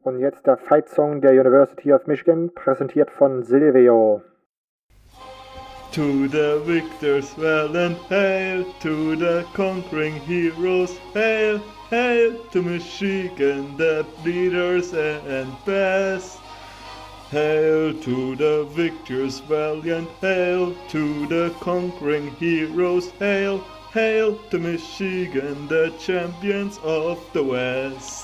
Und jetzt der Fight-Song der University of Michigan, präsentiert von Silvio. To the victors well and hail, to the conquering heroes hail, hail to Michigan, the leaders and best. Hail to the victors valiant, hail to the conquering heroes, hail, hail to Michigan, the champions of the West.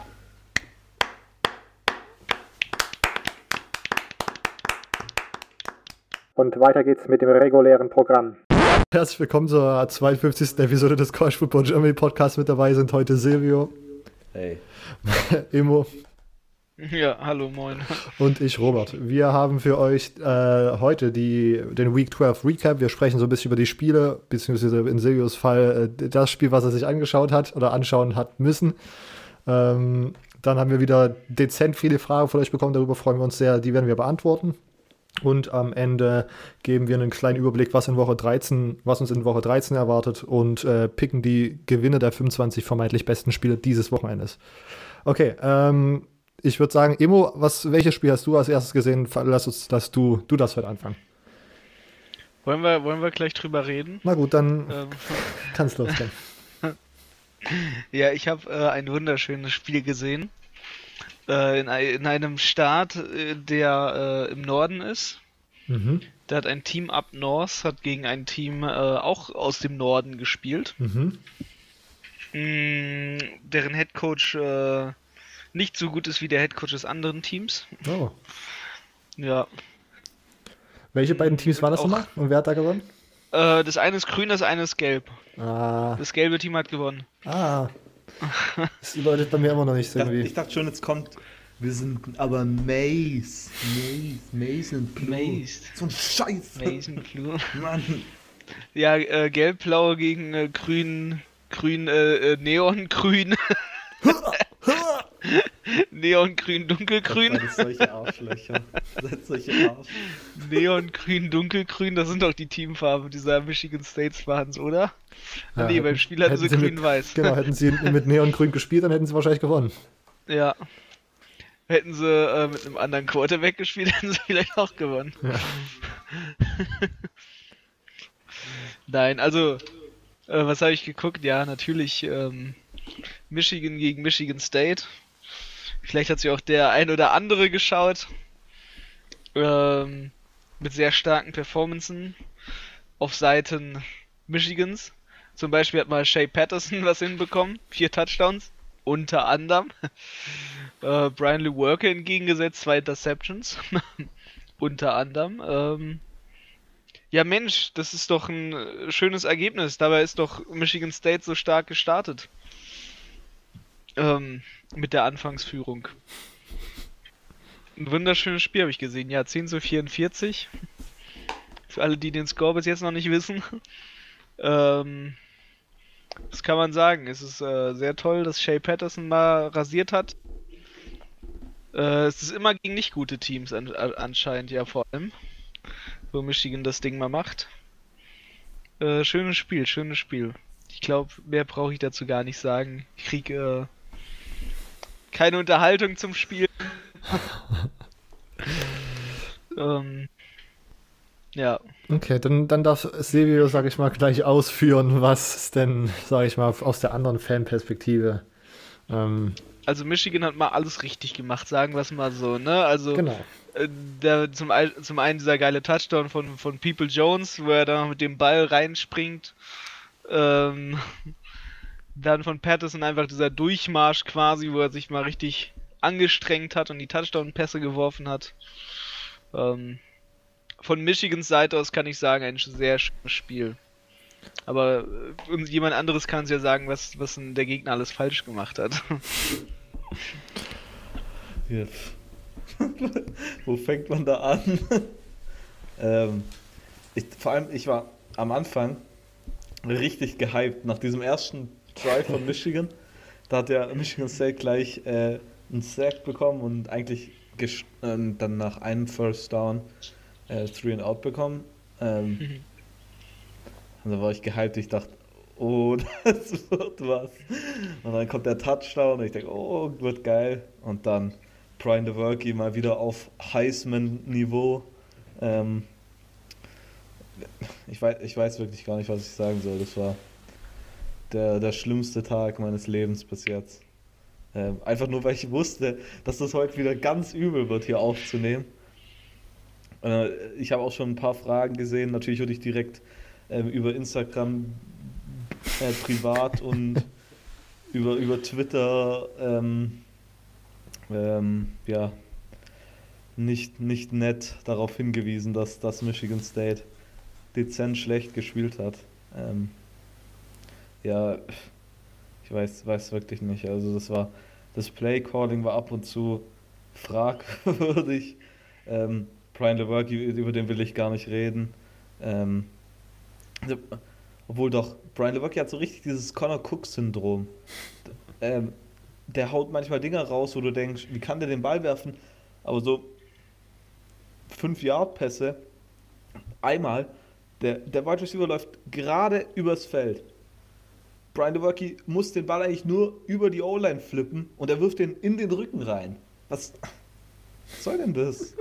Und weiter geht's mit dem regulären Programm. Herzlich willkommen zur 52. Episode des College Football Germany Podcast. Mit dabei sind heute Silvio. Hey. Emo. Ja, hallo, moin. Und ich, Robert. Wir haben für euch heute den Week 12 Recap. Wir sprechen so ein bisschen über die Spiele, beziehungsweise in Silvios Fall das Spiel, was er sich angeschaut hat oder anschauen hat müssen. Dann haben wir wieder dezent viele Fragen von euch bekommen. Darüber freuen wir uns sehr. Die werden wir beantworten. Und am Ende geben wir einen kleinen Überblick, was uns in Woche 13 erwartet und picken die Gewinne der 25 vermeintlich besten Spiele dieses Wochenendes. Okay, ich würde sagen, Emo, welches Spiel hast du als erstes gesehen? Lass du das heute anfangen. Wollen wir gleich drüber reden? Na gut, dann kannst du losgehen. Ja, ich habe ein wunderschönes Spiel gesehen. In einem Staat, der im Norden ist. Mhm. Da hat ein Team up North, hat gegen ein Team auch aus dem Norden gespielt. Mhm. Deren Headcoach nicht so gut ist wie der Headcoach des anderen Teams. Oh. Ja. Welche beiden Teams waren das nochmal? Und wer hat da gewonnen? Das eine ist grün, das eine ist gelb. Ah. Das gelbe Team hat gewonnen. Ah. Das läutet bei mir immer noch nicht irgendwie. Ich dachte schon, jetzt kommt, wir sind aber Mace und Blue. Mace. So ein Scheiß. Mace und Blue. Mann. Ja, gelb-blau gegen neongrün. Neongrün, dunkelgrün. Das solche Arschlöcher. Das solche Arsch. Neongrün, dunkelgrün, das sind doch die Teamfarben dieser Michigan State Fans, oder? Ja, Nee, beim Spiel hatten sie grün-weiß. Genau, hätten sie mit Neongrün gespielt, dann hätten sie wahrscheinlich gewonnen. Ja. Hätten sie mit einem anderen Quarterback gespielt, hätten sie vielleicht auch gewonnen. Ja. Nein, also, was habe ich geguckt? Ja, natürlich Michigan gegen Michigan State. Vielleicht hat sich auch der ein oder andere geschaut. Mit sehr starken Performancen auf Seiten Michigans. Zum Beispiel hat mal Shea Patterson was hinbekommen. 4 Touchdowns. Unter anderem. Brian Lewerke entgegengesetzt, 2 Interceptions. Unter anderem. Ja Mensch, das ist doch ein schönes Ergebnis. Dabei ist doch Michigan State so stark gestartet. Mit der Anfangsführung. Ein wunderschönes Spiel habe ich gesehen. Ja, 10:44. Für alle, die den Score bis jetzt noch nicht wissen. Das kann man sagen. Es ist sehr toll, dass Shea Patterson mal rasiert hat. Es ist immer gegen nicht gute Teams anscheinend, ja vor allem. Wo Michigan das Ding mal macht. Schönes Spiel. Ich glaube, mehr brauche ich dazu gar nicht sagen. Ich kriege keine Unterhaltung zum Spiel. Ja. Okay, dann darf Silvio, sag ich mal, gleich ausführen, was denn, sag ich mal, aus der anderen Fanperspektive. Also Michigan hat mal alles richtig gemacht, sagen wir es mal so, ne? Also genau. Zum einen dieser geile Touchdown von People Jones, wo er da mit dem Ball reinspringt. Dann von Patterson einfach dieser Durchmarsch quasi, wo er sich mal richtig angestrengt hat und die Touchdown-Pässe geworfen hat. Von Michigans Seite aus kann ich sagen, ein sehr schönes Spiel. Aber jemand anderes kann es ja sagen, was der Gegner alles falsch gemacht hat. Jetzt. Wo fängt man da an? Vor allem, ich war am Anfang richtig gehypt nach diesem ersten Drive von Michigan. Da hat ja Michigan State gleich einen Sack bekommen und eigentlich dann nach einem First Down 3 and Out bekommen. Und da war ich gehypt. Ich dachte, oh, das wird was. Und dann kommt der Touchdown und ich denke, oh, wird geil. Und dann Brian Lewerke mal wieder auf Heisman-Niveau. Ich weiß wirklich gar nicht, was ich sagen soll. Das war der schlimmste Tag meines Lebens bis jetzt. Einfach nur, weil ich wusste, dass das heute wieder ganz übel wird, hier aufzunehmen. Ich habe auch schon ein paar Fragen gesehen. Natürlich wurde ich direkt über Instagram privat und über Twitter ja, nicht nett darauf hingewiesen, dass Michigan State dezent schlecht gespielt hat. Ja, ich weiß wirklich nicht. Also das Play-Calling war ab und zu fragwürdig. Brian Lewerke, über den will ich gar nicht reden. Obwohl doch, Brian Lewerke hat so richtig dieses Connor Cook-Syndrom. Der haut manchmal Dinger raus, wo du denkst, wie kann der den Ball werfen? Aber so 5-Yard-Pässe, einmal, der Wide Receiver läuft gerade übers Feld. Brian Lewerke muss den Ball eigentlich nur über die O-Line flippen und er wirft den in den Rücken rein. Was soll denn das?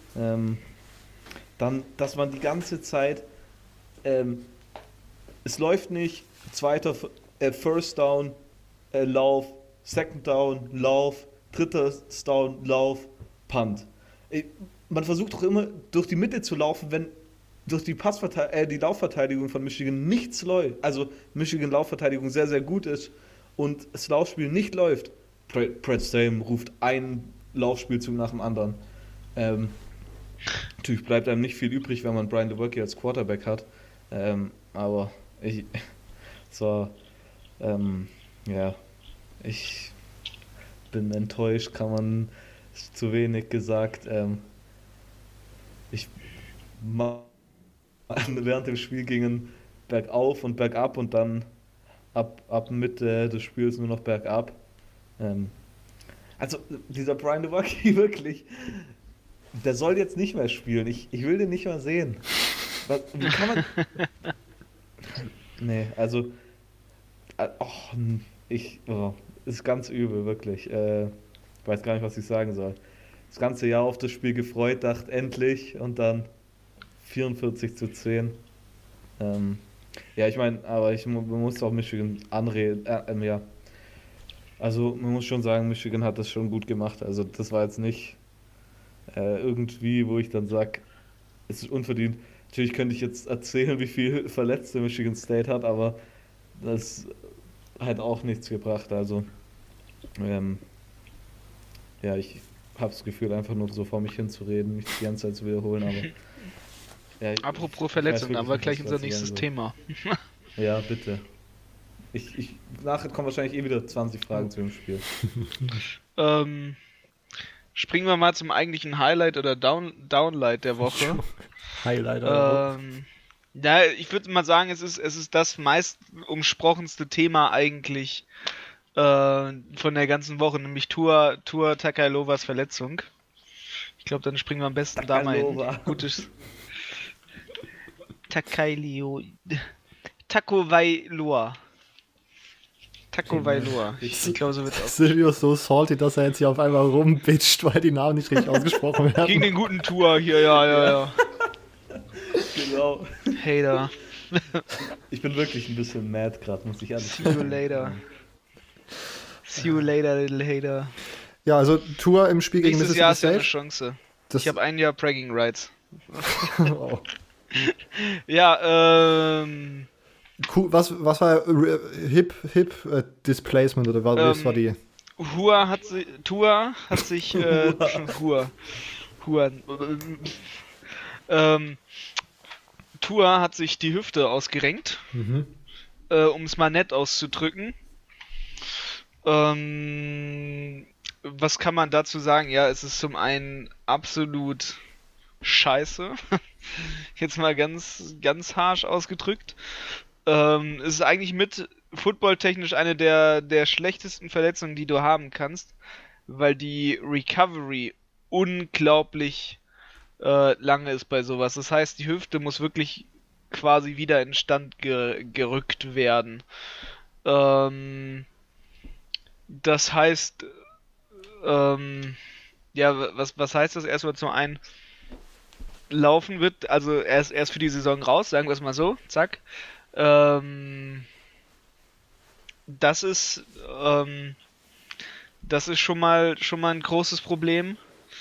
Dann, dass man die ganze Zeit es läuft nicht, First Down, Lauf, Second Down, Lauf, dritter Down, Lauf, Punt. Man versucht doch immer durch die Mitte zu laufen, wenn durch die Laufverteidigung von Michigan nichts läuft. Also Michigan Laufverteidigung sehr, sehr gut ist und das Laufspiel nicht läuft. Brett Stame ruft einen Laufspielzug nach dem anderen. Natürlich bleibt einem nicht viel übrig, wenn man Brian Lewerke als Quarterback hat. Aber ich bin enttäuscht, kann man zu wenig gesagt. Während dem Spiel gingen bergauf und bergab und dann ab Mitte des Spiels nur noch bergab. Also dieser Brian Lewerke wirklich, der soll jetzt nicht mehr spielen. Ich will den nicht mehr sehen. Wie kann man... Nee, also ist ganz übel, wirklich. Ich weiß gar nicht, was ich sagen soll. Das ganze Jahr auf das Spiel gefreut, dachte endlich und dann 44-10. Ja, ich meine, aber man muss auch Michigan anreden. Ja. Also man muss schon sagen, Michigan hat das schon gut gemacht. Also das war jetzt nicht irgendwie, wo ich dann sage, es ist unverdient. Natürlich könnte ich jetzt erzählen, wie viel Verletzte Michigan State hat, aber das hat auch nichts gebracht. Also ja, ich habe das Gefühl, einfach nur so vor mich hinzureden, mich die ganze Zeit zu wiederholen, aber ja, Apropos Verletzung, haben wir gleich unser nächstes Thema. Ja, bitte. Nachher kommen wahrscheinlich wieder 20 Fragen zu dem Spiel. Springen wir mal zum eigentlichen Highlight oder Downlight der Woche. Highlight oder ja, ich würde mal sagen, es ist das meist umsprochenste Thema eigentlich von der ganzen Woche, nämlich Tua Tagovailoas Verletzung. Ich glaube, dann springen wir am besten da mal hin. Gutes Tagovailoa. Ich glaube, so wird es auch. Silvio ist so salty, dass er jetzt hier auf einmal rumbitcht, weil die Namen nicht richtig ausgesprochen werden. Gegen den guten Tua hier, ja. Genau. Hater. Ich bin wirklich ein bisschen mad gerade, muss ich ehrlich sagen. See you later, little hater. Ja, also Tua im Spiel gegen Mississippi State. Nächstes Jahr ist ja eine Chance. Ich habe ein Jahr Bragging Rights. Oh. Ja, was war Hip Displacement oder was war die? Tua hat sich Tua hat sich die Hüfte ausgerenkt, um es mal nett auszudrücken. Was kann man dazu sagen? Ja, es ist zum einen absolut scheiße. Jetzt mal ganz, ganz harsch ausgedrückt. Es ist eigentlich mit footballtechnisch eine der schlechtesten Verletzungen, die du haben kannst, weil die Recovery unglaublich lange ist bei sowas. Das heißt, die Hüfte muss wirklich quasi wieder in Stand gerückt werden. Das heißt, Ja, was heißt das erstmal zum einen? Laufen wird, also er ist für die Saison raus, sagen wir es mal so, zack. Ähm, das ist, ähm, das ist schon mal ein großes Problem.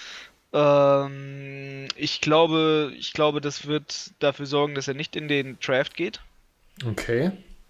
Ich glaube, das wird dafür sorgen, dass er nicht in den Draft geht. Okay.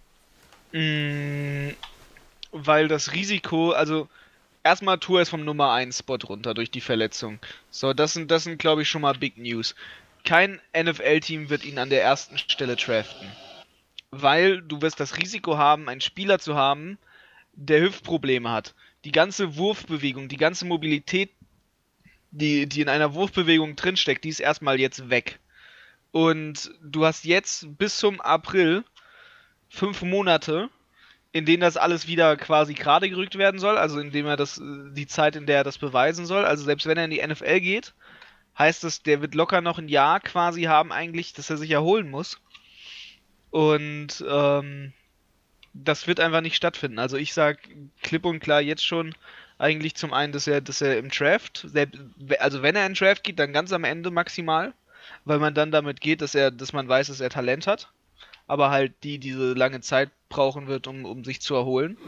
Mm, weil das Risiko, also erstmal Tour ist vom Nummer 1 Spot runter durch die Verletzung. So, das sind glaube ich schon mal Big News. Kein NFL-Team wird ihn an der ersten Stelle draften. Weil du wirst das Risiko haben, einen Spieler zu haben, der Hüftprobleme hat. Die ganze Wurfbewegung, die ganze Mobilität, die in einer Wurfbewegung drinsteckt, die ist erstmal jetzt weg. Und du hast jetzt bis zum April 5 Monate, in denen das alles wieder quasi gerade gerückt werden soll, also indem er die Zeit, in der er das beweisen soll, also selbst wenn er in die NFL geht, heißt es, der wird locker noch ein Jahr quasi haben eigentlich, dass er sich erholen muss. Und das wird einfach nicht stattfinden. Also ich sag klipp und klar jetzt schon eigentlich zum einen, dass er im Draft, also wenn er in den Draft geht, dann ganz am Ende maximal, weil man dann damit geht, dass man weiß, dass er Talent hat, aber halt diese lange Zeit brauchen wird, um sich zu erholen.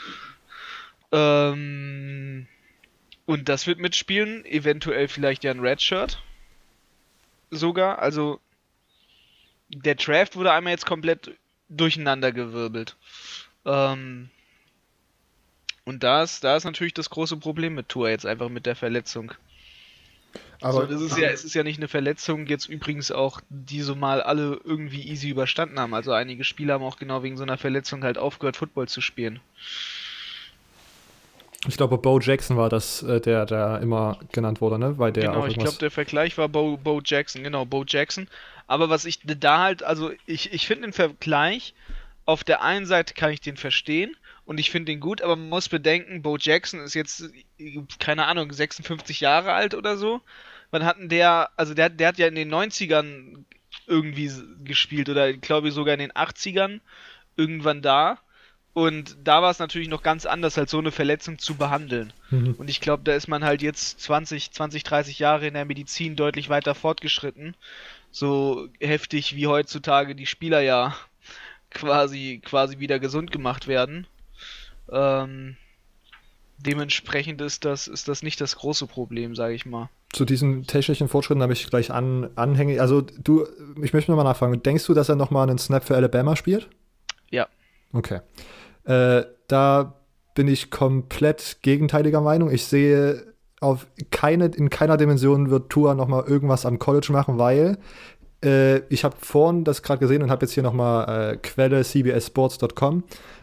Und das wird mitspielen, eventuell vielleicht ja ein Redshirt sogar. Also der Draft wurde einmal jetzt komplett durcheinandergewirbelt. Und da ist natürlich das große Problem mit Tua jetzt einfach mit der Verletzung. Aber So, es ist ja nicht eine Verletzung, jetzt übrigens auch, die so mal alle irgendwie easy überstanden haben. Also einige Spieler haben auch genau wegen so einer Verletzung halt aufgehört, Football zu spielen. ich glaube, Bo Jackson war das, der da immer genannt wurde, ne? Weil der Genau, auch ich irgendwas. glaube, der Vergleich war Bo Jackson, genau, Bo Jackson. Aber was ich da halt, also ich finde den Vergleich, auf der einen Seite kann ich den verstehen und ich finde den gut, aber man muss bedenken, Bo Jackson ist jetzt, keine Ahnung, 56 Jahre alt oder so. Wann hatten der, also der hat ja in den 90ern irgendwie gespielt oder glaube ich sogar in den 80ern irgendwann da. Und da war es natürlich noch ganz anders, halt so eine Verletzung zu behandeln. Mhm. Und ich glaube, da ist man halt jetzt 20, 30 Jahre in der Medizin deutlich weiter fortgeschritten. So heftig wie heutzutage die Spieler ja quasi wieder gesund gemacht werden. Ähm, dementsprechend ist das nicht das große Problem, sage ich mal. Zu diesen technischen Fortschritten habe ich gleich anhängig. Also ich möchte nochmal nachfragen, denkst du, dass er nochmal einen Snap für Alabama spielt? Ja. Okay. Da bin ich komplett gegenteiliger Meinung. Ich sehe in keiner Dimension wird Tua nochmal irgendwas am College machen, weil ich habe vorhin das gerade gesehen und habe jetzt hier nochmal Quelle cbssports.com.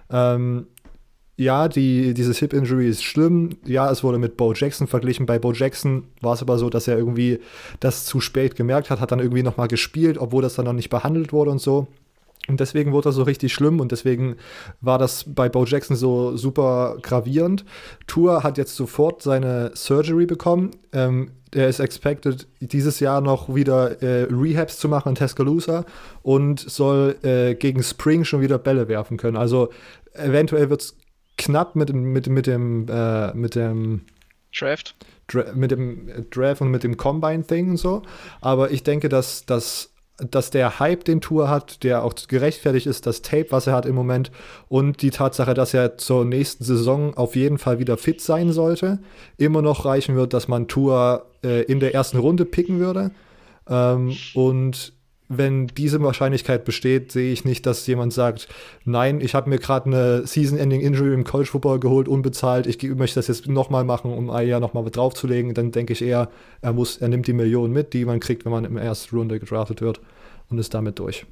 Ja, dieses Hip-Injury ist schlimm. Ja, es wurde mit Bo Jackson verglichen. Bei Bo Jackson war es aber so, dass er irgendwie das zu spät gemerkt hat dann irgendwie nochmal gespielt, obwohl das dann noch nicht behandelt wurde und so. Und deswegen wurde das so richtig schlimm und deswegen war das bei Bo Jackson so super gravierend. Tua hat jetzt sofort seine Surgery bekommen. Er ist expected, dieses Jahr noch wieder Rehabs zu machen in Tuscaloosa und soll gegen Spring schon wieder Bälle werfen können. Also eventuell wird es knapp mit dem Draft. Mit dem Draft und mit dem Combine-Thing und so. Aber ich denke, dass der Hype, den Tua hat, der auch gerechtfertigt ist, das Tape, was er hat im Moment und die Tatsache, dass er zur nächsten Saison auf jeden Fall wieder fit sein sollte, immer noch reichen wird, dass man Tua in der ersten Runde picken würde. Und wenn diese Wahrscheinlichkeit besteht, sehe ich nicht, dass jemand sagt, nein, ich habe mir gerade eine Season-Ending-Injury im College Football geholt, unbezahlt, ich möchte das jetzt nochmal machen, um ein Jahr nochmal draufzulegen. Dann denke ich eher, er nimmt die Millionen mit, die man kriegt, wenn man in der ersten Runde gedraftet wird und ist damit durch.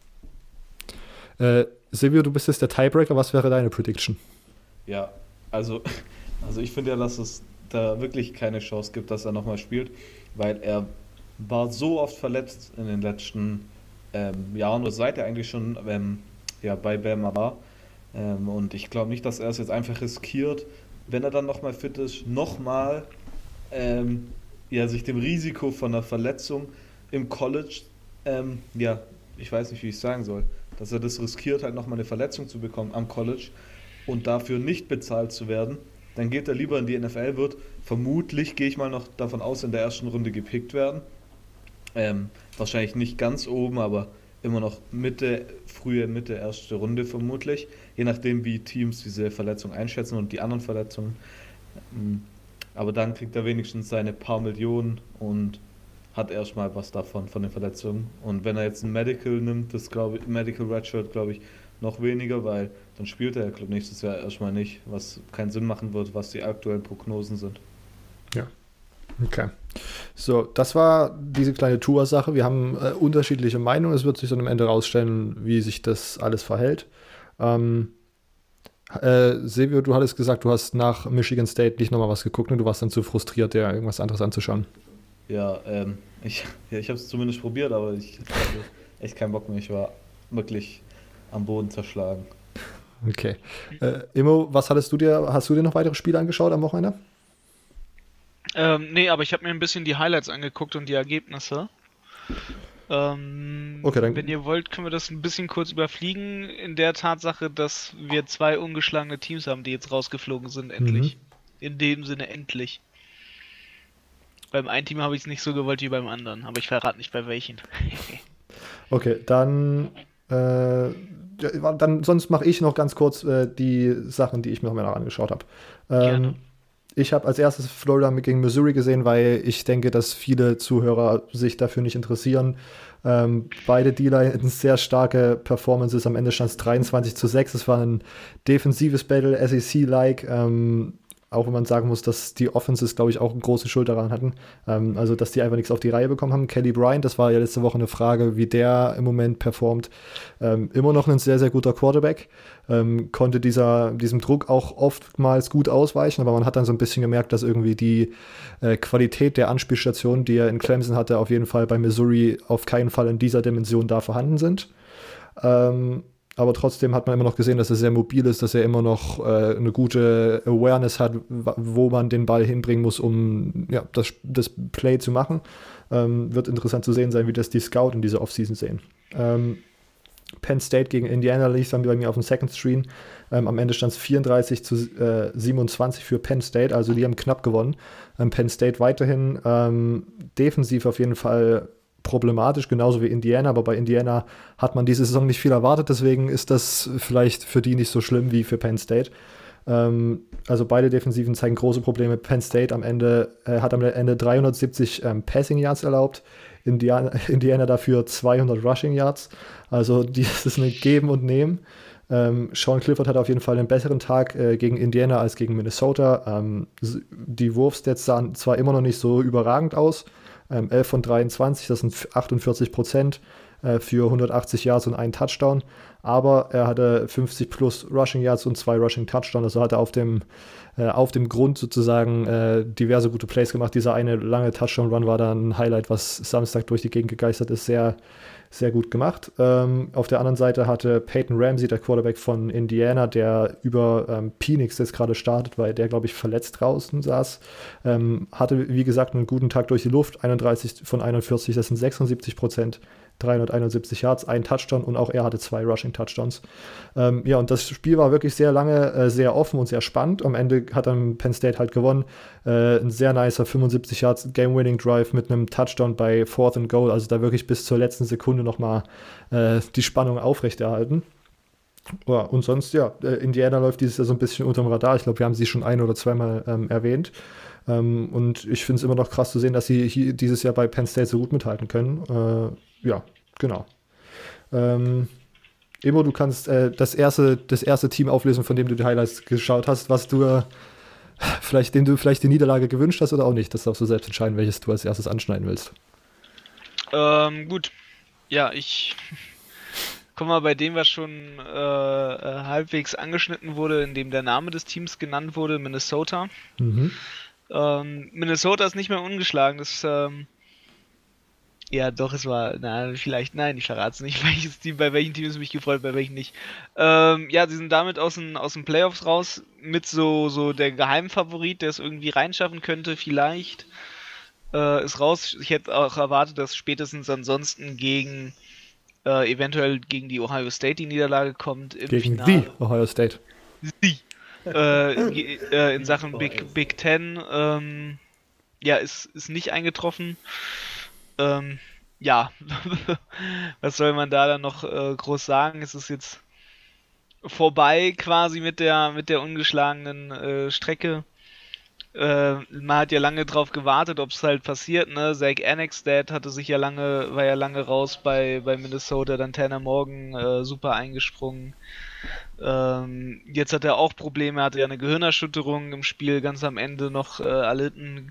Silvio, du bist jetzt der Tiebreaker, was wäre deine Prediction? Ja, also ich finde ja, dass es da wirklich keine Chance gibt, dass er nochmal spielt, weil er war so oft verletzt in den letzten Jahren, oder seit er eigentlich schon bei Bama war. Und ich glaube nicht, dass er es jetzt einfach riskiert, wenn er dann nochmal fit ist, nochmal sich dem Risiko von einer Verletzung im College, ich weiß nicht, wie ich es sagen soll, dass er das riskiert, halt nochmal eine Verletzung zu bekommen am College und dafür nicht bezahlt zu werden. dann geht er lieber in die NFL, wird vermutlich, gehe ich mal noch davon aus, in der ersten Runde gepickt werden. Wahrscheinlich nicht ganz oben, aber immer noch frühe Mitte, erste Runde vermutlich. Je nachdem, wie Teams diese Verletzung einschätzen und die anderen Verletzungen. Aber dann kriegt er wenigstens seine paar Millionen hat erstmal was davon, von den Verletzungen. Und wenn er jetzt ein Medical nimmt, Medical Redshirt, glaube ich, noch weniger, weil dann spielt er, glaube ich, nächstes Jahr erstmal nicht, was keinen Sinn machen wird, was die aktuellen Prognosen sind. Ja. Okay. So, das war diese kleine Tour-Sache. Wir haben unterschiedliche Meinungen. Es wird sich dann am Ende rausstellen, wie sich das alles verhält. Silvio, du hattest gesagt, du hast nach Michigan State nicht nochmal was geguckt und du warst dann zu frustriert, dir irgendwas anderes anzuschauen. Ja, ich habe es zumindest probiert, aber ich hatte echt keinen Bock mehr. Ich war wirklich am Boden zerschlagen. Okay. Immo, hast du dir noch weitere Spiele angeschaut am Wochenende? Nee, aber ich habe mir ein bisschen die Highlights angeguckt und die Ergebnisse. Okay, dann. Wenn ihr wollt, können wir das ein bisschen kurz überfliegen, in der Tatsache, dass wir 2 ungeschlagene Teams haben, die jetzt rausgeflogen sind, endlich. In dem Sinne endlich. Beim einen Team habe ich es nicht so gewollt wie beim anderen, aber ich verrate nicht bei welchen. Okay, dann sonst mache ich noch ganz kurz die Sachen, die ich mir noch angeschaut habe. Gerne. Ich habe als erstes Florida gegen Missouri gesehen, weil ich denke, dass viele Zuhörer sich dafür nicht interessieren. Beide D-Line hatten sehr starke Performances. Am Ende stand es 23-6. Es war ein defensives Battle, SEC-like. Auch wenn man sagen muss, dass die Offenses, glaube ich, auch eine große Schuld daran hatten. Also, dass die einfach nichts auf die Reihe bekommen haben. Kelly Bryant, das war ja letzte Woche eine Frage, wie der im Moment performt. Immer noch ein sehr, sehr guter Quarterback. Konnte diesem Druck auch oftmals gut ausweichen, aber man hat dann so ein bisschen gemerkt, dass irgendwie die Qualität der Anspielstationen, die er in Clemson hatte, auf jeden Fall bei Missouri auf keinen Fall in dieser Dimension da vorhanden sind. Aber trotzdem hat man immer noch gesehen, dass er sehr mobil ist, dass er immer noch eine gute Awareness hat, wo man den Ball hinbringen muss, um das Play zu machen. Wird interessant zu sehen sein, wie das die Scout in dieser Offseason sehen. Penn State gegen Indiana lief dann bei mir auf dem Second Screen. Am Ende stand es 34-27 für Penn State, also die haben knapp gewonnen. Penn State weiterhin defensiv auf jeden Fall problematisch, genauso wie Indiana, aber bei Indiana hat man diese Saison nicht viel erwartet, deswegen ist das vielleicht für die nicht so schlimm wie für Penn State. Also beide Defensiven zeigen große Probleme. Penn State hat am Ende 370 Passing Yards erlaubt, Indiana dafür 200 Rushing Yards, also das ist ein Geben und Nehmen. Sean Clifford hat auf jeden Fall einen besseren Tag gegen Indiana als gegen Minnesota. Die Wurfstats sahen zwar immer noch nicht so überragend aus, 11 von 23, das sind 48% für 180 Yards und einen Touchdown. Aber er hatte 50 plus Rushing Yards und 2 Rushing Touchdowns. Also hat er auf dem Grund sozusagen diverse gute Plays gemacht. Dieser eine lange Touchdown-Run war dann ein Highlight, was Samstag durch die Gegend gegeistert ist. Sehr, sehr gut gemacht. Auf der anderen Seite hatte Peyton Ramsey, der Quarterback von Indiana, der über Penix jetzt gerade startet, weil der, glaube ich, verletzt draußen saß, hatte, wie gesagt, einen guten Tag durch die Luft. 31 von 41, das sind 76%. 371 Yards, ein Touchdown und auch er hatte 2 Rushing-Touchdowns. Und das Spiel war wirklich sehr lange, sehr offen und sehr spannend. Am Ende hat dann Penn State halt gewonnen. Ein sehr nicer 75 Yards Game-Winning-Drive mit einem Touchdown bei 4th and Goal, also da wirklich bis zur letzten Sekunde nochmal die Spannung aufrechterhalten. Ja, und sonst, Indiana läuft dieses Jahr so ein bisschen unterm Radar. Ich glaube, wir haben sie schon ein- oder zweimal erwähnt. Und ich finde es immer noch krass zu sehen, dass sie hier dieses Jahr bei Penn State so gut mithalten können. Genau. Emo, du kannst das erste Team auflösen, von dem du die Highlights geschaut hast, dem du vielleicht die Niederlage gewünscht hast oder auch nicht. Das darfst du selbst entscheiden, welches du als erstes anschneiden willst. Gut. Ja, ich komme mal bei dem, was schon halbwegs angeschnitten wurde, in dem der Name des Teams genannt wurde, Minnesota. Minnesota ist nicht mehr ungeschlagen. Das ich verrate es nicht, welches Team, bei welchem Team es mich gefreut, bei welchem nicht. Sie sind damit aus den Playoffs raus, mit so der Geheimfavorit, der es irgendwie reinschaffen könnte, vielleicht, ist raus. Ich hätte auch erwartet, dass spätestens ansonsten eventuell gegen die Ohio State die Niederlage kommt. Gegen die Ohio State. in Sachen Big Ten, ja, ist nicht eingetroffen. Ja, was soll man da dann noch groß sagen? Es ist jetzt vorbei quasi mit der ungeschlagenen Strecke. Man hat ja lange drauf gewartet, ob es halt passiert, ne? Zach Annexstad war ja lange raus bei Minnesota, dann Tanner Morgan super eingesprungen. Jetzt hat er auch Probleme, er hatte ja eine Gehirnerschütterung im Spiel ganz am Ende noch erlitten.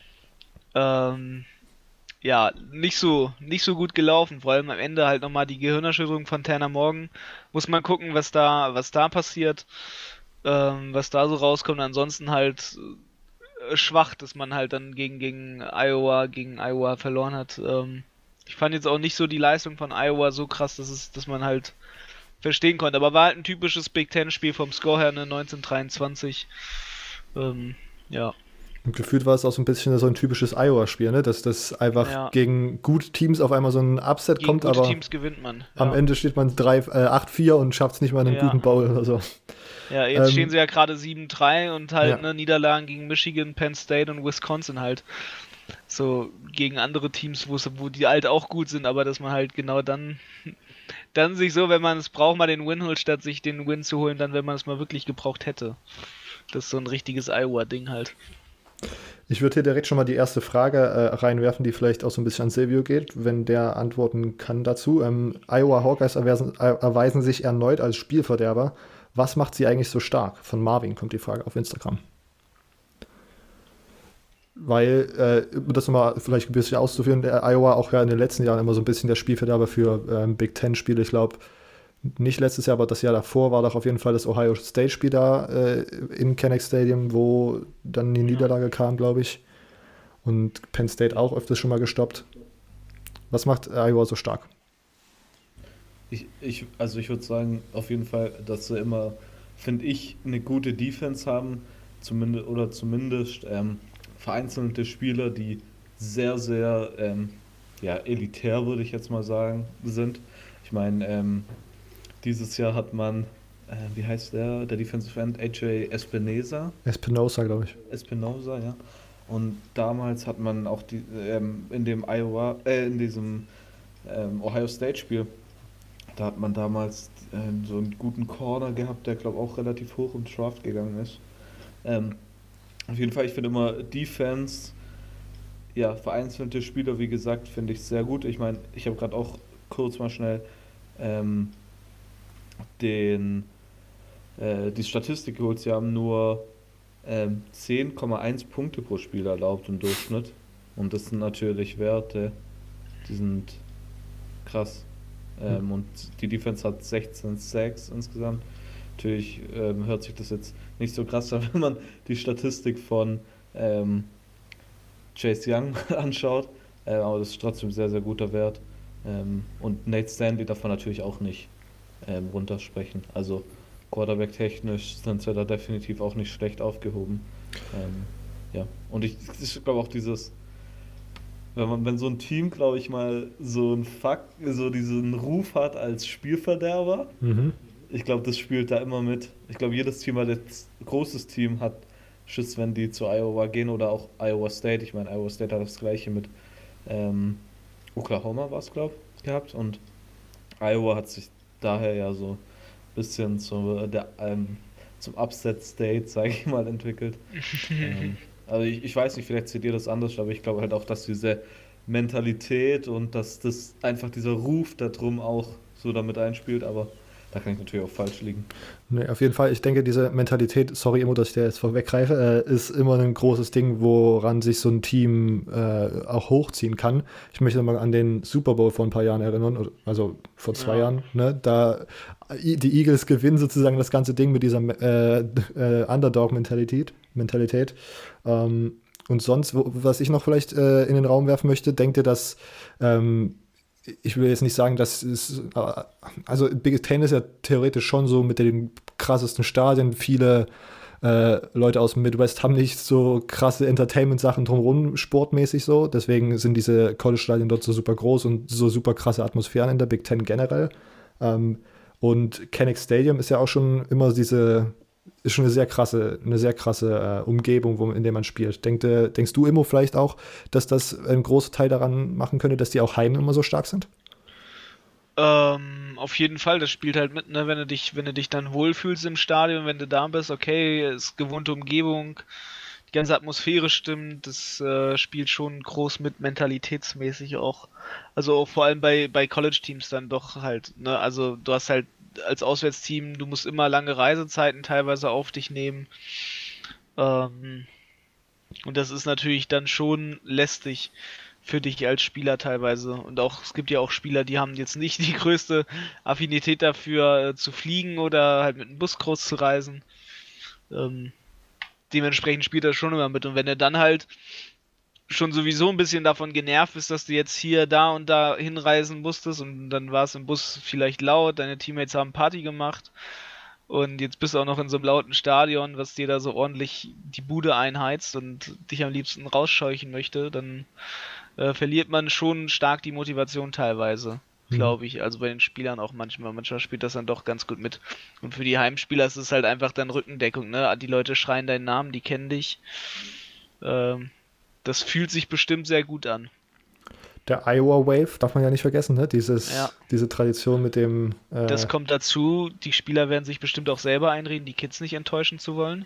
Ja, nicht so gut gelaufen, vor allem am Ende halt nochmal die Gehirnerschütterung von Tanner Morgan. Muss man gucken, was da passiert, was da so rauskommt. Ansonsten halt schwach, dass man halt dann gegen Iowa verloren hat. Ich fand jetzt auch nicht so die Leistung von Iowa so krass, dass man halt verstehen konnte. Aber war halt ein typisches Big Ten-Spiel vom Score her, ne, 1923. Ja. Und gefühlt war es auch so ein bisschen so ein typisches Iowa-Spiel, ne? Dass das einfach gegen gute Teams auf einmal so ein Upset gegen kommt, gute aber Teams gewinnt man. am Ende steht man 8-4 und schafft es nicht mal in einem guten Bowl oder so. Ja, jetzt stehen sie ja gerade 7-3 und halt ne, Niederlagen gegen Michigan, Penn State und Wisconsin halt. So gegen andere Teams, wo die halt auch gut sind, aber dass man halt genau dann sich so, wenn man es braucht, mal den Win holt, statt sich den Win zu holen, dann, wenn man es mal wirklich gebraucht hätte. Das ist so ein richtiges Iowa-Ding halt. Ich würde hier direkt schon mal die erste Frage reinwerfen, die vielleicht auch so ein bisschen an Silvio geht, wenn der antworten kann dazu. Iowa Hawkeyes erweisen sich erneut als Spielverderber. Was macht sie eigentlich so stark? Von Marvin kommt die Frage auf Instagram. Weil, um das nochmal vielleicht ein bisschen auszuführen, der Iowa auch ja in den letzten Jahren immer so ein bisschen der Spielverderber für Big Ten-Spiele. Ich glaube, nicht letztes Jahr, aber das Jahr davor war doch auf jeden Fall das Ohio State-Spiel da im Kinnick Stadium, wo dann die Niederlage kam, glaube ich. Und Penn State auch öfters schon mal gestoppt. Was macht Iowa so stark? Ich würde sagen, auf jeden Fall, dass sie immer, finde ich, eine gute Defense haben, zumindest vereinzelte Spieler, die sehr, sehr elitär, würde ich jetzt mal sagen, sind. Ich meine, dieses Jahr hat man, wie heißt der Defensive End? AJ Espinosa, glaube ich. Espinosa, ja. Und damals hat man auch in diesem Ohio State-Spiel, da hat man damals so einen guten Corner gehabt, der, glaube ich, auch relativ hoch im Draft gegangen ist. Auf jeden Fall, ich finde immer Defense, ja, vereinzelte Spieler, wie gesagt, finde ich sehr gut. Ich meine, ich habe gerade auch kurz mal schnell die Statistik geholt. Sie haben nur 10,1 Punkte pro Spiel erlaubt im Durchschnitt. Und das sind natürlich Werte, die sind krass. Und die Defense hat 16 Sacks insgesamt. Natürlich hört sich das jetzt nicht so krass an, wenn man die Statistik von Chase Young anschaut. Aber das ist trotzdem sehr, sehr guter Wert. Und Nate Stanley darf man natürlich auch nicht runtersprechen. Also Quarterback-technisch sind sie da definitiv auch nicht schlecht aufgehoben. Ja, und ich glaube auch wenn so ein Team, glaube ich, mal so diesen Ruf hat als Spielverderber, ich glaube, das spielt da immer mit. Ich glaube, jedes Team großes Team hat Schiss, wenn die zu Iowa gehen oder auch Iowa State. Ich meine, Iowa State hat das gleiche mit Oklahoma war es, glaube ich, gehabt, und Iowa hat sich daher ja so ein bisschen zum Upset State, sage ich mal, entwickelt. Also ich weiß nicht, vielleicht seht ihr das anders, aber ich glaube halt auch, dass diese Mentalität und dass das einfach dieser Ruf da drum auch so damit einspielt, aber da kann ich natürlich auch falsch liegen. Nee, auf jeden Fall. Ich denke, diese Mentalität, sorry Immo, dass ich dir jetzt vorweggreife, ist immer ein großes Ding, woran sich so ein Team auch hochziehen kann. Ich möchte mal an den Super Bowl vor ein paar Jahren erinnern, also vor 2 Jahren, ne? Da die Eagles gewinnen sozusagen das ganze Ding mit dieser Underdog-Mentalität. Und sonst, was ich noch vielleicht in den Raum werfen möchte, denkt ihr, dass ich will jetzt nicht sagen, dass es, also Big Ten ist ja theoretisch schon so mit den krassesten Stadien. Viele Leute aus dem Midwest haben nicht so krasse Entertainment-Sachen drumherum, sportmäßig so. Deswegen sind diese College-Stadien dort so super groß und so super krasse Atmosphären in der Big Ten generell. Und Kinnick Stadium ist ja auch schon immer diese ist schon eine sehr krasse Umgebung, in der man spielt. Denkst du, Immo, vielleicht auch, dass das einen großen Teil daran machen könnte, dass die auch heim immer so stark sind? Auf jeden Fall, das spielt halt mit, ne, wenn du dich dann wohlfühlst im Stadion, wenn du da bist, okay, ist gewohnte Umgebung, die ganze Atmosphäre stimmt, das spielt schon groß mit, mentalitätsmäßig auch. Also auch vor allem bei College-Teams dann doch halt, ne, also du hast halt als Auswärtsteam, du musst immer lange Reisezeiten teilweise auf dich nehmen. Und das ist natürlich dann schon lästig für dich als Spieler teilweise. Und auch, es gibt ja auch Spieler, die haben jetzt nicht die größte Affinität dafür, zu fliegen oder halt mit einem Bus groß zu reisen. Dementsprechend spielt das schon immer mit. Und wenn er dann halt schon sowieso ein bisschen davon genervt bist, dass du jetzt hier, da und da hinreisen musstest und dann war es im Bus vielleicht laut, deine Teammates haben Party gemacht und jetzt bist du auch noch in so einem lauten Stadion, was dir da so ordentlich die Bude einheizt und dich am liebsten rausscheuchen möchte, dann verliert man schon stark die Motivation teilweise, glaube ich. Also bei den Spielern auch manchmal. Manchmal spielt das dann doch ganz gut mit. Und für die Heimspieler ist es halt einfach dann Rückendeckung, ne? Die Leute schreien deinen Namen, die kennen dich. Das fühlt sich bestimmt sehr gut an. Der Iowa Wave darf man ja nicht vergessen, ne? Diese Tradition mit dem... Das kommt dazu, die Spieler werden sich bestimmt auch selber einreden, die Kids nicht enttäuschen zu wollen.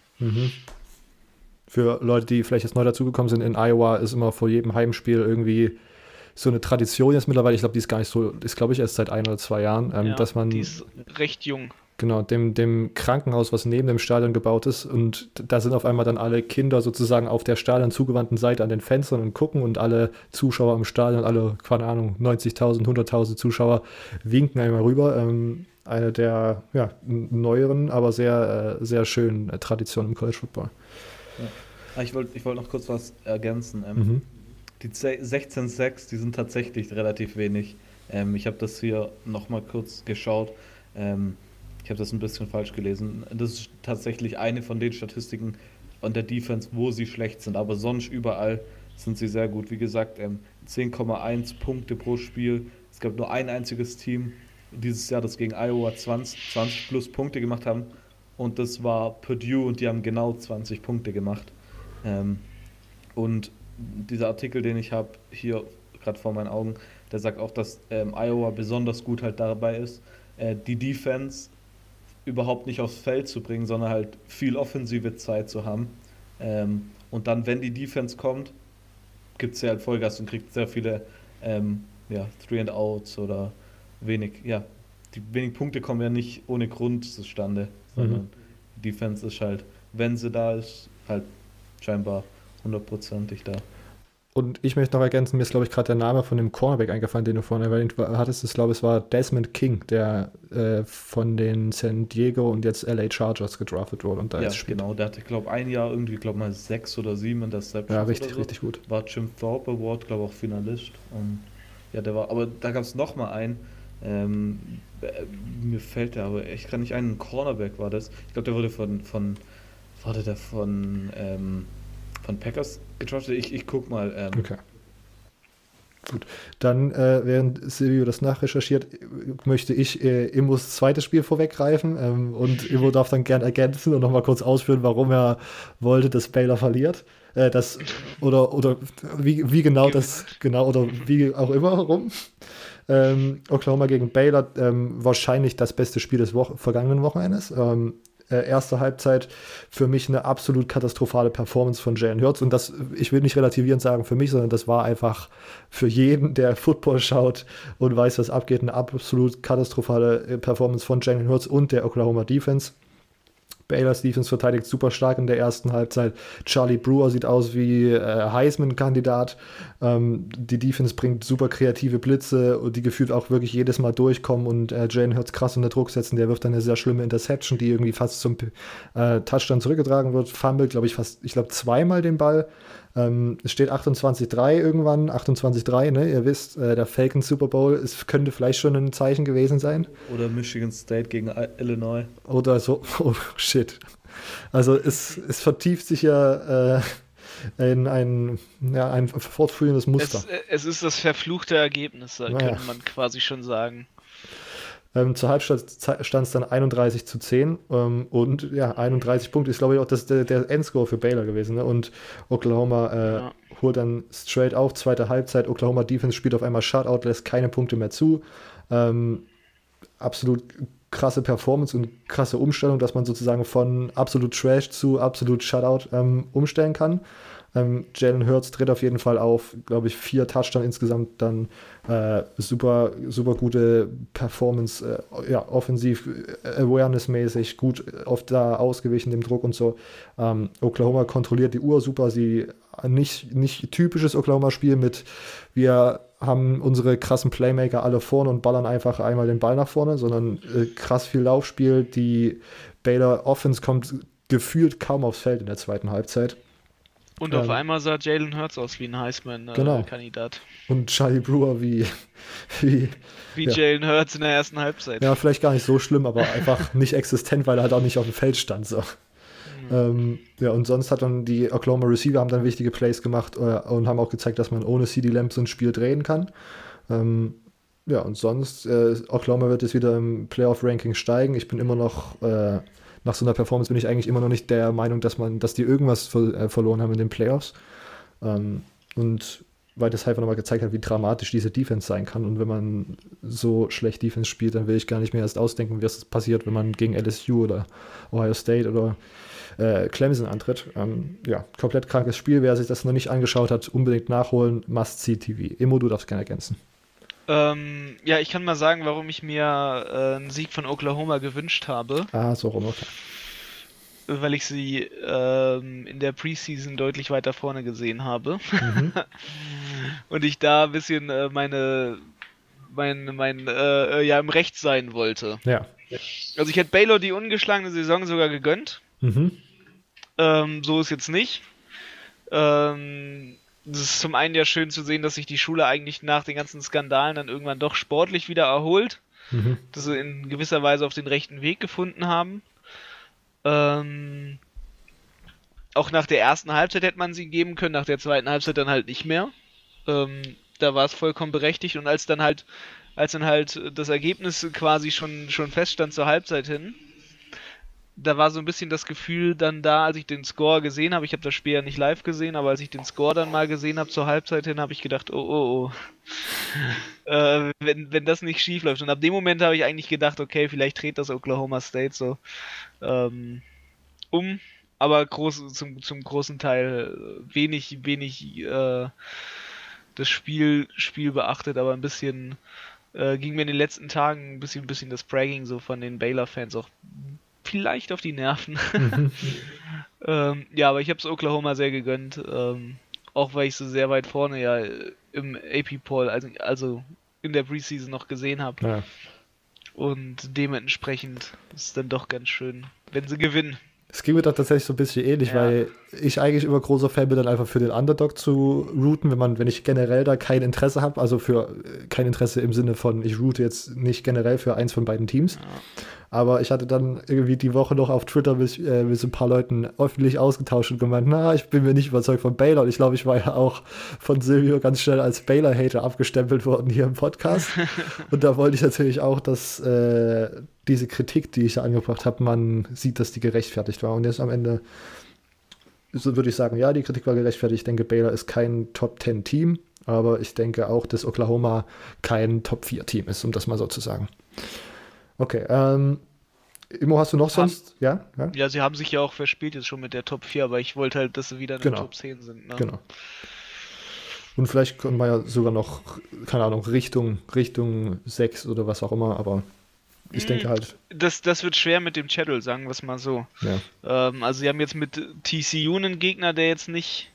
Für Leute, die vielleicht jetzt neu dazugekommen sind, in Iowa ist immer vor jedem Heimspiel irgendwie so eine Tradition jetzt mittlerweile, ich glaube, die ist gar nicht so, ist glaube ich erst seit 1 oder 2 Jahren, dass man... Die ist recht jung. Genau, dem Krankenhaus, was neben dem Stadion gebaut ist, und da sind auf einmal dann alle Kinder sozusagen auf der Stadion zugewandten Seite an den Fenstern und gucken und alle Zuschauer im Stadion, alle, keine Ahnung, 90.000, 100.000 Zuschauer winken einmal rüber. Eine der neueren, aber sehr, sehr schönen Traditionen im College Football. Ja. Ich wollt noch kurz was ergänzen. Die 16-6, die sind tatsächlich relativ wenig. Ich habe das hier nochmal kurz geschaut. Ich habe das ein bisschen falsch gelesen. Das ist tatsächlich eine von den Statistiken an der Defense, wo sie schlecht sind. Aber sonst überall sind sie sehr gut. Wie gesagt, 10,1 Punkte pro Spiel. Es gab nur ein einziges Team dieses Jahr, das gegen Iowa 20 plus Punkte gemacht haben. Und das war Purdue und die haben genau 20 Punkte gemacht. Und dieser Artikel, den ich habe hier gerade vor meinen Augen, der sagt auch, dass Iowa besonders gut halt dabei ist, die Defense überhaupt nicht aufs Feld zu bringen, sondern halt viel offensive Zeit zu haben. Und dann, wenn die Defense kommt, gibt es ja halt Vollgas und kriegt sehr viele 3-and-Outs oder die wenigen Punkte kommen ja nicht ohne Grund zustande, sondern die Defense ist halt, wenn sie da ist, halt scheinbar 100%ig da. Und ich möchte noch ergänzen, mir ist, glaube ich, gerade der Name von dem Cornerback eingefallen, den du vorhin erwähnt hattest. Ich glaube, es war Desmond King, der von den San Diego und jetzt LA Chargers gedraftet wurde. Und da ist genau. Der hatte, glaube ich, ein Jahr irgendwie, mal 6 oder 7 Interceptions. Ja, richtig gut. War Jim Thorpe Award, glaube ich, auch Finalist. Der war, aber da gab es noch mal einen. Mir fällt der aber echt gar nicht ein. Ein Cornerback war das. Ich glaube, der wurde von Packers gedraftet. Ich guck mal. Okay. Gut. Dann, während Silvio das nachrecherchiert, möchte ich Immos zweites Spiel vorweggreifen. Und Immo darf dann gern ergänzen und nochmal kurz ausführen, warum er wollte, dass Baylor verliert. Oder wie genau das, oder wie auch immer rum. Oklahoma gegen Baylor, wahrscheinlich das beste Spiel des vergangenen Wochenendes. Erste Halbzeit für mich eine absolut katastrophale Performance von Jalen Hurts, und das, ich will nicht relativierend sagen für mich, sondern das war einfach für jeden, der Football schaut und weiß, was abgeht, eine absolut katastrophale Performance von Jalen Hurts und der Oklahoma Defense. Baylor's Defense verteidigt super stark in der ersten Halbzeit. Charlie Brewer sieht aus wie Heisman-Kandidat. Die Defense bringt super kreative Blitze, die gefühlt auch wirklich jedes Mal durchkommen und Jalen Hurts krass unter Druck setzen. Der wirft dann eine sehr schlimme Interception, die irgendwie fast zum Touchdown zurückgetragen wird. Fummelt, glaube ich, zweimal den Ball. Es steht 28-3 irgendwann, 28-3, ne? Ihr wisst, der Falcons Super Bowl, es könnte vielleicht schon ein Zeichen gewesen sein. Oder Michigan State gegen Illinois. Oder so, oh shit. Also es vertieft sich ja in ein fortführendes Muster. Es ist das verfluchte Ergebnis, könnte man quasi schon sagen. Zur Halbzeit stand es dann 31-10 und ja, 31 Punkte ist, glaube ich, auch der Endscore für Baylor gewesen. Ne? Und Oklahoma holt dann straight auf, zweite Halbzeit. Oklahoma Defense spielt auf einmal Shutout, lässt keine Punkte mehr zu. Absolut krasse Performance und krasse Umstellung, dass man sozusagen von absolut Trash zu absolut Shutout umstellen kann. Jalen Hurts tritt auf jeden Fall auf, glaube ich, 4 Touchdowns insgesamt, dann super, super gute Performance, offensiv, Awareness-mäßig, gut oft da ausgewichen dem Druck und so. Oklahoma kontrolliert die Uhr super, sie nicht typisches Oklahoma-Spiel mit, wir haben unsere krassen Playmaker alle vorne und ballern einfach einmal den Ball nach vorne, sondern krass viel Laufspiel. Die Baylor Offense kommt gefühlt kaum aufs Feld in der zweiten Halbzeit. Und auf einmal sah Jalen Hurts aus wie ein Heisman-Kandidat. Und Charlie Brewer wie Jalen Hurts in der ersten Halbzeit. Ja, vielleicht gar nicht so schlimm, aber einfach nicht existent, weil er halt auch nicht auf dem Feld stand. So. Und sonst hat dann die Oklahoma Receiver haben dann wichtige Plays gemacht und haben auch gezeigt, dass man ohne CeeDee Lamb so ein Spiel drehen kann. Und sonst, Oklahoma wird jetzt wieder im Playoff-Ranking steigen. Ich bin immer noch, nach so einer Performance bin ich eigentlich immer noch nicht der Meinung, dass die irgendwas verloren haben in den Playoffs. Und weil das halt nochmal gezeigt hat, wie dramatisch diese Defense sein kann. Und wenn man so schlecht Defense spielt, dann will ich gar nicht mehr erst ausdenken, was passiert, wenn man gegen LSU oder Ohio State oder Clemson antritt. Komplett krankes Spiel. Wer sich das noch nicht angeschaut hat, unbedingt nachholen. Must-see-TV. Immo, du darfst gerne ergänzen. Ich kann mal sagen, warum ich mir einen Sieg von Oklahoma gewünscht habe. So rum, okay. Weil ich sie in der Preseason deutlich weiter vorne gesehen habe. Und ich da ein bisschen im Recht sein wollte. Ja. Also ich hätte Baylor die ungeschlagene Saison sogar gegönnt. So ist jetzt nicht. Das ist zum einen ja schön zu sehen, dass sich die Schule eigentlich nach den ganzen Skandalen dann irgendwann doch sportlich wieder erholt. Dass sie in gewisser Weise auf den rechten Weg gefunden haben. Auch nach der ersten Halbzeit hätte man sie geben können, nach der zweiten Halbzeit dann halt nicht mehr. Da war es vollkommen berechtigt und als dann halt das Ergebnis quasi schon feststand zur Halbzeit hin, da war so ein bisschen das Gefühl dann da, als ich den Score gesehen habe, ich habe das Spiel ja nicht live gesehen, aber als ich den Score dann mal gesehen habe zur Halbzeit hin, habe ich gedacht, oh. Wenn das nicht schief läuft. Und ab dem Moment habe ich eigentlich gedacht, okay, vielleicht dreht das Oklahoma State so aber zum großen Teil wenig das Spiel beachtet, aber ein bisschen ging mir in den letzten Tagen ein bisschen das Bragging so von den Baylor-Fans auch vielleicht auf die Nerven. Aber ich habe es Oklahoma sehr gegönnt, auch weil ich so sehr weit vorne im AP-Poll, also in der Preseason noch gesehen habe. Ja. Und dementsprechend ist es dann doch ganz schön, wenn sie gewinnen. Es ging mir doch tatsächlich so ein bisschen ähnlich, weil ich eigentlich immer großer Fan bin, dann einfach für den Underdog zu routen, wenn ich generell da kein Interesse habe, also für kein Interesse im Sinne von, ich route jetzt nicht generell für eins von beiden Teams. Ja. Aber ich hatte dann irgendwie die Woche noch auf Twitter mit so ein paar Leuten öffentlich ausgetauscht und gemeint, ich bin mir nicht überzeugt von Baylor. Und ich glaube, ich war ja auch von Silvio ganz schnell als Baylor-Hater abgestempelt worden hier im Podcast. Und da wollte ich natürlich auch, dass diese Kritik, die ich da angebracht habe, man sieht, dass die gerechtfertigt war. Und jetzt am Ende so würde ich sagen, ja, die Kritik war gerechtfertigt. Ich denke, Baylor ist kein Top-10-Team, aber ich denke auch, dass Oklahoma kein Top-4-Team ist, um das mal so zu sagen. Okay, Immo, hast du noch sonst? Ja, sie haben sich ja auch verspielt jetzt schon mit der Top 4, aber ich wollte halt, dass sie wieder in der Top 10 sind. Ne? Genau. Und vielleicht können wir ja sogar noch, keine Ahnung, Richtung 6 oder was auch immer, aber ich denke halt. Das wird schwer mit dem Schedule, sagen wir es mal so. Ja. Also sie haben jetzt mit TCU einen Gegner, der jetzt nicht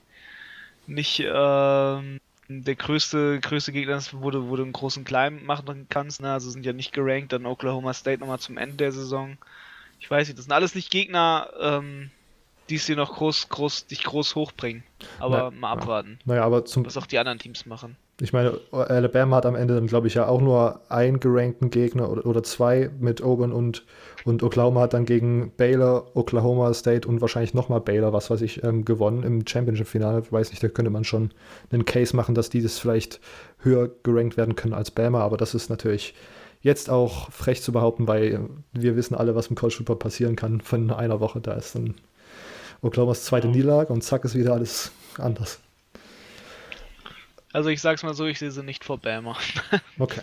der größte Gegner ist, wo du einen großen Climb machen kannst, ne? Also sind ja nicht gerankt, dann Oklahoma State nochmal zum Ende der Saison. Ich weiß nicht, das sind alles nicht Gegner, die es dir noch dich groß hochbringen. Aber mal abwarten. Naja, aber was auch die anderen Teams machen. Ich meine, Alabama hat am Ende dann, glaube ich, ja auch nur einen gerankten Gegner oder zwei mit Auburn und Oklahoma hat dann gegen Baylor, Oklahoma State und wahrscheinlich nochmal Baylor, was weiß ich, gewonnen im Championship-Finale. Ich weiß nicht, da könnte man schon einen Case machen, dass die das vielleicht höher gerankt werden können als Bama, aber das ist natürlich jetzt auch frech zu behaupten, weil wir wissen alle, was im College Football passieren kann von einer Woche. Da ist dann Oklahomas zweite Niederlage und zack ist wieder alles anders. Also ich sag's mal so, ich sehe sie nicht vor Bama. Okay.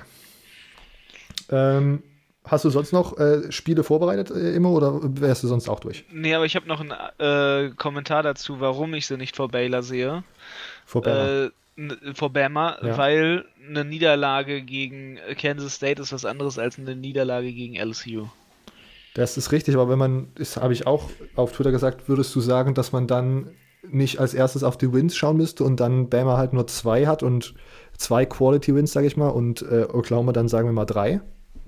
Hast du sonst noch Spiele vorbereitet, Immo, oder wärst du sonst auch durch? Nee, aber ich habe noch einen Kommentar dazu, warum ich sie nicht vor Baylor sehe. Vor Bama. Vor Bama, Ja. weil eine Niederlage gegen Kansas State ist was anderes als eine Niederlage gegen LSU. Das ist richtig, aber wenn man, das habe ich auch auf Twitter gesagt, würdest du sagen, dass man dann nicht als erstes auf die Wins schauen müsste und dann Bama halt nur 2 hat und 2 Quality Wins, sage ich mal, und Oklahoma dann, sagen wir mal, 3?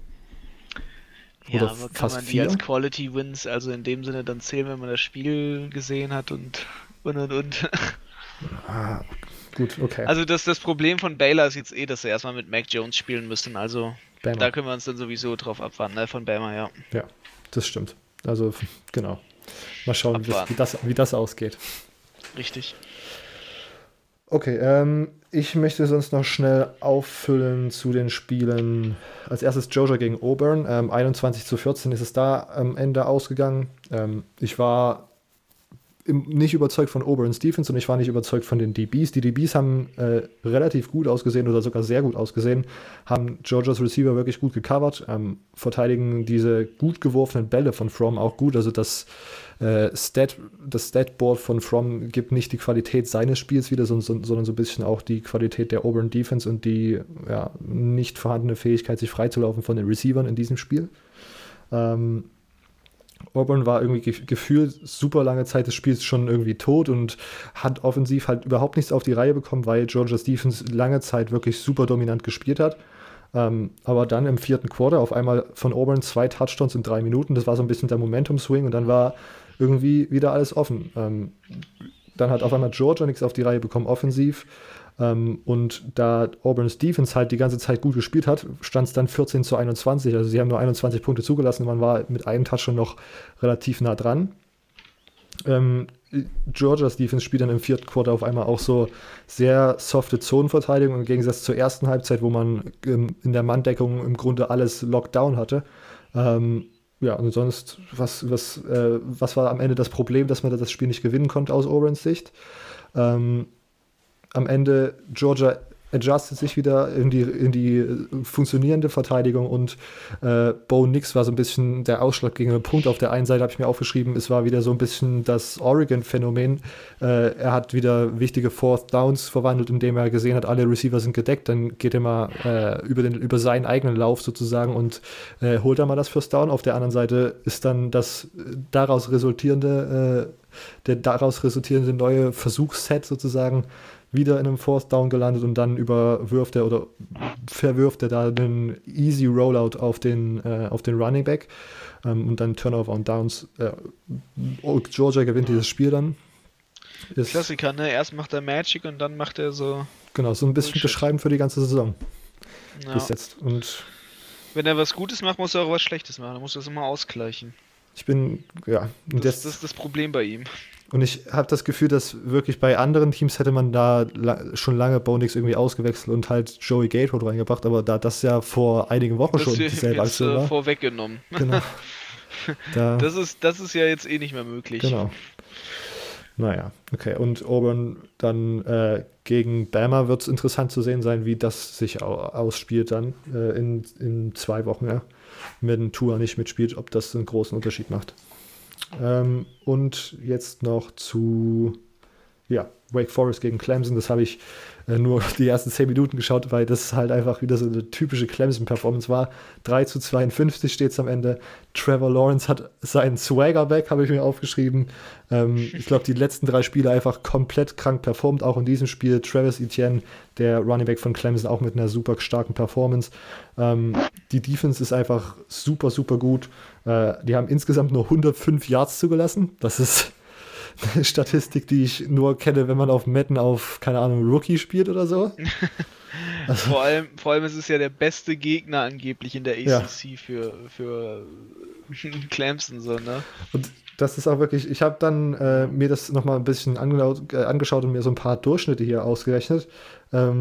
Ja, Oder aber kann fast man die 4? als Quality Wins, also in dem Sinne dann zählen, wenn man das Spiel gesehen hat und. Ah, gut, okay. Also das Problem von Baylor ist jetzt dass sie erstmal mit Mac Jones spielen müssen, also Bama. da können wir uns dann sowieso drauf abwarten, ne? Von Bama, ja. Ja, das stimmt. Also, genau. Mal schauen, Abwarten. wie das ausgeht. Richtig. Okay, ich möchte sonst noch schnell auffüllen zu den Spielen. Als erstes Georgia gegen Auburn. 21-14 ist es da am Ende ausgegangen. Ich war nicht überzeugt von Auburn's Defense und ich war nicht überzeugt von den DBs. Die DBs haben relativ gut ausgesehen oder sogar sehr gut ausgesehen, haben Georgias Receiver wirklich gut gecovert, verteidigen diese gut geworfenen Bälle von Fromm auch gut. Also das Statboard von Fromm gibt nicht die Qualität seines Spiels wieder, sondern so ein bisschen auch die Qualität der Auburn Defense und die nicht vorhandene Fähigkeit, sich freizulaufen von den Receivern in diesem Spiel. Auburn war irgendwie gefühlt super lange Zeit des Spiels schon irgendwie tot und hat offensiv halt überhaupt nichts auf die Reihe bekommen, weil Georgia's Defense lange Zeit wirklich super dominant gespielt hat. Aber dann im 4. Quarter auf einmal von Auburn 2 Touchdowns in 3 Minuten. Das war so ein bisschen der Momentum-Swing und dann war irgendwie wieder alles offen. Dann hat auf einmal Georgia nichts auf die Reihe bekommen offensiv. Und da Auburn's Defense halt die ganze Zeit gut gespielt hat, stand es dann 14-21. Also sie haben nur 21 Punkte zugelassen und man war mit einem Touchdown noch relativ nah dran. Georgia's Defense spielt dann im 4. Quarter auf einmal auch so sehr softe Zonenverteidigung im Gegensatz zur ersten Halbzeit, wo man in der Manndeckung im Grunde alles Lockdown hatte. Ja, und sonst, was war am Ende das Problem, dass man das Spiel nicht gewinnen konnte aus Auburn's Sicht? Am Ende Georgia adjustet sich wieder in die funktionierende Verteidigung und Bo Nix war so ein bisschen der ausschlaggebende Punkt. Auf der einen Seite habe ich mir aufgeschrieben, es war wieder so ein bisschen das Oregon-Phänomen. Er hat wieder wichtige Fourth Downs verwandelt, indem er gesehen hat, alle Receiver sind gedeckt, dann geht er mal über seinen eigenen Lauf sozusagen und holt er mal das First Down. Auf der anderen Seite ist dann das daraus resultierende neue Versuchsset sozusagen wieder in einem Fourth Down gelandet und dann verwirft er da einen easy Rollout auf den Running Back und dann Turnover und Downs. Georgia gewinnt dieses Spiel dann. Klassiker, ne? Erst macht er Magic und dann macht er so. Genau, so ein bisschen Bullshit. beschreiben für die ganze Saison Ja. bis jetzt. Und Wenn er was Gutes macht, muss er auch was Schlechtes machen. Er muss das immer ausgleichen. ich bin, ja. Das ist das Problem bei ihm. Und ich habe das Gefühl, dass wirklich bei anderen Teams hätte man da schon lange Bo Nix irgendwie ausgewechselt und halt Joey Gatewood reingebracht, aber da das ja vor einigen Wochen schon dieselbe jetzt Aktion war. vorweggenommen. Genau. Das ist ja jetzt eh nicht mehr möglich. Genau. Naja, okay. Und Auburn dann gegen Bama wird es interessant zu sehen sein, wie das sich ausspielt dann in 2 Wochen, ja. Wenn Tua nicht mitspielt, ob das einen großen Unterschied macht. Und jetzt noch zu Wake Forest gegen Clemson. Das habe ich nur die ersten 10 Minuten geschaut, weil das halt einfach wieder so eine typische Clemson-Performance war. 3-52 steht es am Ende. Trevor Lawrence hat seinen Swagger back, habe ich mir aufgeschrieben. Ich glaube, die letzten 3 Spiele einfach komplett krank performt. Auch in diesem Spiel Travis Etienne, der Running Back von Clemson, auch mit einer super starken Performance. Die Defense ist einfach super, super gut. Die haben insgesamt nur 105 Yards zugelassen. Das ist eine Statistik, die ich nur kenne, wenn man auf Madden auf, keine Ahnung, Rookie spielt oder so. Also, Vor allem ist es ja der beste Gegner angeblich in der ACC für Clemson, so, ne? und das ist auch wirklich, ich habe dann mir das nochmal ein bisschen angeschaut und mir so ein paar Durchschnitte hier ausgerechnet.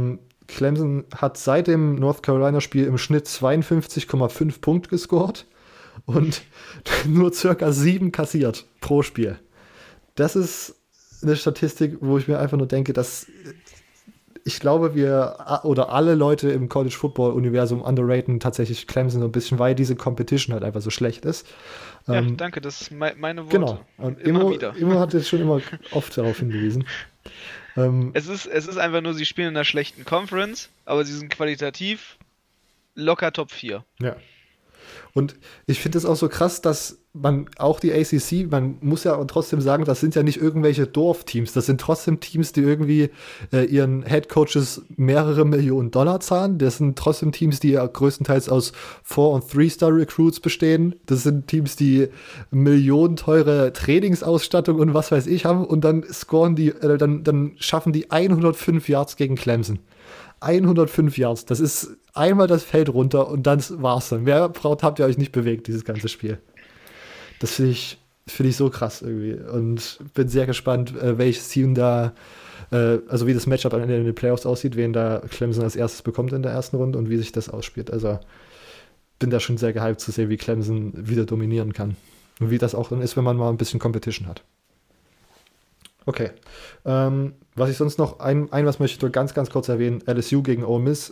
Clemson hat seit dem North Carolina-Spiel im Schnitt 52,5 Punkte gescored und nur circa 7 kassiert pro Spiel. Das ist eine Statistik, wo ich mir einfach nur denke, dass ich glaube, wir oder alle Leute im College-Football-Universum underraten tatsächlich Clemson so ein bisschen, weil diese Competition halt einfach so schlecht ist. Ja, danke, das ist meine Worte. Genau. Und immer hat jetzt schon immer oft darauf hingewiesen. Es ist einfach nur, sie spielen in einer schlechten Conference, aber sie sind qualitativ locker Top 4. Ja. Und ich finde es auch so krass, dass man auch die ACC, man muss ja trotzdem sagen, das sind ja nicht irgendwelche Dorfteams, das sind trotzdem Teams, die irgendwie ihren Headcoaches mehrere Millionen Dollar zahlen. Das sind trotzdem Teams, die ja größtenteils aus 4- und 3-Star-Recruits bestehen. Das sind Teams, die millionenteure Trainingsausstattung und was weiß ich haben und dann scoren die, dann schaffen die 105 Yards gegen Clemson. 105 Yards, das ist einmal das Feld runter und dann war's dann. Mehr habt ihr euch nicht bewegt, dieses ganze Spiel. Das finde ich so krass irgendwie und bin sehr gespannt, welches Team da, also wie das Matchup am Ende in den Playoffs aussieht, wen da Clemson als erstes bekommt in der ersten Runde und wie sich das ausspielt. Also bin da schon sehr gehypt zu sehen, wie Clemson wieder dominieren kann und wie das auch dann ist, wenn man mal ein bisschen Competition hat. Okay. Was ich sonst noch, was möchte ich ganz, ganz kurz erwähnen, LSU gegen Ole Miss,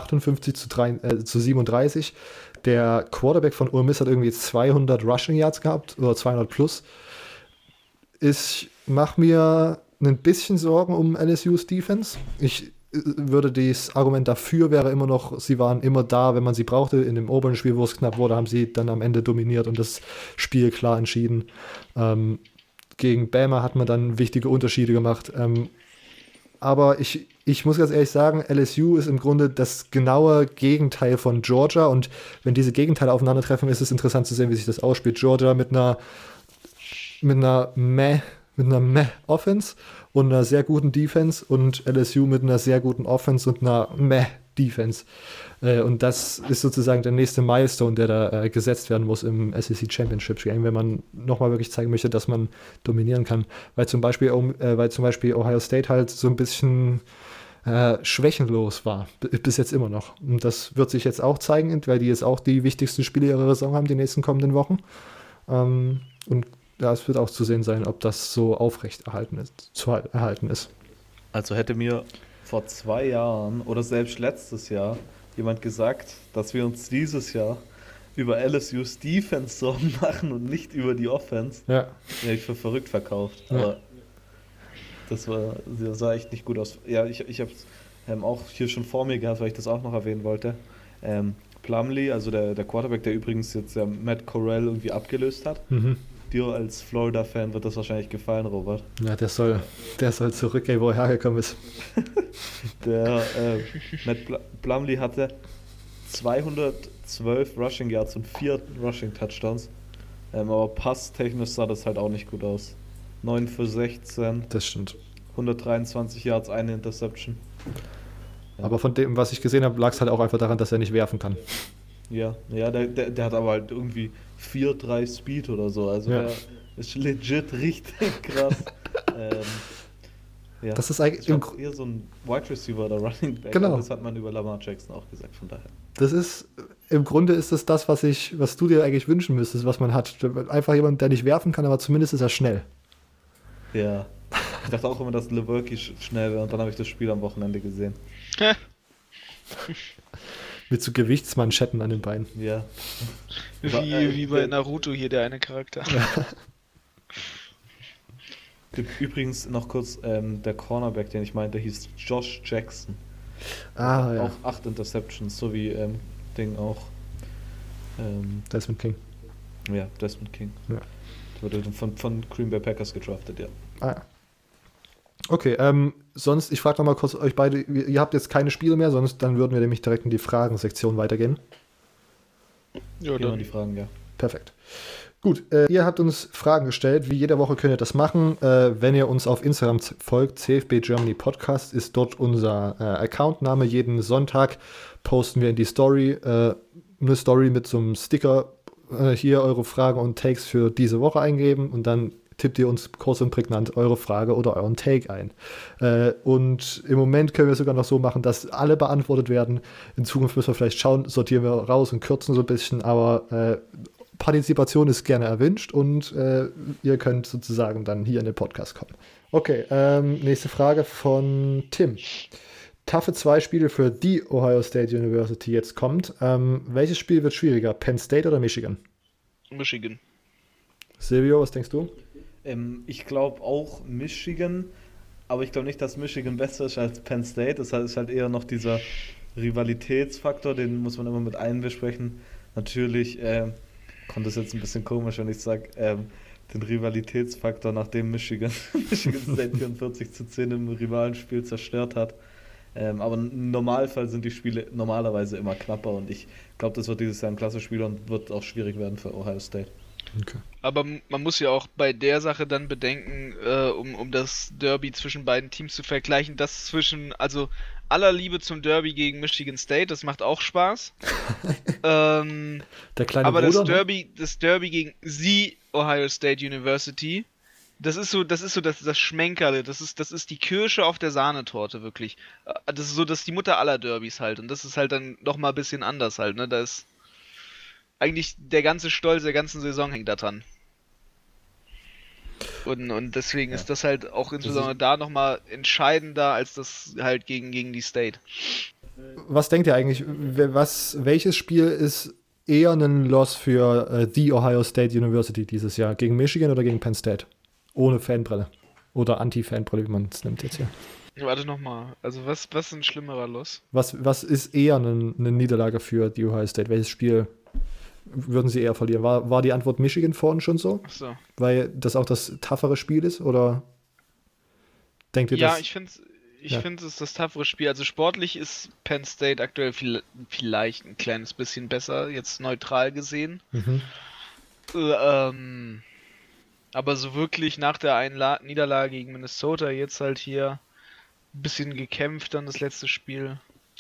58-37. Der Quarterback von Ole Miss hat irgendwie 200 Rushing Yards gehabt, oder 200 plus. Ich mache mir ein bisschen Sorgen um LSU's Defense. Ich würde das Argument dafür wäre immer noch, sie waren immer da, wenn man sie brauchte. In dem oberen Spiel, wo es knapp wurde, haben sie dann am Ende dominiert und das Spiel klar entschieden. Gegen Bama hat man dann wichtige Unterschiede gemacht. Aber ich muss ganz ehrlich sagen, LSU ist im Grunde das genaue Gegenteil von Georgia. Und wenn diese Gegenteile aufeinandertreffen, ist es interessant zu sehen, wie sich das ausspielt. Georgia mit einer Meh-Offense und einer sehr guten Defense und LSU mit einer sehr guten Offense und einer Meh-Defense. Und das ist sozusagen der nächste Milestone, der da gesetzt werden muss im SEC Championship Game, wenn man nochmal wirklich zeigen möchte, dass man dominieren kann. Weil zum Beispiel Ohio State halt so ein bisschen schwächenlos war, bis jetzt immer noch. Und das wird sich jetzt auch zeigen, weil die jetzt auch die wichtigsten Spiele ihrer Saison haben, die nächsten kommenden Wochen. Und ja, es wird auch zu sehen sein, ob das so aufrecht erhalten ist. Also hätte mir vor 2 Jahren oder selbst letztes Jahr jemand gesagt, dass wir uns dieses Jahr über LSU's Defense Sorgen machen und nicht über die Offense. Ja. Die habe ich für verrückt verkauft. Ja. Aber das sah echt nicht gut aus. Ja, ich habe es auch hier schon vor mir gehabt, weil ich das auch noch erwähnen wollte. Plumlee, also der Quarterback, der übrigens jetzt Matt Corral irgendwie abgelöst hat. Mhm. Dir als Florida-Fan wird das wahrscheinlich gefallen, Robert. Ja, der soll zurückgehen, wo er hergekommen ist. Der Matt Plumlee hatte 212 Rushing Yards und 4 Rushing Touchdowns. Aber passtechnisch sah das halt auch nicht gut aus. 9 für 16. Das stimmt. 123 Yards, eine Interception. Ja. Aber von dem, was ich gesehen habe, lag es halt auch einfach daran, dass er nicht werfen kann. Ja, der hat aber halt irgendwie 4-3 Speed oder so. Also der ist legit richtig krass. Ja. Das ist eigentlich eher so ein Wide Receiver oder Running Back. Genau. Das hat man über Lamar Jackson auch gesagt, von daher. Im Grunde ist es das, was du dir eigentlich wünschen müsstest, was man hat. Einfach jemand, der nicht werfen kann, aber zumindest ist er schnell. Ja. Ich dachte auch immer, dass Lewerke schnell wäre und dann habe ich das Spiel am Wochenende gesehen. Mit so Gewichtsmanschetten an den Beinen. Ja. Wie bei Naruto hier der eine Charakter. Ja. Übrigens noch kurz, der Cornerback, den ich meinte, hieß Josh Jackson. Ja. Auch 8 Interceptions, so wie Ding auch. Desmond King. Ja, Desmond King. Ja. Wurde von Green Bay Packers gedraftet, ja. Ja. Okay, sonst, ich frage noch mal kurz euch beide, ihr habt jetzt keine Spiele mehr, sonst dann würden wir nämlich direkt in die Fragensektion weitergehen. Ja, dann die Fragen, ja. Perfekt. Gut, ihr habt uns Fragen gestellt, wie jede Woche könnt ihr das machen, wenn ihr uns auf Instagram folgt, CFB Germany Podcast ist dort unser Accountname, jeden Sonntag posten wir in die Story, eine Story mit so einem Sticker, hier eure Fragen und Takes für diese Woche eingeben und dann tippt ihr uns kurz und prägnant eure Frage oder euren Take ein. Und im Moment können wir es sogar noch so machen, dass alle beantwortet werden. In Zukunft müssen wir vielleicht schauen, sortieren wir raus und kürzen so ein bisschen, aber Partizipation ist gerne erwünscht und ihr könnt sozusagen dann hier in den Podcast kommen. Okay, nächste Frage von Tim. Taffe 2 Spiele für die Ohio State University jetzt kommt. Welches Spiel wird schwieriger, Penn State oder Michigan? Michigan. Silvio, was denkst du? Ich glaube auch Michigan, aber ich glaube nicht, dass Michigan besser ist als Penn State. Das ist halt eher noch dieser Rivalitätsfaktor, den muss man immer mit einbesprechen. Natürlich kommt das jetzt ein bisschen komisch, wenn ich sage, den Rivalitätsfaktor, nachdem Michigan State 44-10 im Rivalenspiel zerstört hat. Aber im Normalfall sind die Spiele normalerweise immer knapper und ich glaube, das wird dieses Jahr ein klasse Spiel und wird auch schwierig werden für Ohio State. Okay. Aber man muss ja auch bei der Sache dann bedenken, um das Derby zwischen beiden Teams zu vergleichen, das also aller Liebe zum Derby gegen Michigan State, das macht auch Spaß. Der kleine aber Bruder, das Derby gegen the Ohio State University, das ist so das Schmenkerle, das ist die Kirsche auf der Sahnetorte, wirklich. Das ist die Mutter aller Derbys halt, und das ist halt dann nochmal ein bisschen anders halt, ne, da ist eigentlich der ganze Stolz der ganzen Saison hängt da dran. Und deswegen ist das halt auch insbesondere da nochmal entscheidender als das halt gegen die State. Was denkt ihr eigentlich, welches Spiel ist eher ein Loss für die Ohio State University dieses Jahr? Gegen Michigan oder gegen Penn State? Ohne Fanbrille. Oder Anti-Fanbrille, wie man es nimmt jetzt hier. Warte nochmal, also was ist ein schlimmerer Loss? Was ist eher eine Niederlage für die Ohio State? Welches Spiel würden sie eher verlieren? War die Antwort Michigan vorhin schon so? Ach so. Weil das auch das toughere Spiel ist? Oder denkt ihr das? Ja, ich finde es ist das toughere Spiel. Also sportlich ist Penn State aktuell vielleicht ein kleines bisschen besser, jetzt neutral gesehen. Mhm. Aber so wirklich nach der einen Niederlage gegen Minnesota jetzt halt hier ein bisschen gekämpft, dann das letzte Spiel.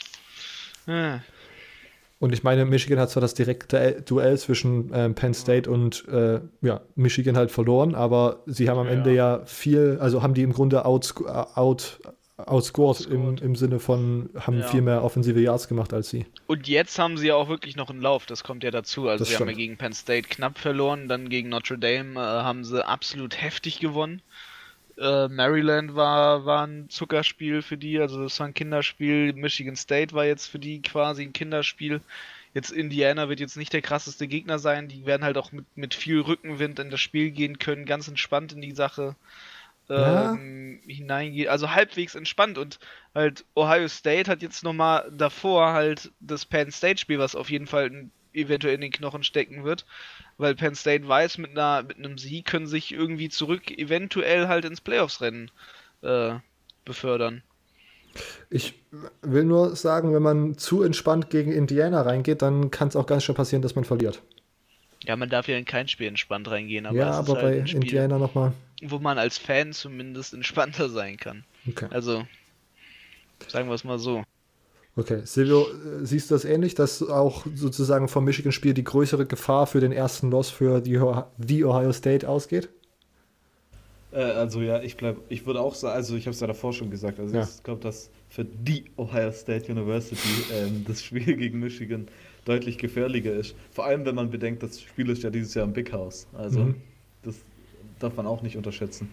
Und ich meine, Michigan hat zwar das direkte Duell zwischen Penn State und Michigan halt verloren, aber sie haben am Ende ja viel, also haben die im Grunde outscored im Sinne von, haben viel mehr offensive Yards gemacht als sie. Und jetzt haben sie ja auch wirklich noch einen Lauf, das kommt ja dazu. Also sie haben ja gegen Penn State knapp verloren, dann gegen Notre Dame haben sie absolut heftig gewonnen. Maryland war ein Zuckerspiel für die, also das war ein Kinderspiel. Michigan State war jetzt für die quasi ein Kinderspiel. Jetzt Indiana wird jetzt nicht der krasseste Gegner sein, die werden halt auch mit viel Rückenwind in das Spiel gehen können, ganz entspannt in die Sache hineingehen, also halbwegs entspannt. Und halt Ohio State hat jetzt nochmal davor halt das Penn State Spiel, was auf jeden Fall eventuell in den Knochen stecken wird, weil Penn State weiß, mit einem Sieg können sich irgendwie zurück eventuell halt ins Playoffs-Rennen befördern. Ich will nur sagen, wenn man zu entspannt gegen Indiana reingeht, dann kann es auch ganz schön passieren, dass man verliert. Ja, man darf ja in kein Spiel entspannt reingehen, aber ja, es aber ist halt bei ein Spiel, Indiana nochmal. wo man als Fan zumindest entspannter sein kann. Okay. Also, sagen wir es mal so. Okay, Silvio, siehst du das ähnlich, dass auch sozusagen vom Michigan-Spiel die größere Gefahr für den ersten Loss für die Ohio State ausgeht? Also ja, ich würde auch sagen, also ich habe es ja davor schon gesagt, also ich glaube, dass für die Ohio State University das Spiel gegen Michigan deutlich gefährlicher ist. Vor allem, wenn man bedenkt, das Spiel ist ja dieses Jahr im Big House. Also das darf man auch nicht unterschätzen.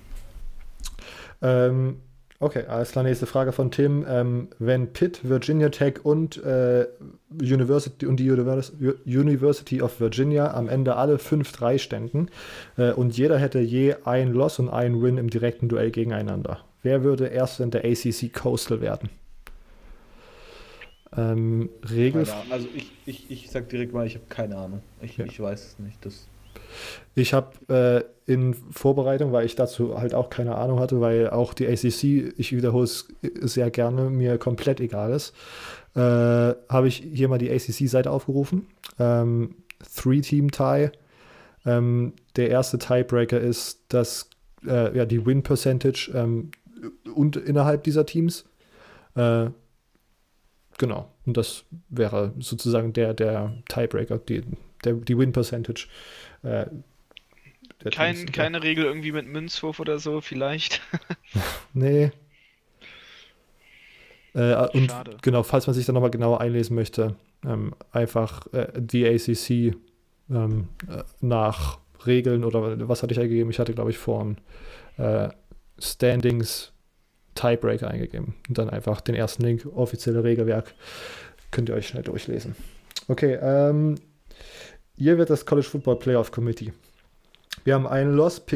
Okay, alles klar, nächste Frage von Tim. Wenn Pitt, Virginia Tech und die University of Virginia am Ende alle 5-3 ständen und jeder hätte je ein Loss und einen Win im direkten Duell gegeneinander, wer würde erst in der ACC Coastal werden? Also ich sag direkt mal, ich habe keine Ahnung. Ich weiß es nicht. Ich habe in Vorbereitung, weil ich dazu halt auch keine Ahnung hatte, weil auch die ACC, ich wiederhole es sehr gerne, mir komplett egal ist, habe ich hier mal die ACC-Seite aufgerufen. 3-Team-Tie. Der erste Tiebreaker ist die Win-Percentage und innerhalb dieser Teams. Genau, und das wäre sozusagen der Tiebreaker, die Win-Percentage der Teams. Keine Regel irgendwie mit Münzwurf oder so, vielleicht. Nee. Und Schade. genau, falls man sich da nochmal genauer einlesen möchte, einfach die ACC nach Regeln oder was hatte ich eingegeben? Ich hatte, glaube ich, vorhin Standings Tiebreaker eingegeben. Und dann einfach den ersten Link, offizielle Regelwerk, könnt ihr euch schnell durchlesen. Okay, hier wird das College Football Playoff Committee. Wir haben einen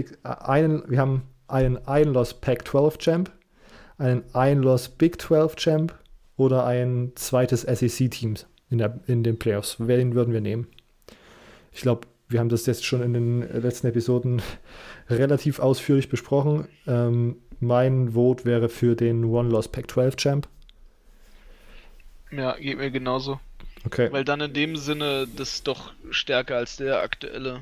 Ein-Loss Pac-12 Champ, einen Ein-Loss Big 12 Champ oder ein zweites SEC-Team in den Playoffs. Wen würden wir nehmen? Ich glaube, wir haben das jetzt schon in den letzten Episoden relativ ausführlich besprochen. Mein Vote wäre für den One-Loss Pac-12 Champ. Ja, geht mir genauso. Okay. Weil dann in dem Sinne das doch stärker als der aktuelle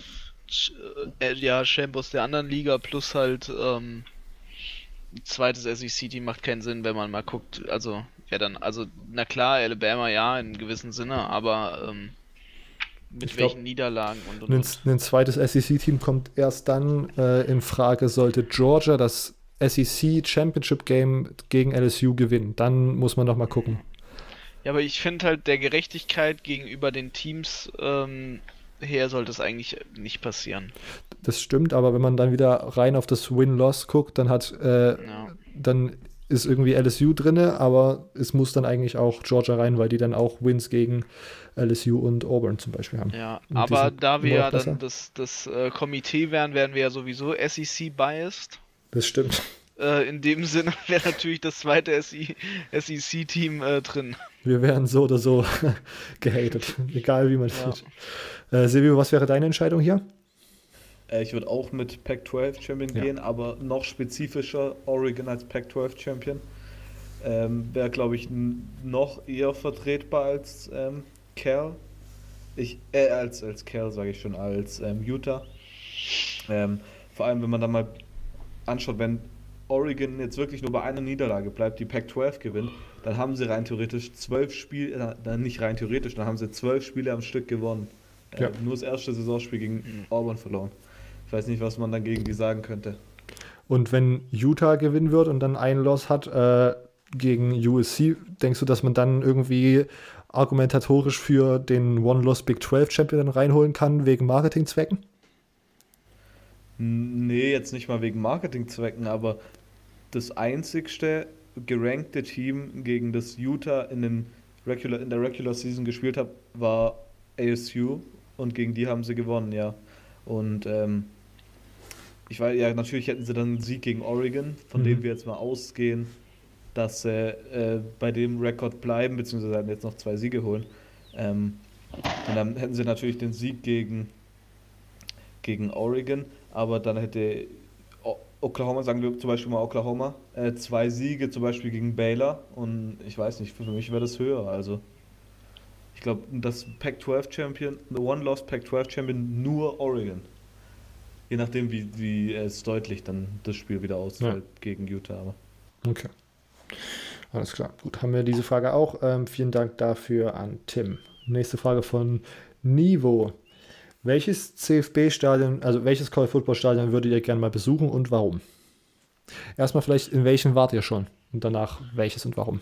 Champ aus der anderen Liga plus halt ein zweites SEC-Team macht keinen Sinn, wenn man mal guckt. Also, na klar, Alabama ja, in gewissem Sinne, aber mit welchen Niederlagen und. Ein zweites SEC-Team kommt erst dann in Frage, sollte Georgia das SEC Championship Game gegen LSU gewinnen. Dann muss man noch mal gucken. Ja, aber ich finde halt, der Gerechtigkeit gegenüber den Teams her sollte es eigentlich nicht passieren. Das stimmt, aber wenn man dann wieder rein auf das Win-Loss guckt, dann dann ist irgendwie LSU drinne, aber es muss dann eigentlich auch Georgia rein, weil die dann auch Wins gegen LSU und Auburn zum Beispiel haben. Ja, und aber da wir ja besser. dann das Komitee wären wir ja sowieso SEC-biased. Das stimmt. In dem Sinne wäre natürlich das zweite SEC-Team drin. Wir wären so oder so gehatet, egal wie man sieht. Silvio, was wäre deine Entscheidung hier? Ich würde auch mit Pac-12 Champion gehen, aber noch spezifischer Oregon als Pac-12 Champion. Wäre, glaube ich, noch eher vertretbar als Cal. Als Cal sage ich schon, als Utah. Vor allem, wenn man dann mal anschaut, wenn Oregon jetzt wirklich nur bei einer Niederlage bleibt, die Pac-12 gewinnt, dann haben sie rein theoretisch 12 Spiele, nicht rein theoretisch, dann haben sie 12 Spiele am Stück gewonnen. Nur das erste Saisonspiel gegen Auburn verloren. Ich weiß nicht, was man dann gegen die sagen könnte. Und wenn Utah gewinnen wird und dann einen Loss hat gegen USC, denkst du, dass man dann irgendwie argumentatorisch für den One-Loss Big 12 Champion dann reinholen kann, wegen Marketingzwecken? Nee, jetzt nicht mal wegen Marketingzwecken, aber das einzigste gerankte Team, gegen das Utah in der Regular Season gespielt hat, war ASU und gegen die haben sie gewonnen, ja. Und ich weiß, ja, natürlich hätten sie dann einen Sieg gegen Oregon, von dem wir jetzt mal ausgehen, dass sie bei dem Rekord bleiben, beziehungsweise halt jetzt noch 2 Siege holen. Und dann hätten sie natürlich den Sieg gegen Oregon, aber dann hätte Oklahoma, sagen wir zum Beispiel mal Oklahoma, 2 Siege zum Beispiel gegen Baylor und ich weiß nicht, für mich wäre das höher. Also ich glaube, das Pac-12 Champion, the One-Loss Pac-12 Champion, nur Oregon. Je nachdem, wie es deutlich dann das Spiel wieder ausfällt gegen Utah. Aber. Okay. Alles klar. Gut, haben wir diese Frage auch. Vielen Dank dafür an Tim. Nächste Frage von Nivo. Welches CFB-Stadion, also welches College-Football-Stadion würdet ihr gerne mal besuchen und warum? Erstmal vielleicht, in welchem wart ihr schon? Und danach, welches und warum?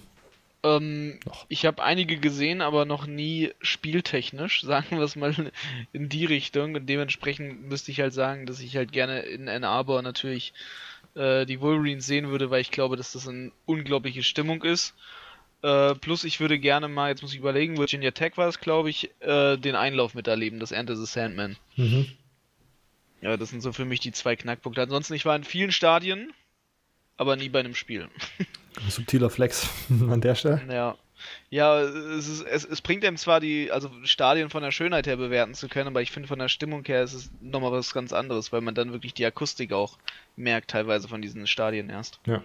Ich habe einige gesehen, aber noch nie spieltechnisch, sagen wir es mal in die Richtung. Und dementsprechend müsste ich halt sagen, dass ich halt gerne in Ann Arbor natürlich die Wolverines sehen würde, weil ich glaube, dass das eine unglaubliche Stimmung ist. Plus ich würde gerne mal, jetzt muss ich überlegen, Virginia Tech war es, glaube ich, den Einlauf miterleben, das Enter the Sandman. Ja, das sind so für mich die 2 Knackpunkte. Ansonsten, ich war in vielen Stadien, aber nie bei einem Spiel. Subtiler Flex an der Stelle. Ja, es bringt einem zwar also Stadien von der Schönheit her bewerten zu können, aber ich finde von der Stimmung her ist es nochmal was ganz anderes, weil man dann wirklich die Akustik auch merkt, teilweise von diesen Stadien erst. Ja.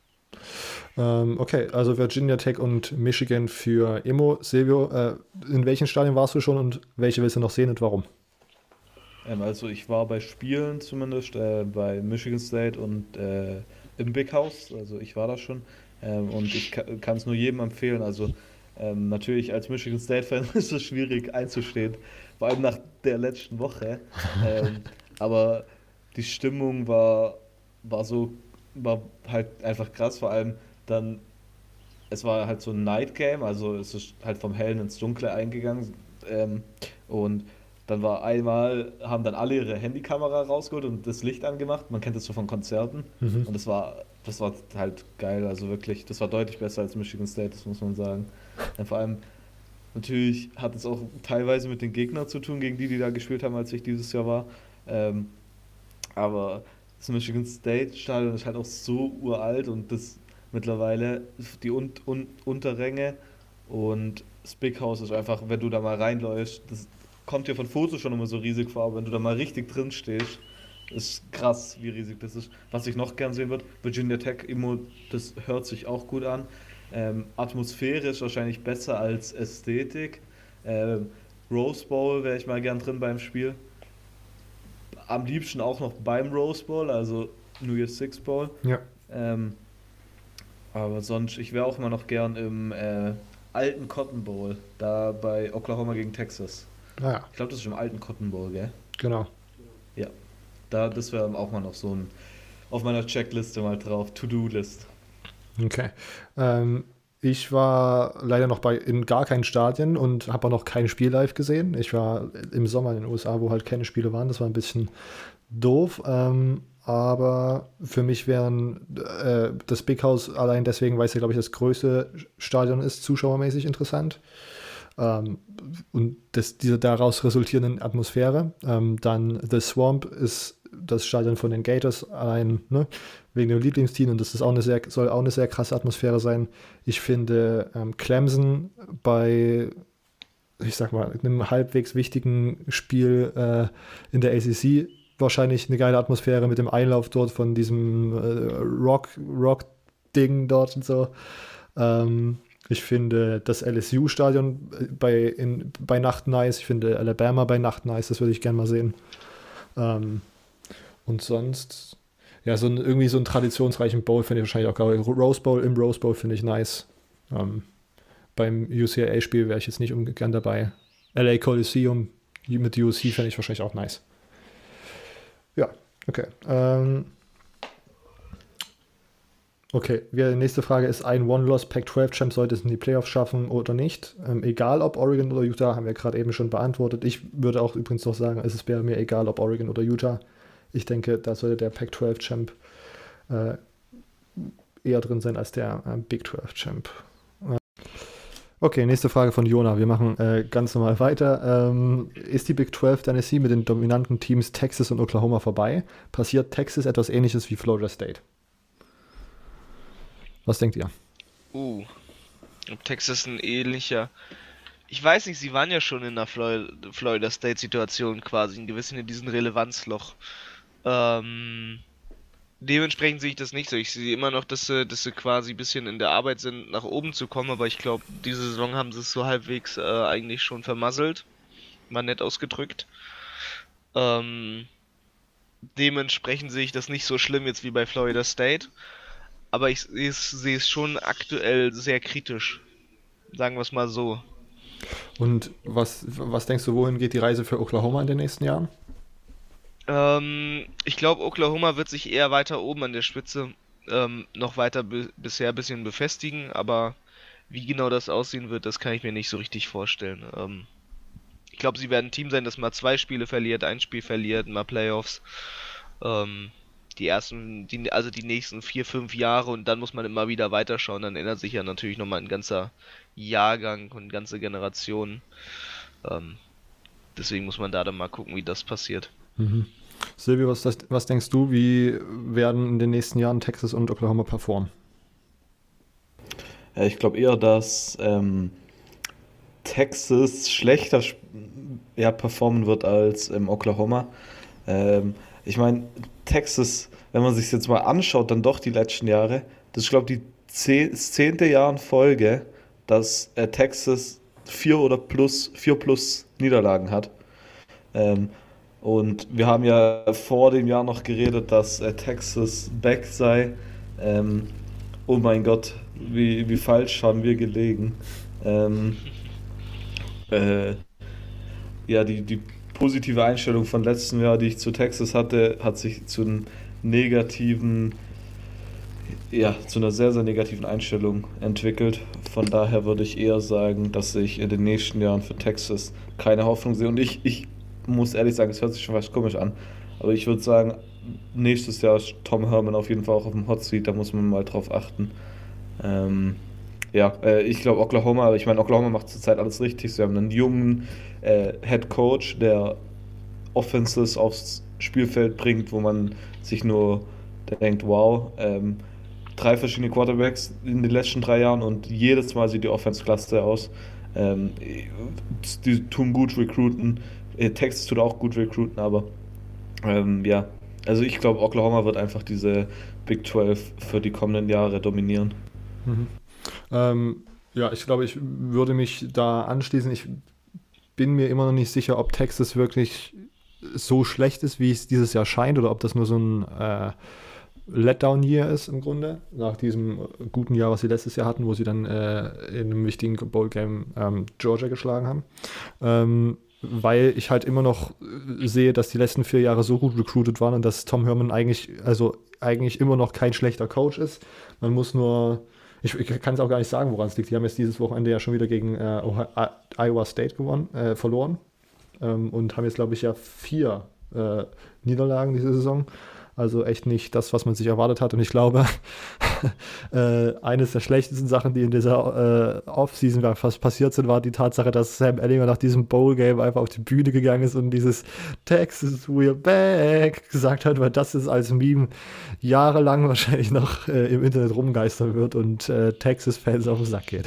Okay, also Virginia Tech und Michigan für Immo. Silvio, in welchen Stadien warst du schon und welche willst du noch sehen und warum? Also ich war bei Spielen zumindest, bei Michigan State und im Big House, also ich war da schon und ich kann es nur jedem empfehlen, also natürlich als Michigan State Fan ist es schwierig einzustehen, vor allem nach der letzten Woche, Aber die Stimmung war halt einfach krass, vor allem dann, es war halt so ein Night Game, also es ist halt vom Hellen ins Dunkle eingegangen. Und dann haben dann alle ihre Handykamera rausgeholt und das Licht angemacht. Man kennt das so von Konzerten. Mhm. Und das war halt geil, also wirklich, das war deutlich besser als Michigan State, das muss man sagen. Vor allem, natürlich hat es auch teilweise mit den Gegnern zu tun, gegen die da gespielt haben, als ich dieses Jahr war. Ähm, aber das Michigan State Stadion ist halt auch so uralt und das mittlerweile die Unterränge und das Big House ist einfach, wenn du da mal reinläufst, das kommt dir von Fotos schon immer so riesig vor, aber wenn du da mal richtig drin stehst, ist krass, wie riesig das ist. Was ich noch gern sehen würde, Virginia Tech Immo, das hört sich auch gut an. Atmosphärisch wahrscheinlich besser als Ästhetik. Ähm, Rose Bowl wäre ich mal gern drin beim Spiel. Am liebsten auch noch beim Rose Bowl, also New Year's Six Bowl. Ja. Ähm, aber sonst, ich wäre auch immer noch gern im alten Cotton Bowl, da bei Oklahoma gegen Texas. Naja, Ich glaube, das ist im alten Cotton Bowl, gell? genau. Ja. Das wäre auch mal noch so ein auf meiner Checkliste mal drauf, To-Do-List. Okay. Ich war leider noch in gar keinen Stadien und habe auch noch kein Spiel live gesehen. Ich war im Sommer in den USA, wo halt keine Spiele waren. Das war ein bisschen doof. Aber für mich wären das Big House allein deswegen, weil es ja, glaube ich, das größte Stadion ist, zuschauermäßig interessant. Und diese daraus resultierenden Atmosphäre. Dann The Swamp ist das Stadion von den Gators allein, ne, wegen dem Lieblingsteam, und das ist soll auch eine sehr krasse Atmosphäre sein. Ich finde Clemson bei, ich sag mal, einem halbwegs wichtigen Spiel in der ACC wahrscheinlich eine geile Atmosphäre mit dem Einlauf dort von diesem Rock-Ding dort und so. Ich finde das LSU-Stadion bei Nacht nice. Ich finde Alabama bei Nacht nice. Das würde ich gerne mal sehen. Und sonst, ja, irgendwie so einen traditionsreichen Bowl finde ich wahrscheinlich auch geil. Rose Bowl, im Rose Bowl finde ich nice. Beim UCLA-Spiel wäre ich jetzt nicht gern dabei. LA Coliseum mit USC fände ich wahrscheinlich auch nice. Ja, okay. Okay, die nächste Frage ist: Ein One-Loss Pac-12-Champ sollte es in die Playoffs schaffen oder nicht? Egal ob Oregon oder Utah, haben wir gerade eben schon beantwortet. Ich würde auch übrigens noch sagen, es wäre mir egal, ob Oregon oder Utah. Ich denke, da sollte der Pac-12-Champ eher drin sein als der Big 12-Champ. Okay, nächste Frage von Jona. Wir machen ganz normal weiter. Ist die Big 12 Tennessee mit den dominanten Teams Texas und Oklahoma vorbei? Passiert Texas etwas Ähnliches wie Florida State? Was denkt ihr? Ob Texas ein ähnlicher. Ich weiß nicht, sie waren ja schon in der Florida State-Situation quasi, ein bisschen in diesem Relevanzloch. Dementsprechend sehe ich das nicht so. Ich sehe immer noch, dass sie quasi ein bisschen in der Arbeit sind, nach oben zu kommen, aber ich glaube, diese Saison haben sie es so halbwegs eigentlich schon vermasselt. Mal nett ausgedrückt. Dementsprechend sehe ich das nicht so schlimm jetzt wie bei Florida State. Aber ich sehe es schon aktuell sehr kritisch. Sagen wir es mal so. Und was denkst du, wohin geht die Reise für Oklahoma in den nächsten Jahren? Ich glaube, Oklahoma wird sich eher weiter oben an der Spitze noch weiter bisher ein bisschen befestigen, aber wie genau das aussehen wird, das kann ich mir nicht so richtig vorstellen. Ich glaube, sie werden ein Team sein, das mal 2 Spiele verliert, ein Spiel verliert, mal Playoffs. Die nächsten 4, 5 Jahre, und dann muss man immer wieder weiterschauen. Dann ändert sich ja natürlich nochmal ein ganzer Jahrgang und eine ganze Generation. Deswegen muss man da dann mal gucken, wie das passiert. Mhm. Silvio, was denkst du, wie werden in den nächsten Jahren Texas und Oklahoma performen? Ja, ich glaube eher, dass Texas schlechter performen wird als Oklahoma. Ich meine, Texas, wenn man sich jetzt mal anschaut, dann doch die letzten Jahre, das ist, glaube ich, das 10. Jahr in Folge, dass Texas 4 plus Niederlagen hat. Und wir haben ja vor dem Jahr noch geredet, dass Texas back sei. Oh mein Gott, wie falsch haben wir gelegen. Ja, die positive Einstellung von letztem Jahr, die ich zu Texas hatte, hat sich zu einem negativen, ja, zu einer sehr, sehr negativen Einstellung entwickelt. Von daher würde ich eher sagen, dass ich in den nächsten Jahren für Texas keine Hoffnung sehe. Und ich muss ehrlich sagen, es hört sich schon fast komisch an, aber ich würde sagen, nächstes Jahr ist Tom Herman auf jeden Fall auch auf dem Hot Seat, da muss man mal drauf achten. Ich glaube Oklahoma, aber ich meine, Oklahoma macht zurzeit alles richtig. Sie haben einen jungen Head Coach, der Offenses aufs Spielfeld bringt, wo man sich nur denkt, wow, 3 verschiedene Quarterbacks in den letzten 3 Jahren und jedes Mal sieht die Offense klasse aus. Die tun gut recruiten. Texas tut auch gut recruiten, aber also ich glaube, Oklahoma wird einfach diese Big 12 für die kommenden Jahre dominieren. Mhm. Ich glaube, ich würde mich da anschließen. Ich bin mir immer noch nicht sicher, ob Texas wirklich so schlecht ist, wie es dieses Jahr scheint, oder ob das nur so ein Letdown-Year ist im Grunde, nach diesem guten Jahr, was sie letztes Jahr hatten, wo sie dann in einem wichtigen Bowl-Game Georgia geschlagen haben. Weil ich halt immer noch sehe, dass die letzten 4 Jahre so gut recruited waren und dass Tom Herman eigentlich immer noch kein schlechter Coach ist. Man muss nur, ich kann es auch gar nicht sagen, woran es liegt. Die haben jetzt dieses Wochenende ja schon wieder gegen Iowa State verloren und haben jetzt, glaube ich, ja 4 Niederlagen diese Saison. Also echt nicht das, was man sich erwartet hat. Und ich glaube, eines der schlechtesten Sachen, die in dieser Offseason fast passiert sind, war die Tatsache, dass Sam Ehlinger nach diesem Bowl-Game einfach auf die Bühne gegangen ist und dieses Texas, we're back gesagt hat, weil das ist als Meme jahrelang wahrscheinlich noch im Internet rumgeistern wird und Texas-Fans auf den Sack geht.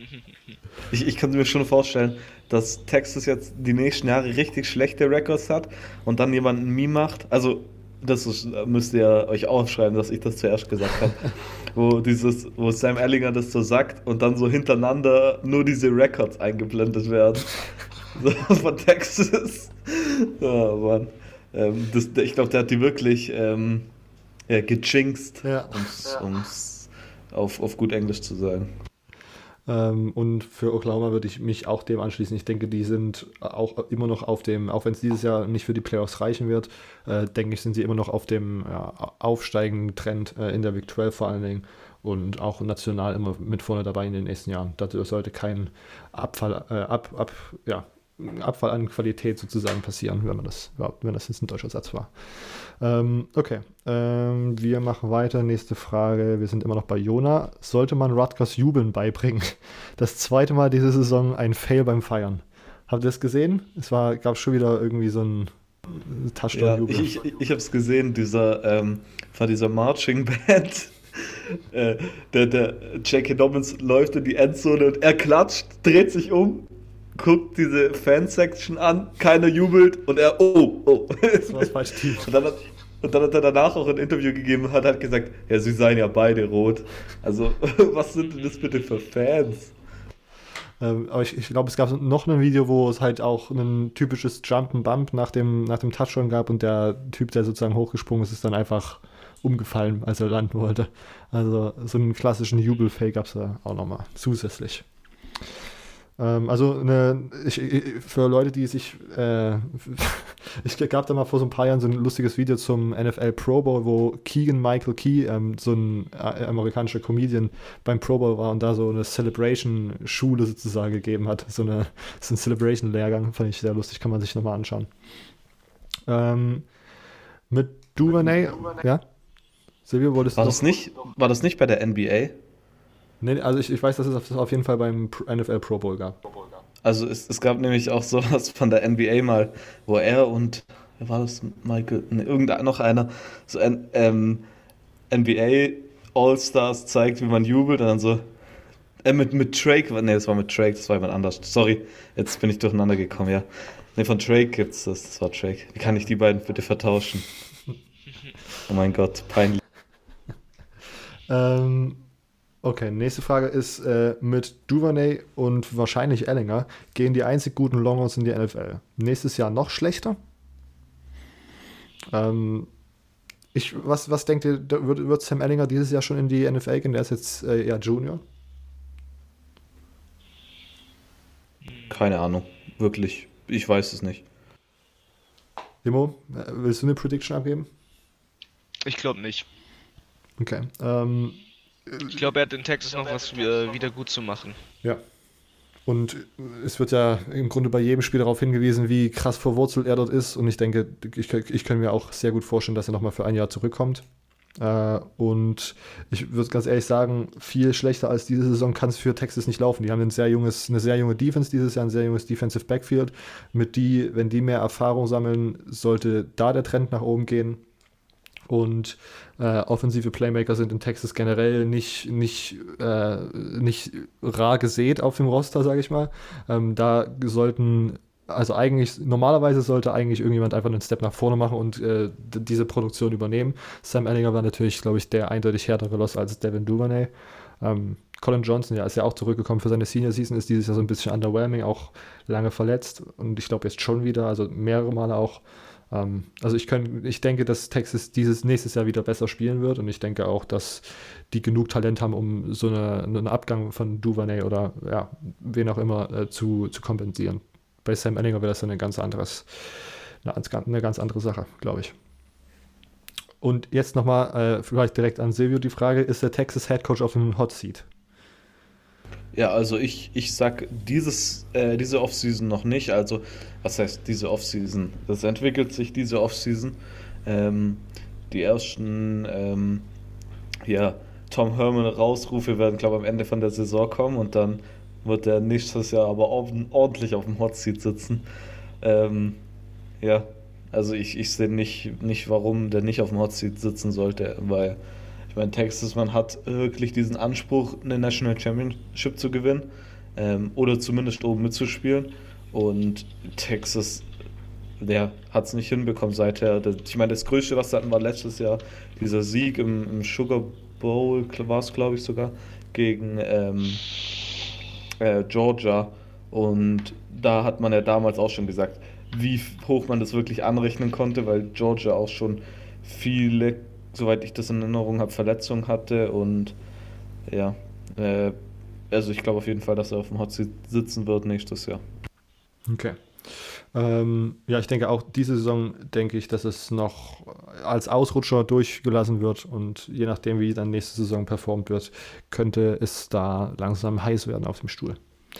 Ich kann mir schon vorstellen, dass Texas jetzt die nächsten Jahre richtig schlechte Records hat und dann jemand ein Meme macht. Also müsst ihr euch aufschreiben, dass ich das zuerst gesagt habe. Wo Sam Ehlinger das so sagt und dann so hintereinander nur diese Records eingeblendet werden. So von Texas. Oh Mann. Ich glaube, der hat die wirklich gejinxt, um's auf gut Englisch zu sagen. Und für Oklahoma würde ich mich auch dem anschließen. Ich denke, die sind auch immer noch auf dem, auch wenn es dieses Jahr nicht für die Playoffs reichen wird, denke ich, sind sie immer noch auf dem aufsteigenden Trend in der Big 12 vor allen Dingen und auch national immer mit vorne dabei in den nächsten Jahren. Da sollte kein Abfall an Qualität sozusagen passieren, wenn das jetzt ein deutscher Satz war. Wir machen weiter. Nächste Frage. Wir sind immer noch bei Jona. Sollte man Rutgers Jubeln beibringen? Das 2. Mal diese Saison ein Fail beim Feiern. Habt ihr das gesehen? gab schon wieder irgendwie so ein Touchdown-Jubel. Ja, ich habe es gesehen, von dieser Marching Band. Der J.K. Dobbins läuft in die Endzone und er klatscht, dreht sich um, guckt diese Fansection an, keiner jubelt und er, oh. Das war das falsche Team. Und dann hat er danach auch ein Interview gegeben und hat gesagt, ja, sie seien ja beide rot. Also, was sind denn das bitte für Fans? Aber ich glaube, es gab noch ein Video, wo es halt auch ein typisches Jump-and-Bump nach dem Touchdown gab und der Typ, der sozusagen hochgesprungen ist dann einfach umgefallen, als er landen wollte. Also so einen klassischen Jubelfake gab es da auch nochmal zusätzlich. Für Leute, die sich ich gab da mal vor so ein paar Jahren so ein lustiges Video zum NFL Pro Bowl, wo Keegan-Michael Key, so ein amerikanischer Comedian, beim Pro Bowl war und da so eine Celebration-Schule sozusagen gegeben hat. So ein Celebration-Lehrgang, fand ich sehr lustig, kann man sich nochmal anschauen. Mit Duvernay, ja? Silvio, wolltest du War das nicht bei der NBA? Nee, also ich weiß, dass es auf jeden Fall beim NFL Pro Bowl gab. Also es gab nämlich auch sowas von der NBA mal, wo er und, wer war das, Michael, noch einer, so ein NBA All-Stars zeigt, wie man jubelt und dann so, mit Drake, das war mit Drake, das war jemand anders, sorry, jetzt bin ich durcheinander gekommen, ja. Nee, von Drake gibt's das war Drake. Wie kann ich die beiden bitte vertauschen? Oh mein Gott, peinlich. Okay, nächste Frage ist, mit Duvernay und wahrscheinlich Ehlinger gehen die einzig guten Longhorns in die NFL. Nächstes Jahr noch schlechter? Was denkt ihr, wird Sam Ehlinger dieses Jahr schon in die NFL gehen? Der ist jetzt Junior. Keine Ahnung, wirklich, ich weiß es nicht. Immo, willst du eine Prediction abgeben? Ich glaube nicht. Okay. Ich glaube, er hat in Texas noch was wieder gut zu machen. Ja. Und es wird ja im Grunde bei jedem Spiel darauf hingewiesen, wie krass verwurzelt er dort ist. Und ich denke, ich kann mir auch sehr gut vorstellen, dass er nochmal für ein Jahr zurückkommt. Und ich würde ganz ehrlich sagen, viel schlechter als diese Saison kann es für Texas nicht laufen. Die haben eine sehr junge Defense dieses Jahr, ein sehr junges Defensive Backfield. Wenn die mehr Erfahrung sammeln, sollte da der Trend nach oben gehen. Und offensive Playmaker sind in Texas generell nicht rar gesät auf dem Roster, sage ich mal. Normalerweise sollte eigentlich irgendjemand einfach einen Step nach vorne machen und diese Produktion übernehmen. Sam Ehlinger war natürlich, glaube ich, der eindeutig härtere Loss als Devin Duvernay. Colin Johnson, ja, ist ja auch zurückgekommen für seine Senior Season, ist dieses Jahr so ein bisschen underwhelming, auch lange verletzt und ich glaube jetzt schon wieder, also mehrere Male auch. Also ich denke, dass Texas nächstes Jahr wieder besser spielen wird und ich denke auch, dass die genug Talent haben, um so einen Abgang von Duvernay oder ja, wen auch immer zu kompensieren. Bei Sam Ehlinger wäre das dann eine ganz andere Sache, glaube ich. Und jetzt nochmal vielleicht direkt an Silvio die Frage, ist der Texas Head Coach auf dem Hot Seat? Ja, also ich sag diese Offseason noch nicht. Also, was heißt diese Offseason? Das entwickelt sich diese Offseason. Die ersten Tom Herman Rausrufe werden, glaube ich, am Ende von der Saison kommen und dann wird er nächstes Jahr aber ordentlich auf dem Hot Seat sitzen. Ja, also ich sehe nicht, warum der nicht auf dem Hot Seat sitzen sollte, weil ich meine, Texas, man hat wirklich diesen Anspruch, eine National Championship zu gewinnen oder zumindest oben mitzuspielen. Und Texas, der hat es nicht hinbekommen seither. Ich meine, das Größte, was sie hatten, war letztes Jahr dieser Sieg im Sugar Bowl, war es, glaube ich, sogar, gegen Georgia. Und da hat man ja damals auch schon gesagt, wie hoch man das wirklich anrechnen konnte, weil Georgia auch schon viele, soweit ich das in Erinnerung habe, Verletzungen hatte und ja, also ich glaube auf jeden Fall, dass er auf dem Hot Seat sitzen wird nächstes Jahr. Okay. Ja, ich denke auch diese Saison, denke ich, dass es noch als Ausrutscher durchgelassen wird und je nachdem, wie dann nächste Saison performt wird, könnte es da langsam heiß werden auf dem Stuhl.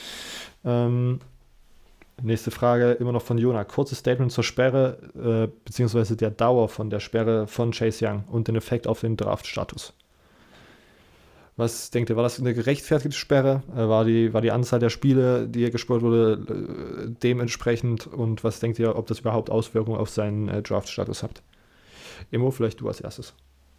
Nächste Frage, immer noch von Jona. Kurzes Statement zur Sperre, beziehungsweise der Dauer von der Sperre von Chase Young und den Effekt auf den Draftstatus. Was denkt ihr, war das eine gerechtfertigte Sperre? War die Anzahl der Spiele, die er gesperrt wurde, dementsprechend? Und was denkt ihr, ob das überhaupt Auswirkungen auf seinen Draftstatus hat? Immo, vielleicht du als erstes.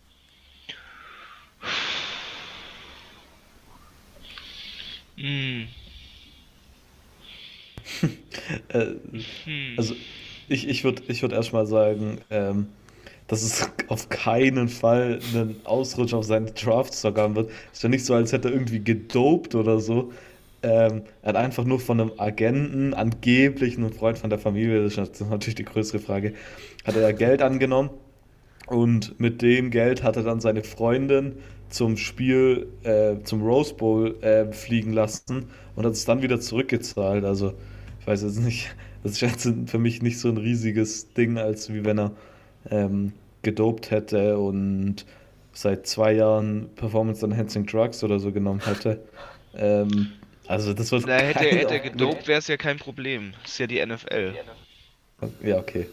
Also ich würd erstmal sagen, dass es auf keinen Fall einen Ausrutsch auf seinen Draftstock haben wird. Ist ja nicht so, als hätte er irgendwie gedopt oder so. Er hat einfach nur von einem Agenten, angeblich ein Freund von der Familie, das ist natürlich die größere Frage, hat er Geld angenommen und mit dem Geld hat er dann seine Freundin zum Spiel, zum Rose Bowl fliegen lassen und hat es dann wieder zurückgezahlt. Also ich weiß jetzt nicht, das ist jetzt für mich nicht so ein riesiges Ding, als wie wenn er gedopt hätte und seit 2 Jahren Performance Enhancing Drugs oder so genommen hätte. Also das wird hätte er gedopt, wäre es ja kein Problem. Das ist ja die NFL. Ja, okay.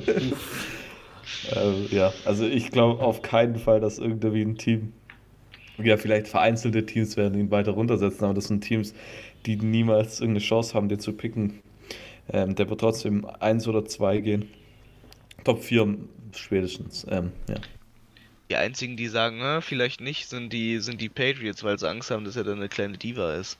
Ja, also ich glaube auf keinen Fall, dass irgendwie ein Team, ja, vielleicht vereinzelte Teams werden ihn weiter runtersetzen, aber das sind Teams, die niemals irgendeine Chance haben, den zu picken. Der wird trotzdem 1 oder 2 gehen. Top 4 spätestens, ja. Die einzigen, die sagen, vielleicht nicht, sind die Patriots, weil sie Angst haben, dass er dann eine kleine Diva ist.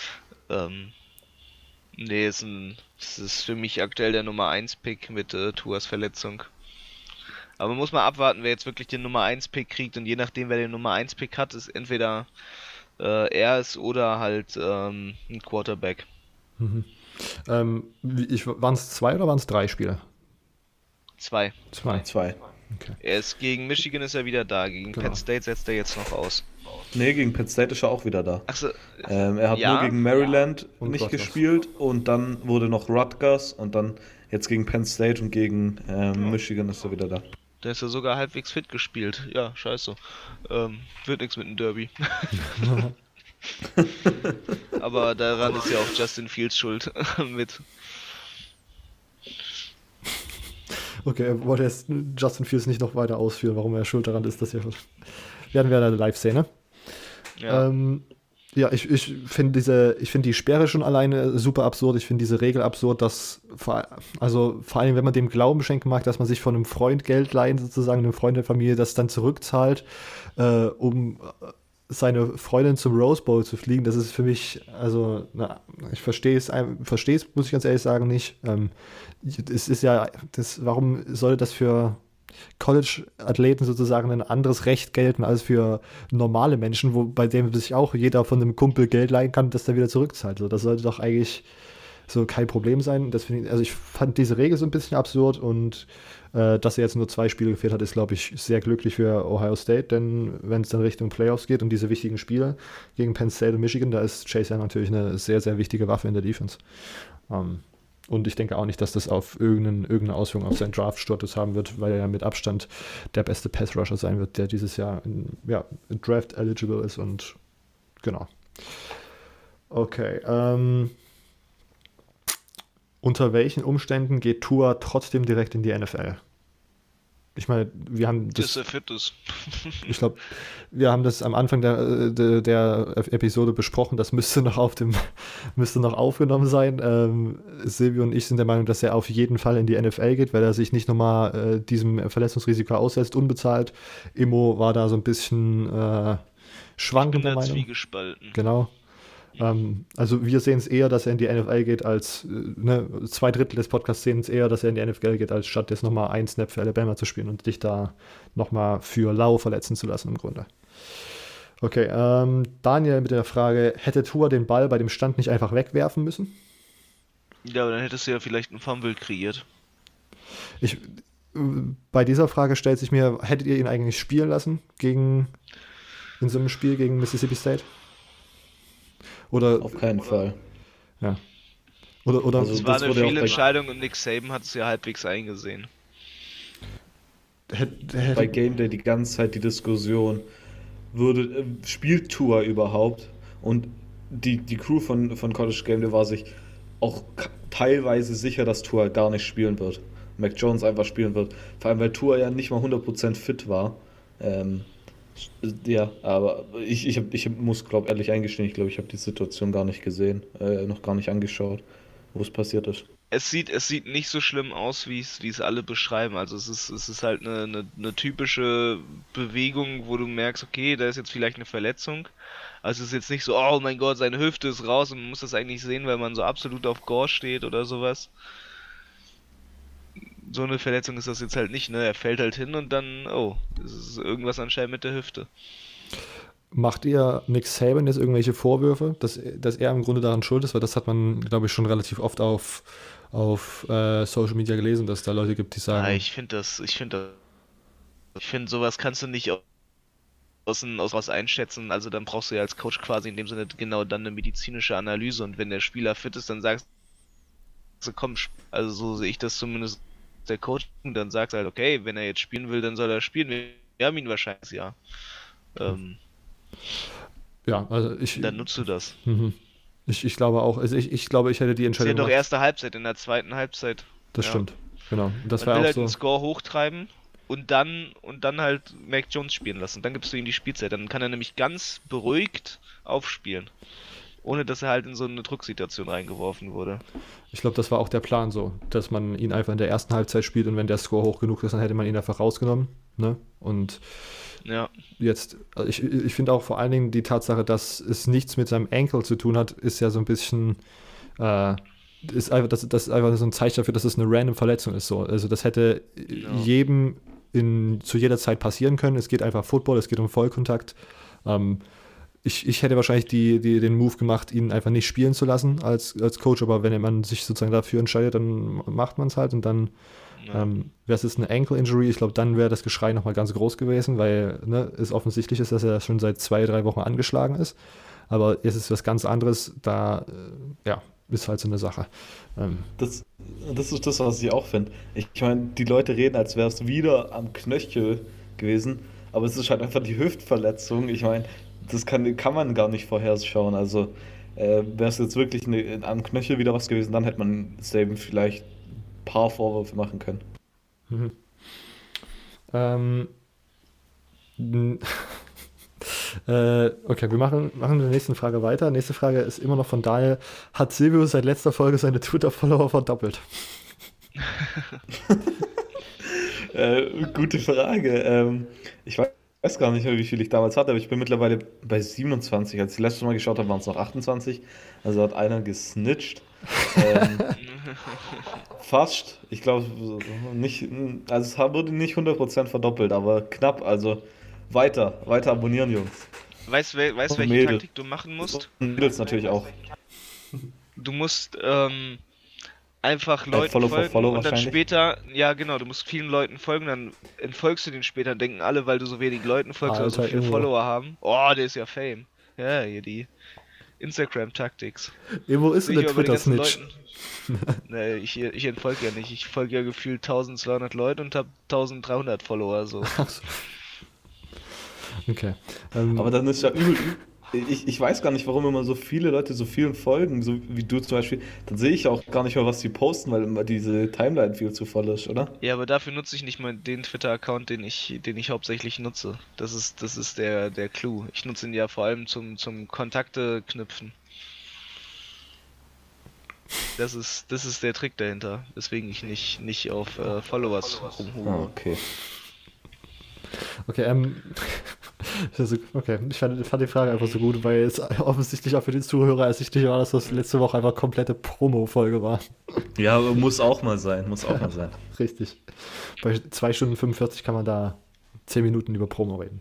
Nee, es ist für mich aktuell der Nummer 1 Pick mit Tuas Verletzung. Aber man muss mal abwarten, wer jetzt wirklich den Nummer 1 Pick kriegt und je nachdem, wer den Nummer 1 Pick hat, ist entweder er es oder halt ein Quarterback. Mhm. Waren es 2 oder waren es 3 Spiele? 2. Zwei. Zwei. Okay. Gegen Michigan ist er wieder da, gegen Genau. Penn State setzt er jetzt noch aus. Nee, gegen Penn State ist er auch wieder da. Achso, Er hat ja. nur gegen Maryland Und nicht Rutgers. gespielt und dann wurde noch Rutgers und dann jetzt gegen Penn State und gegen Michigan ist er wieder da. Der ist ja sogar halbwegs fit gespielt. Ja, scheiße. Wird nichts mit dem Derby. Aber daran ist ja auch Justin Fields schuld mit. Okay, er wollte jetzt Justin Fields nicht noch weiter ausführen, warum er schuld daran ist, dass werden wir in der Live-Szene. Ja. Ja, ich finde die Sperre schon alleine super absurd. Ich finde diese Regel absurd, dass vor allem, wenn man dem Glauben schenken mag, dass man sich von einem Freund Geld leihen, sozusagen einem Freund der Familie, das dann zurückzahlt, um seine Freundin zum Rose Bowl zu fliegen. Das ist für mich, also, ich verstehe es, muss ich ganz ehrlich sagen, nicht. Es ist ja, warum sollte das für College-Athleten sozusagen ein anderes Recht gelten als für normale Menschen, bei denen sich auch jeder von einem Kumpel Geld leihen kann, das dann wieder zurückzahlt. So, das sollte doch eigentlich so kein Problem sein. Ich fand diese Regel so ein bisschen absurd und dass er jetzt nur 2 Spiele gefehlt hat, ist, glaube ich, sehr glücklich für Ohio State, denn wenn es dann Richtung Playoffs geht und diese wichtigen Spiele gegen Penn State und Michigan, da ist Chase Young natürlich eine sehr, sehr wichtige Waffe in der Defense. Und ich denke auch nicht, dass das auf irgendeine Auswirkung auf seinen Draft-Status haben wird, weil er ja mit Abstand der beste Pass-Rusher sein wird, der dieses Jahr Draft-eligible ist und genau. Okay, unter welchen Umständen geht Tua trotzdem direkt in die NFL? Ich meine, wir haben Bis er fit ist. ich glaube, wir haben das am Anfang der Episode besprochen. Das müsste noch aufgenommen sein. Silvio und ich sind der Meinung, dass er auf jeden Fall in die NFL geht, weil er sich nicht nochmal diesem Verletzungsrisiko aussetzt, unbezahlt. Immo war da so ein bisschen schwankend der Meinung. Zwiegespalten. Genau. Also wir sehen es eher, dass er in die NFL geht, als 2/3 des Podcasts sehen es eher, dass er in die NFL geht, als statt jetzt nochmal einen Snap für Alabama zu spielen und dich da nochmal für lau verletzen zu lassen im Grunde. Okay, Daniel mit der Frage, hätte Tua den Ball bei dem Stand nicht einfach wegwerfen müssen? Ja, aber dann hättest du ja vielleicht einen Fumble kreiert. Bei dieser Frage stellt sich mir, hättet ihr ihn eigentlich spielen lassen in so einem Spiel gegen Mississippi State? Oder, Auf keinen Fall. ja. Oder Also, Es war das eine wurde ja auch Fehlentscheidung und Nick Saban hat es ja halbwegs eingesehen. Bei Game Day die ganze Zeit die Diskussion, spielt Tua überhaupt? Und die Crew von College Game Day war sich auch teilweise sicher, dass Tua gar nicht spielen wird. Mac Jones einfach spielen wird. Vor allem, weil Tua ja nicht mal 100% fit war. Ja, aber ich muss, glaube ehrlich eingestehen, ich glaube, ich habe die Situation gar nicht gesehen, noch gar nicht angeschaut, wo es passiert ist. Es sieht nicht so schlimm aus, wie es alle beschreiben. Also es ist halt eine typische Bewegung, wo du merkst, okay, da ist jetzt vielleicht eine Verletzung. Also es ist jetzt nicht so, oh mein Gott, seine Hüfte ist raus und man muss das eigentlich sehen, weil man so absolut auf Gore steht oder sowas. So eine Verletzung ist das jetzt halt nicht, ne? Er fällt halt hin und dann, es ist irgendwas anscheinend mit der Hüfte. Macht ihr Nick Saban jetzt irgendwelche Vorwürfe, dass er im Grunde daran schuld ist? Weil das hat man, glaube ich, schon relativ oft auf Social Media gelesen, dass es da Leute gibt, die sagen... Ja, ich finde sowas kannst du nicht aus einschätzen, also dann brauchst du ja als Coach quasi in dem Sinne genau dann eine medizinische Analyse und wenn der Spieler fit ist, dann sagst du, komm, also so sehe ich das zumindest der Coach, und dann sagst du halt, okay, wenn er jetzt spielen will, dann soll er spielen, wir haben ihn wahrscheinlich, ja. Ja, also dann nutzt du das. Ich glaube auch, also ich glaube, ich hätte die Das ist ja Entscheidung doch gemacht. erste Halbzeit, in der zweiten Halbzeit. Das Ja. stimmt, genau. Das Man war will auch halt so. den Score hochtreiben und dann halt Mac Jones spielen lassen. Dann gibst du ihm die Spielzeit. Dann kann er nämlich ganz beruhigt aufspielen. Ohne dass er halt in so eine Drucksituation reingeworfen wurde. Ich glaube, das war auch der Plan so, dass man ihn einfach in der ersten Halbzeit spielt und wenn der Score hoch genug ist, dann hätte man ihn einfach rausgenommen. Ne? Und Ja. jetzt, also ich finde auch vor allen Dingen die Tatsache, dass es nichts mit seinem Ankle zu tun hat, ist ja so ein bisschen, ist einfach, das ist einfach so ein Zeichen dafür, dass es eine random Verletzung ist. So. Also das hätte jedem zu jeder Zeit passieren können. Es geht einfach Football, es geht um Vollkontakt. Ich hätte wahrscheinlich den Move gemacht, ihn einfach nicht spielen zu lassen als Coach, aber wenn man sich sozusagen dafür entscheidet, dann macht man es halt und dann Ja. Wäre es jetzt eine Ankle Injury, ich glaube, dann wäre das Geschrei nochmal ganz groß gewesen, weil es offensichtlich ist, dass er schon seit 2-3 Wochen angeschlagen ist. Aber jetzt ist was ganz anderes, da ist halt so eine Sache. Das ist das, was ich auch finde. Ich meine, die Leute reden, als wäre es wieder am Knöchel gewesen, aber es ist halt einfach die Hüftverletzung. Ich meine, das kann man gar nicht vorherschauen. Also wäre es jetzt wirklich am Knöchel wieder was gewesen, dann hätte man Saban vielleicht ein paar Vorwürfe machen können. Mhm. Okay, wir machen mit der nächsten Frage weiter. Nächste Frage ist immer noch von Daniel. Hat Silvio seit letzter Folge seine Twitter-Follower verdoppelt? Gute Frage. Ich weiß gar nicht mehr, wie viel ich damals hatte, aber ich bin mittlerweile bei 27. Als ich das letzte Mal geschaut habe, waren es noch 28. Also hat einer gesnitcht. Fast. Ich glaube, nicht, also es wurde nicht 100% verdoppelt, aber knapp. Also weiter abonnieren, Jungs. Weißt du, welche Mädel. Taktik du machen musst? Und Mädels natürlich auch. Du musst einfach Leuten Follow for folgen Follow und dann wahrscheinlich. später, ja genau, du musst vielen Leuten folgen, dann entfolgst du den später und denken alle, weil du so wenig Leuten folgst oder so Alter, viele Ingo. Follower haben. Oh, der ist ja Fame. Ja, hier die Instagram-Tactics. Wo ist denn der Sicher über die ganzen Twitter-Snitch? Leuten. Nee, ich entfolge ja nicht. Ich folge ja gefühlt 1200 Leute und habe 1300 Follower, so. Okay. Aber dann ist ja übel. Ich weiß gar nicht, warum immer so viele Leute so vielen folgen, so wie du zum Beispiel. Dann sehe ich ja auch gar nicht mehr, was die posten, weil immer diese Timeline viel zu voll ist, oder? Ja, aber dafür nutze ich nicht mal den Twitter-Account, den ich hauptsächlich nutze. Das ist der Clou. Ich nutze ihn ja vor allem zum Kontakte knüpfen. Das ist der Trick dahinter, weswegen ich nicht auf Followers rumhume. Okay. Okay, okay, ich fand die Frage einfach so gut, weil es offensichtlich auch für die Zuhörer ersichtlich war, dass das letzte Woche einfach komplette Promo-Folge war. Ja, aber muss auch mal sein. Richtig. Bei 2 Stunden 45 kann man da 10 Minuten über Promo reden.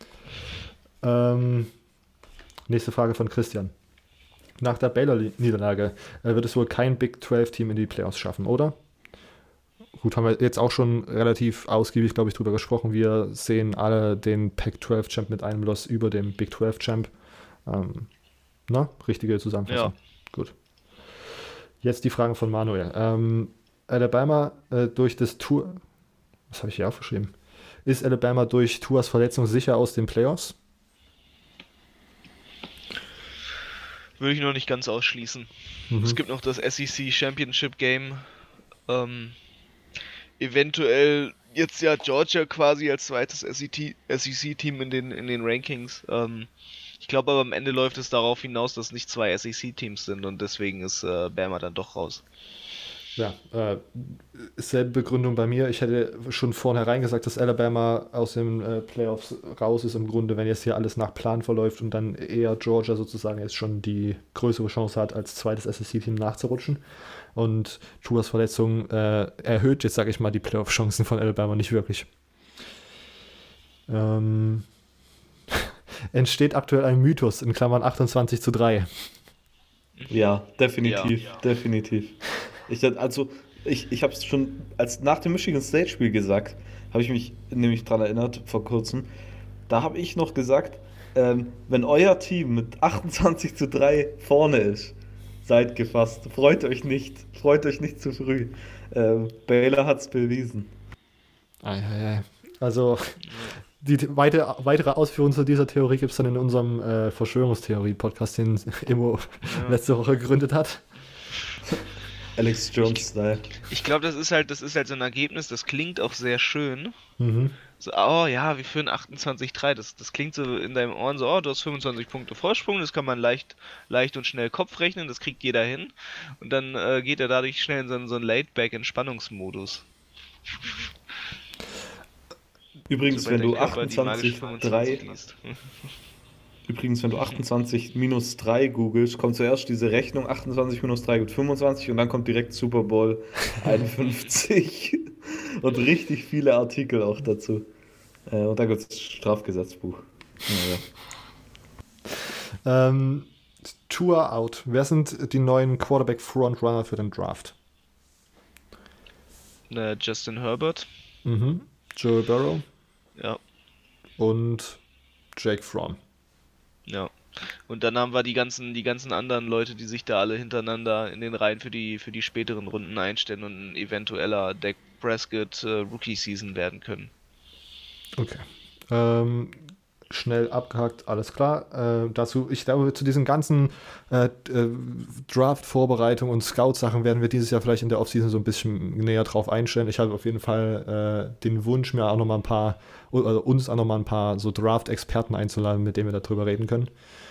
Nächste Frage von Christian. Nach der Baylor-Niederlage wird es wohl kein Big 12-Team in die Playoffs schaffen, oder? Gut, haben wir jetzt auch schon relativ ausgiebig, glaube ich, drüber gesprochen. Wir sehen alle den Pac-12-Champ mit einem Loss über dem Big 12-Champ. Richtige Zusammenfassung. Ja. Gut. Jetzt die Fragen von Manuel. Alabama durch das Tour... Was habe ich hier aufgeschrieben? Ist Alabama durch Tuas Verletzung sicher aus den Playoffs? Würde ich noch nicht ganz ausschließen. Es gibt noch das SEC Championship Game. Eventuell jetzt ja Georgia quasi als zweites SEC-Team in den Rankings. Ich glaube aber am Ende läuft es darauf hinaus, dass nicht zwei SEC-Teams sind und deswegen ist Bama dann doch raus. Ja, selbe Begründung bei mir. Ich hätte schon vornherein gesagt, dass Alabama aus den Playoffs raus ist im Grunde, wenn jetzt hier alles nach Plan verläuft und dann eher Georgia sozusagen jetzt schon die größere Chance hat, als zweites SEC-Team nachzurutschen. Und Tuas Verletzung erhöht jetzt, sage ich mal, die Playoff-Chancen von Alabama nicht wirklich. Entsteht aktuell ein Mythos, in Klammern 28:3. Ja, definitiv, Ja. definitiv. Ich habe es schon nach dem Michigan State Spiel gesagt, habe ich mich nämlich dran erinnert vor kurzem. Da habe ich noch gesagt, wenn euer Team mit 28:3 vorne ist, seid gefasst. Freut euch nicht zu früh. Baylor hat es bewiesen. Also die weitere Ausführungen zu dieser Theorie gibt es dann in unserem Verschwörungstheorie-Podcast, den Immo letzte Woche gegründet hat. Alex Jones-Style. Ich glaube, das ist halt so ein Ergebnis, das klingt auch sehr schön. Mhm. So, oh ja, wir führen 28:3. Das klingt so in deinem Ohren so, oh, du hast 25 Punkte Vorsprung, das kann man leicht und schnell Kopf rechnen, das kriegt jeder hin. Und dann geht er dadurch schnell in so einen Laid-Back-Entspannungsmodus. Übrigens, Sobald wenn du der Körper die magische 25 28,3 liest. Übrigens, wenn du 28 minus 3 googelst, kommt zuerst diese Rechnung 28 minus 3 gibt 25 und dann kommt direkt Super Bowl 51 und richtig viele Artikel auch dazu. Und dann gibt es Strafgesetzbuch. Ja. Tour out. Wer sind die neuen Quarterback-Frontrunner für den Draft? Justin Herbert. Joe Burrow Ja, und Jake Fromm. ja. Und dann haben wir die ganzen anderen Leute, die sich da alle hintereinander in den Reihen für die späteren Runden einstellen und ein eventueller Dak Prescott Rookie-Season werden können. Okay. Schnell abgehakt, alles klar. Dazu, ich glaube, zu diesen ganzen Draft-Vorbereitungen und Scout-Sachen werden wir dieses Jahr vielleicht in der Offseason so ein bisschen näher drauf einstellen. Ich habe auf jeden Fall den Wunsch, mir auch noch mal uns auch noch mal ein paar so Draft-Experten einzuladen, mit denen wir darüber reden können.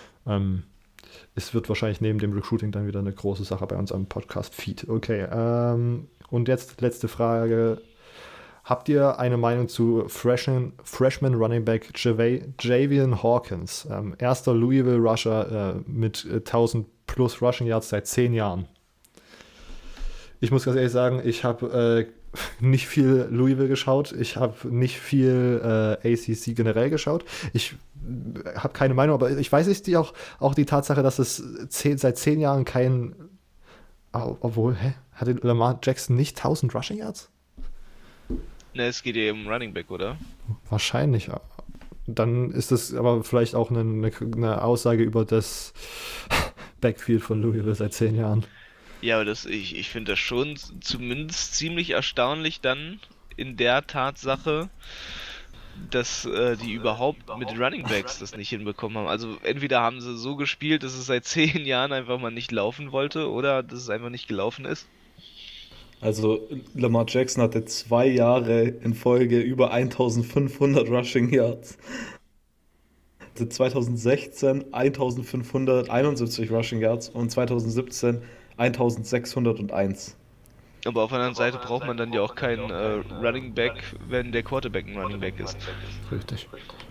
Es wird wahrscheinlich neben dem Recruiting dann wieder eine große Sache bei uns am Podcast-Feed. Okay, und jetzt letzte Frage. Habt ihr eine Meinung zu Freshman Running Back Javian Hawkins? Erster Louisville Rusher mit 1000 plus Rushing Yards seit 10 Jahren. Ich muss ganz ehrlich sagen, ich habe nicht viel Louisville geschaut. Ich habe nicht viel ACC generell geschaut. Ich habe keine Meinung, aber ich weiß nicht auch die Tatsache, dass es seit 10 Jahren kein... Obwohl, hatte Lamar Jackson nicht 1000 Rushing Yards? Ne, es geht ja um Running Back, oder? Wahrscheinlich. Dann ist das aber vielleicht auch eine Aussage über das Backfield von Louisville seit 10 Jahren. Ja, aber ich finde das schon zumindest ziemlich erstaunlich dann in der Tatsache, dass die überhaupt mit Running Backs das nicht hinbekommen haben. Also entweder haben sie so gespielt, dass es seit 10 Jahren einfach mal nicht laufen wollte, oder dass es einfach nicht gelaufen ist. Also Lamar Jackson hatte 2 Jahre in Folge über 1500 Rushing Yards. Also 2016 1571 Rushing Yards und 2017 1601. Aber auf der anderen Seite braucht man dann ja auch keinen Running Back, wenn der Quarterback ein Running Back ist. Richtig.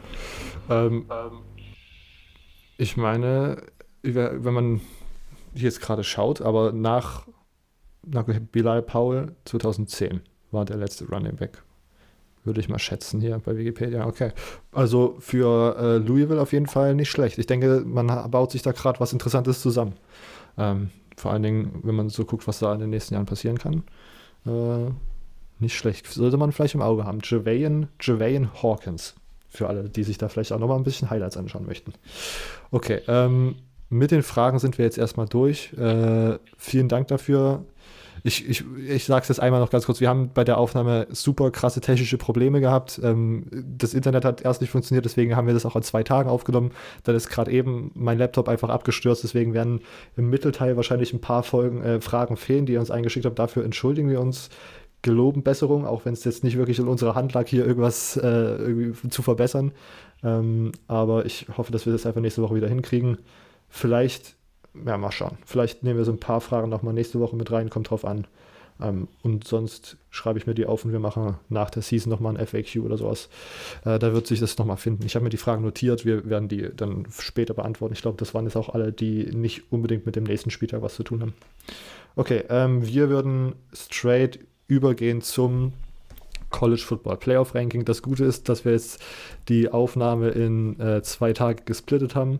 Ich meine, wenn man jetzt gerade schaut, aber nach Bilal Powell 2010 war der letzte Running Back. Würde ich mal schätzen hier bei Wikipedia. Okay. Also für Louisville auf jeden Fall nicht schlecht. Ich denke, man baut sich da gerade was Interessantes zusammen. Vor allen Dingen, wenn man so guckt, was da in den nächsten Jahren passieren kann. Nicht schlecht. Sollte man vielleicht im Auge haben. Javian Hawkins. Für alle, die sich da vielleicht auch nochmal ein bisschen Highlights anschauen möchten. Okay. Mit den Fragen sind wir jetzt erstmal durch. Vielen Dank dafür. Ich sage es jetzt einmal noch ganz kurz, wir haben bei der Aufnahme super krasse technische Probleme gehabt. Das Internet hat erst nicht funktioniert, deswegen haben wir das auch an 2 Tagen aufgenommen. Dann ist gerade eben mein Laptop einfach abgestürzt, deswegen werden im Mittelteil wahrscheinlich ein paar Fragen fehlen, die ihr uns eingeschickt habt. Dafür entschuldigen wir uns. Geloben Besserung, auch wenn es jetzt nicht wirklich in unserer Hand lag, hier irgendwas irgendwie zu verbessern. Aber ich hoffe, dass wir das einfach nächste Woche wieder hinkriegen. Vielleicht... Ja, mal schauen. Vielleicht nehmen wir so ein paar Fragen nochmal nächste Woche mit rein, kommt drauf an. Und sonst schreibe ich mir die auf und wir machen nach der Season nochmal ein FAQ oder sowas. Da wird sich das nochmal finden. Ich habe mir die Fragen notiert, wir werden die dann später beantworten. Ich glaube, das waren jetzt auch alle, die nicht unbedingt mit dem nächsten Spieltag was zu tun haben. Okay, wir würden straight übergehen zum College Football Playoff Ranking. Das Gute ist, dass wir jetzt die Aufnahme in 2 Tage gesplittet haben.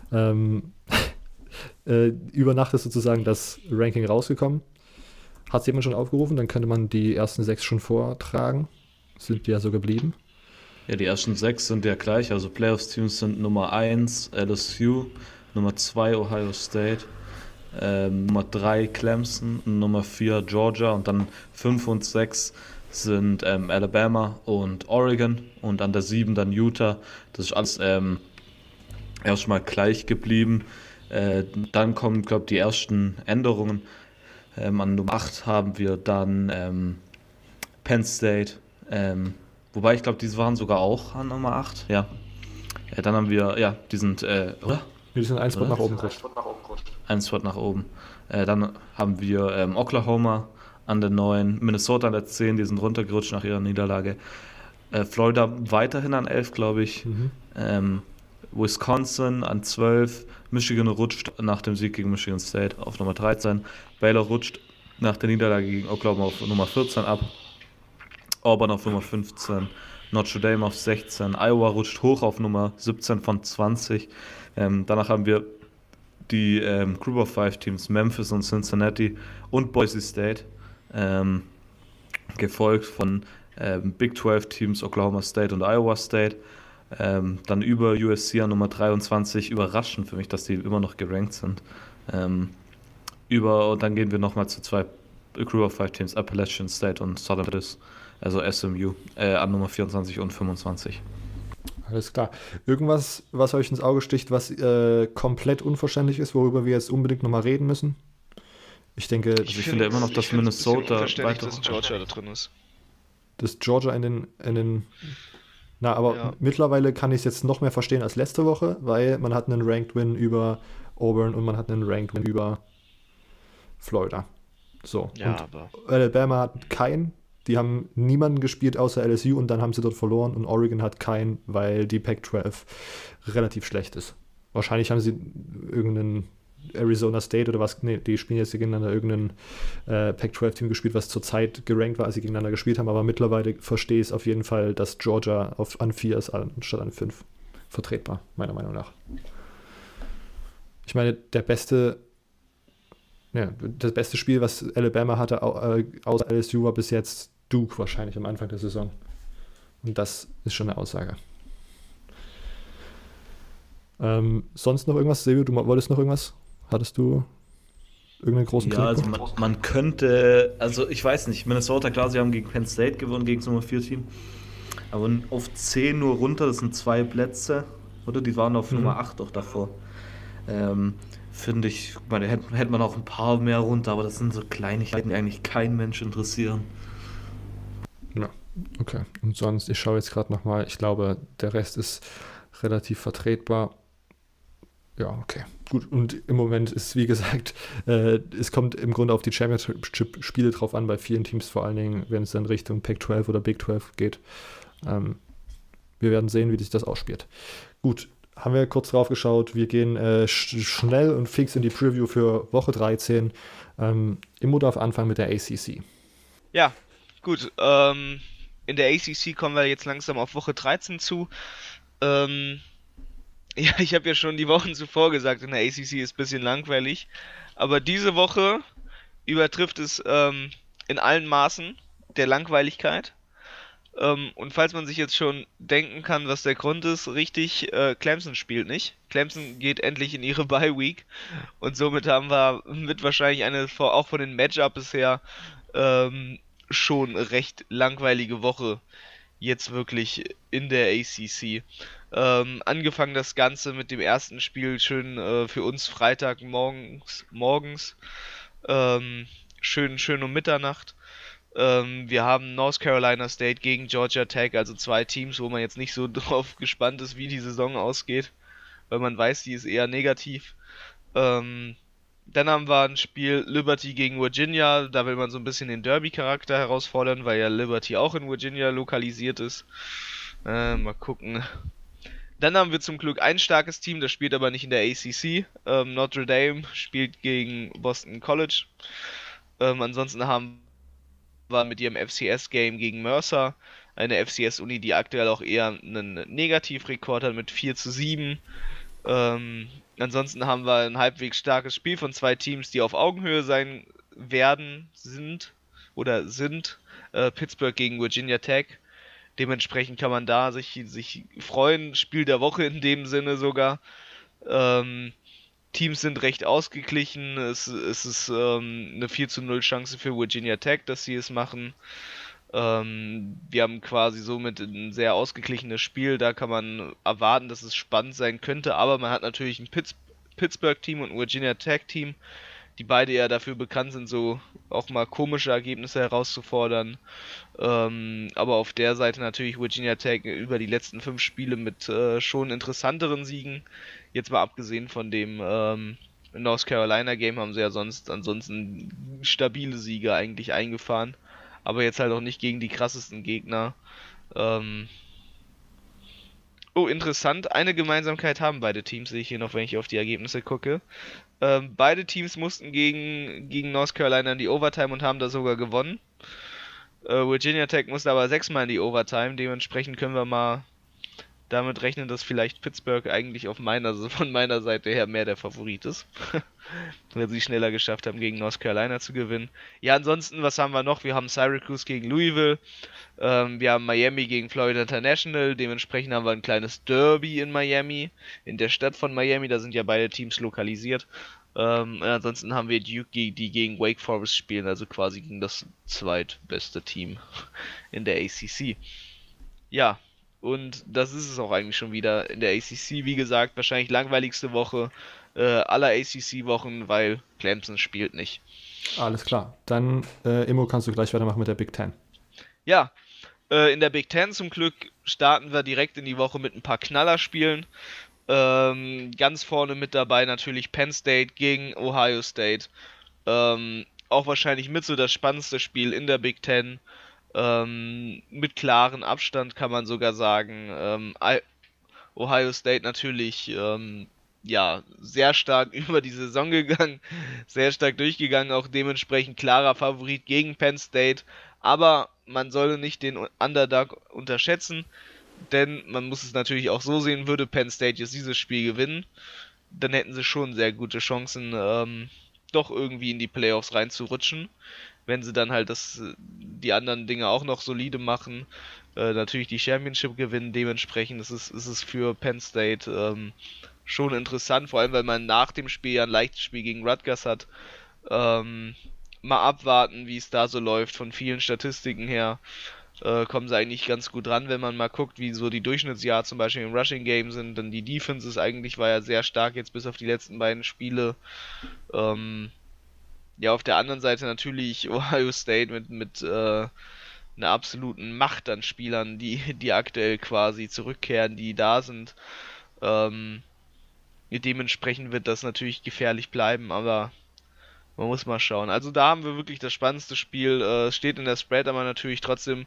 Über Nacht ist sozusagen das Ranking rausgekommen. Hat es jemand schon aufgerufen? Dann könnte man die ersten 6 schon vortragen. Sind die ja so geblieben? Ja, die ersten 6 sind ja gleich. Also Playoffs-Teams sind Nummer 1 LSU, Nummer 2 Ohio State, Nummer 3 Clemson, Nummer 4 Georgia und dann 5 und 6 sind Alabama und Oregon und an der 7 dann Utah. Das ist alles erstmal gleich geblieben. Dann kommen, glaube ich, die ersten Änderungen. An Nummer 8 haben wir dann Penn State. Wobei, ich glaube, diese waren sogar auch an Nummer 8. Ja. Dann haben wir, ja, die sind, oder? Die sind ein Spot nach oben gerutscht. Ein Spot nach oben. Dann haben wir Oklahoma an der 9, Minnesota an der 10, die sind runtergerutscht nach ihrer Niederlage. Florida weiterhin an 11, glaube ich. Wisconsin an 12, Michigan rutscht nach dem Sieg gegen Michigan State auf Nummer 13, Baylor rutscht nach der Niederlage gegen Oklahoma auf Nummer 14 ab, Auburn auf Nummer 15, Notre Dame auf 16, Iowa rutscht hoch auf Nummer 17 von 20, danach haben wir die Group of 5 Teams Memphis und Cincinnati und Boise State gefolgt von Big 12 Teams Oklahoma State und Iowa State. Dann über USC an Nummer 23, überraschend für mich, dass die immer noch gerankt sind. Und dann gehen wir nochmal zu zwei Group of Five Teams, Appalachian State und Southern Methodist, also SMU, an Nummer 24 und 25. Alles klar. Irgendwas, was euch ins Auge sticht, was komplett unverständlich ist, worüber wir jetzt unbedingt nochmal reden müssen? Ich denke, ich finde immer noch, dass Minnesota weiter, dass Georgia da drin ist. Dass Georgia mittlerweile kann ich es jetzt noch mehr verstehen als letzte Woche, weil man hat einen Ranked Win über Auburn und man hat einen Ranked Win über Florida. So. Ja, und aber Alabama hat keinen. Die haben niemanden gespielt außer LSU und dann haben sie dort verloren und Oregon hat keinen, weil die Pac-12 relativ schlecht ist. Wahrscheinlich haben sie irgendeinen Arizona State oder was, die spielen jetzt gegeneinander irgendein Pac-12-Team gespielt, was zurzeit gerankt war, als sie gegeneinander gespielt haben, aber mittlerweile verstehe ich es auf jeden Fall, dass Georgia an 4 ist anstatt an 5 vertretbar, meiner Meinung nach. Ich meine, das beste Spiel, was Alabama hatte, außer LSU, war bis jetzt Duke wahrscheinlich am Anfang der Saison. Und das ist schon eine Aussage. Sonst noch irgendwas? Silvio, du wolltest noch irgendwas? Hattest du irgendeinen großen Kritikpunkt? Ja, also man könnte, also ich weiß nicht, Minnesota, klar, sie haben gegen Penn State gewonnen, gegen das Nummer 4 Team. Aber auf 10 nur runter, das sind 2 Plätze. Oder die waren auf Nummer 8 auch davor. Finde ich, hätte man auch ein paar mehr runter, aber das sind so Kleinigkeiten, die eigentlich kein Mensch interessieren. Ja, okay. Und sonst, ich schaue jetzt gerade nochmal, ich glaube, der Rest ist relativ vertretbar. Ja, okay. Gut, und im Moment ist, wie gesagt, es kommt im Grunde auf die Championship-Spiele drauf an, bei vielen Teams, vor allen Dingen, wenn es dann Richtung Pac-12 oder Big 12 geht. Wir werden sehen, wie sich das ausspielt. Gut, haben wir kurz drauf geschaut. Wir gehen schnell und fix in die Preview für Woche 13. Immo darf anfangen mit der ACC. Ja, gut. In der ACC kommen wir jetzt langsam auf Woche 13 zu. Ja, ich habe ja schon die Wochen zuvor gesagt, in der ACC ist ein bisschen langweilig. Aber diese Woche übertrifft es in allen Maßen der Langweiligkeit. Und falls man sich jetzt schon denken kann, was der Grund ist, richtig, Clemson spielt nicht. Clemson geht endlich in ihre Bye-Week. Und somit haben wir mit wahrscheinlich auch von den Matchup bisher, schon recht langweilige Woche jetzt wirklich in der ACC. Angefangen das Ganze mit dem ersten Spiel schön für uns Freitag morgens, schön um Mitternacht. Wir haben North Carolina State gegen Georgia Tech, also 2 Teams, wo man jetzt nicht so drauf gespannt ist, wie die Saison ausgeht, weil man weiß, die ist eher negativ. Dann haben wir ein Spiel Liberty gegen Virginia, da will man so ein bisschen den Derby-Charakter herausfordern, weil ja Liberty auch in Virginia lokalisiert ist. Mal gucken. Dann haben wir zum Glück ein starkes Team, das spielt aber nicht in der ACC. Notre Dame spielt gegen Boston College. Ansonsten haben wir mit ihrem FCS-Game gegen Mercer, eine FCS-Uni, die aktuell auch eher einen Negativrekord hat mit 4-7. Ansonsten haben wir ein halbwegs starkes Spiel von 2 Teams, die auf Augenhöhe sein sind. Pittsburgh gegen Virginia Tech. Dementsprechend kann man da sich freuen. Spiel der Woche in dem Sinne sogar. Teams sind recht ausgeglichen. Es ist eine 4-0 Chance für Virginia Tech, dass sie es machen. Wir haben quasi somit ein sehr ausgeglichenes Spiel. Da kann man erwarten, dass es spannend sein könnte. Aber man hat natürlich ein Pittsburgh-Team und ein Virginia Tech-Team, die beide ja dafür bekannt sind, so auch mal komische Ergebnisse herauszufordern. Aber auf der Seite natürlich Virginia Tech über die letzten 5 Spiele mit schon interessanteren Siegen. Jetzt mal abgesehen von dem North Carolina Game haben sie ja ansonsten stabile Siege eigentlich eingefahren. Aber jetzt halt auch nicht gegen die krassesten Gegner. Interessant. Eine Gemeinsamkeit haben beide Teams, sehe ich hier noch, wenn ich auf die Ergebnisse gucke. Beide Teams mussten gegen North Carolina in die Overtime und haben da sogar gewonnen. Virginia Tech musste aber 6-mal in die Overtime. Dementsprechend können wir mal Damit rechnen, dass vielleicht Pittsburgh eigentlich von meiner Seite her mehr der Favorit ist. Weil sie schneller geschafft haben, gegen North Carolina zu gewinnen. Ja, ansonsten, was haben wir noch? Wir haben Syracuse gegen Louisville. Wir haben Miami gegen Florida International. Dementsprechend haben wir ein kleines Derby in Miami. In der Stadt von Miami. Da sind ja beide Teams lokalisiert. Ansonsten haben wir Duke, die gegen Wake Forest spielen. Also quasi gegen das zweitbeste Team in der ACC. Ja, und das ist es auch eigentlich schon wieder in der ACC. Wie gesagt, wahrscheinlich langweiligste Woche aller ACC-Wochen, weil Clemson spielt nicht. Alles klar. Dann, Immo, kannst du gleich weitermachen mit der Big Ten. Ja, in der Big Ten zum Glück starten wir direkt in die Woche mit ein paar Knallerspielen. Ganz vorne mit dabei natürlich Penn State gegen Ohio State. Auch wahrscheinlich mit so das spannendste Spiel in der Big Ten. Mit klaren Abstand kann man sogar sagen. Ohio State natürlich sehr stark über die Saison gegangen, sehr stark durchgegangen, auch dementsprechend klarer Favorit gegen Penn State. Aber man solle nicht den Underdog unterschätzen, denn man muss es natürlich auch so sehen, würde Penn State jetzt dieses Spiel gewinnen, dann hätten sie schon sehr gute Chancen, doch irgendwie in die Playoffs reinzurutschen. Wenn sie dann halt die anderen Dinge auch noch solide machen, natürlich die Championship gewinnen, dementsprechend ist es für Penn State schon interessant, vor allem weil man nach dem Spiel ja ein leichtes Spiel gegen Rutgers hat. Mal abwarten, wie es da so läuft. Von vielen Statistiken her kommen sie eigentlich ganz gut ran, wenn man mal guckt, wie so die Durchschnittsjahr zum Beispiel im Rushing Game sind. Denn die Defense war ja sehr stark jetzt bis auf die letzten beiden Spiele. Ja, auf der anderen Seite natürlich Ohio State mit einer absoluten Macht an Spielern, die aktuell quasi zurückkehren, die da sind. Dementsprechend wird das natürlich gefährlich bleiben, aber man muss mal schauen. Also da haben wir wirklich das spannendste Spiel. Steht in der Spread aber natürlich trotzdem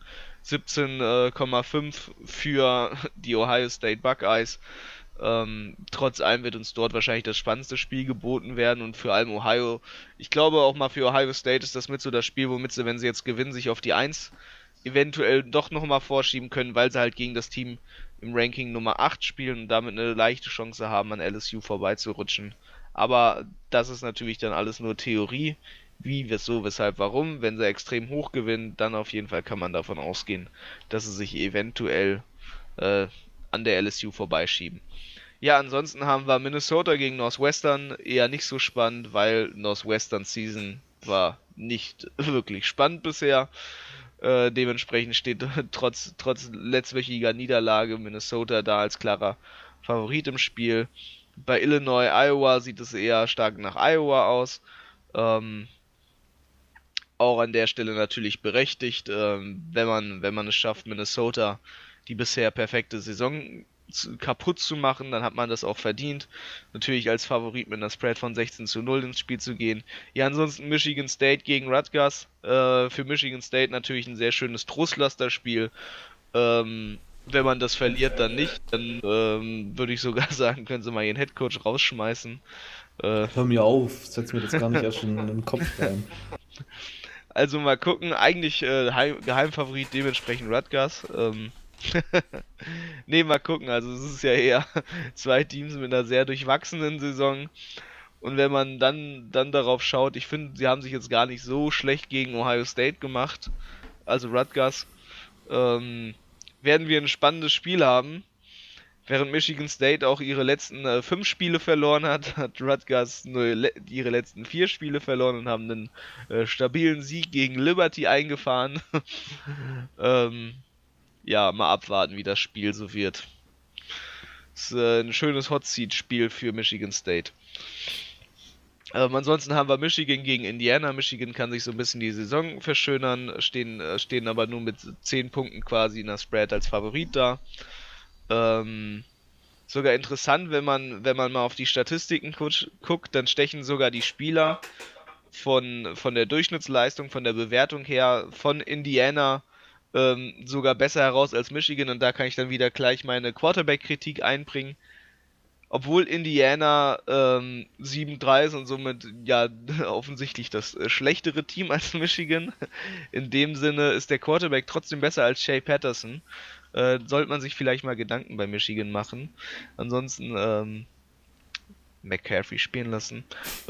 17,5 für die Ohio State Buckeyes. Trotz allem wird uns dort wahrscheinlich das spannendste Spiel geboten werden und vor allem Ohio. Ich glaube auch mal für Ohio State ist das mit so das Spiel, womit sie, wenn sie jetzt gewinnen, sich auf die 1 eventuell doch nochmal vorschieben können, weil sie halt gegen das Team im Ranking Nummer 8 spielen und damit eine leichte Chance haben, an LSU vorbeizurutschen. Aber das ist natürlich dann alles nur Theorie. Wie, wieso, weshalb, warum. Wenn sie extrem hoch gewinnen, dann auf jeden Fall kann man davon ausgehen, dass sie sich eventuell an der LSU vorbeischieben. Ja, ansonsten haben wir Minnesota gegen Northwestern. Eher nicht so spannend, weil Northwestern Season war nicht wirklich spannend bisher. Dementsprechend steht trotz letztwöchiger Niederlage Minnesota da als klarer Favorit im Spiel. Bei Illinois, Iowa sieht es eher stark nach Iowa aus. Auch an der Stelle natürlich berechtigt, wenn man es schafft, Minnesota die bisher perfekte Saison kaputt zu machen, dann hat man das auch verdient. Natürlich als Favorit mit einer Spread von 16:0 ins Spiel zu gehen. Ja, ansonsten Michigan State gegen Rutgers. Für Michigan State natürlich ein sehr schönes Trostlaster-Spiel. Wenn man das verliert, dann nicht. Dann würde ich sogar sagen, können sie mal ihren Headcoach rausschmeißen. Hör mir auf, setz mir das gar nicht erst schon in den Kopf rein. Also mal gucken, eigentlich Geheimfavorit dementsprechend Rutgers. Ne, mal gucken, also es ist ja eher zwei Teams mit einer sehr durchwachsenen Saison. Und wenn man dann darauf schaut, ich finde, sie haben sich jetzt gar nicht so schlecht gegen Ohio State gemacht, also Rutgers, werden wir ein spannendes Spiel haben. Während Michigan State auch ihre letzten 5 Spiele verloren hat Rutgers nur ihre letzten 4 Spiele verloren und haben einen stabilen Sieg gegen Liberty eingefahren. Ja, mal abwarten, wie das Spiel so wird. Das ist ein schönes Hot-Seat-Spiel für Michigan State. Ansonsten haben wir Michigan gegen Indiana. Michigan kann sich so ein bisschen die Saison verschönern, stehen aber nur mit 10 Punkten quasi in der Spread als Favorit da. Sogar interessant, wenn man mal auf die Statistiken guckt, dann stechen sogar die Spieler von der Durchschnittsleistung, von der Bewertung her von Indiana sogar besser heraus als Michigan, und da kann ich dann wieder gleich meine Quarterback-Kritik einbringen. Obwohl Indiana 7-3 ist und somit ja offensichtlich das schlechtere Team als Michigan. In dem Sinne ist der Quarterback trotzdem besser als Shea Patterson. sollte man sich vielleicht mal Gedanken bei Michigan machen. Ansonsten McCaffrey spielen lassen.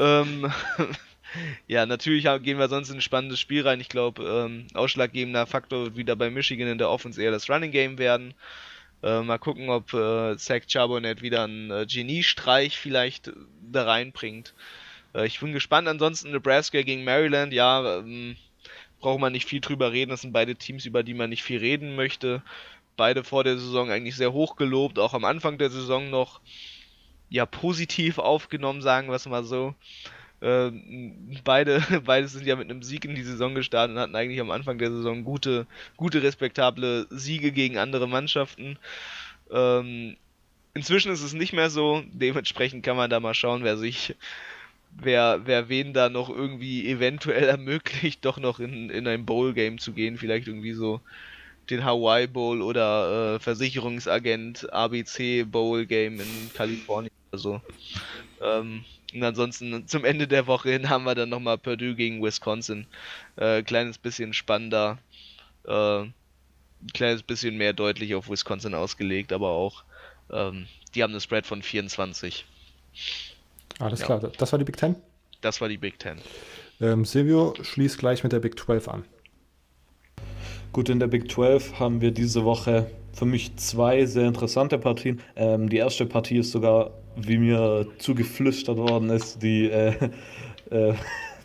Ja, natürlich gehen wir sonst in ein spannendes Spiel rein. Ich glaube, ausschlaggebender Faktor wird wieder bei Michigan in der Offense eher das Running Game werden. Mal gucken, ob Zach Charbonnet wieder einen Geniestreich vielleicht da reinbringt. Ich bin gespannt. Ansonsten Nebraska gegen Maryland, ja, braucht man nicht viel drüber reden. Das sind beide Teams, über die man nicht viel reden möchte. Beide vor der Saison eigentlich sehr hoch gelobt, auch am Anfang der Saison noch ja positiv aufgenommen, sagen wir es mal so. Beide sind ja mit einem Sieg in die Saison gestartet und hatten eigentlich am Anfang der Saison gute, respektable Siege gegen andere Mannschaften. Inzwischen ist es nicht mehr so, dementsprechend kann man da mal schauen, wer wen da noch irgendwie eventuell ermöglicht, doch noch in ein Bowl-Game zu gehen, vielleicht irgendwie so den Hawaii Bowl oder Versicherungsagent ABC Bowl Game in Kalifornien oder so. Und ansonsten zum Ende der Woche hin haben wir dann nochmal Purdue gegen Wisconsin. Kleines bisschen spannender, kleines bisschen mehr deutlich auf Wisconsin ausgelegt, aber auch die haben eine Spread von 24. Alles klar, das war die Big Ten? Das war die Big Ten. Silvio schließt gleich mit der Big 12 an. Gut, in der Big 12 haben wir diese Woche für mich 2 sehr interessante Partien. Die erste Partie ist sogar, wie mir zugeflüstert worden ist, mir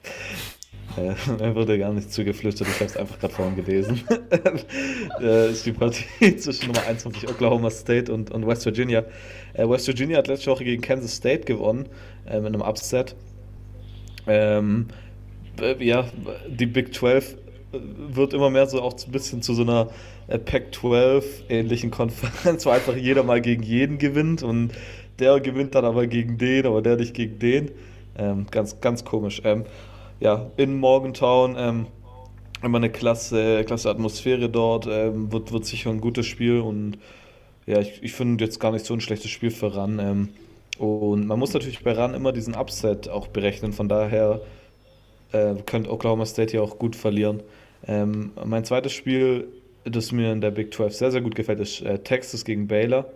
wurde gar nicht zugeflüstert, ich habe es einfach gerade vorhin gelesen. Ist die Partie zwischen Nummer 21 Oklahoma State und West Virginia. West Virginia hat letzte Woche gegen Kansas State gewonnen, in einem Upset. Die Big 12 wird immer mehr so auch ein bisschen zu so einer Pac-12-ähnlichen Konferenz, wo einfach jeder mal gegen jeden gewinnt und der gewinnt dann aber gegen den, aber der nicht gegen den. Ganz, ganz komisch. In Morgantown immer eine klasse Atmosphäre dort, wird sicher ein gutes Spiel und ja, ich finde jetzt gar nicht so ein schlechtes Spiel für RAN. Und man muss natürlich bei RAN immer diesen Upset auch berechnen, von daher könnte Oklahoma State ja auch gut verlieren. Mein zweites Spiel, das mir in der Big 12 sehr, sehr gut gefällt, ist Texas gegen Baylor.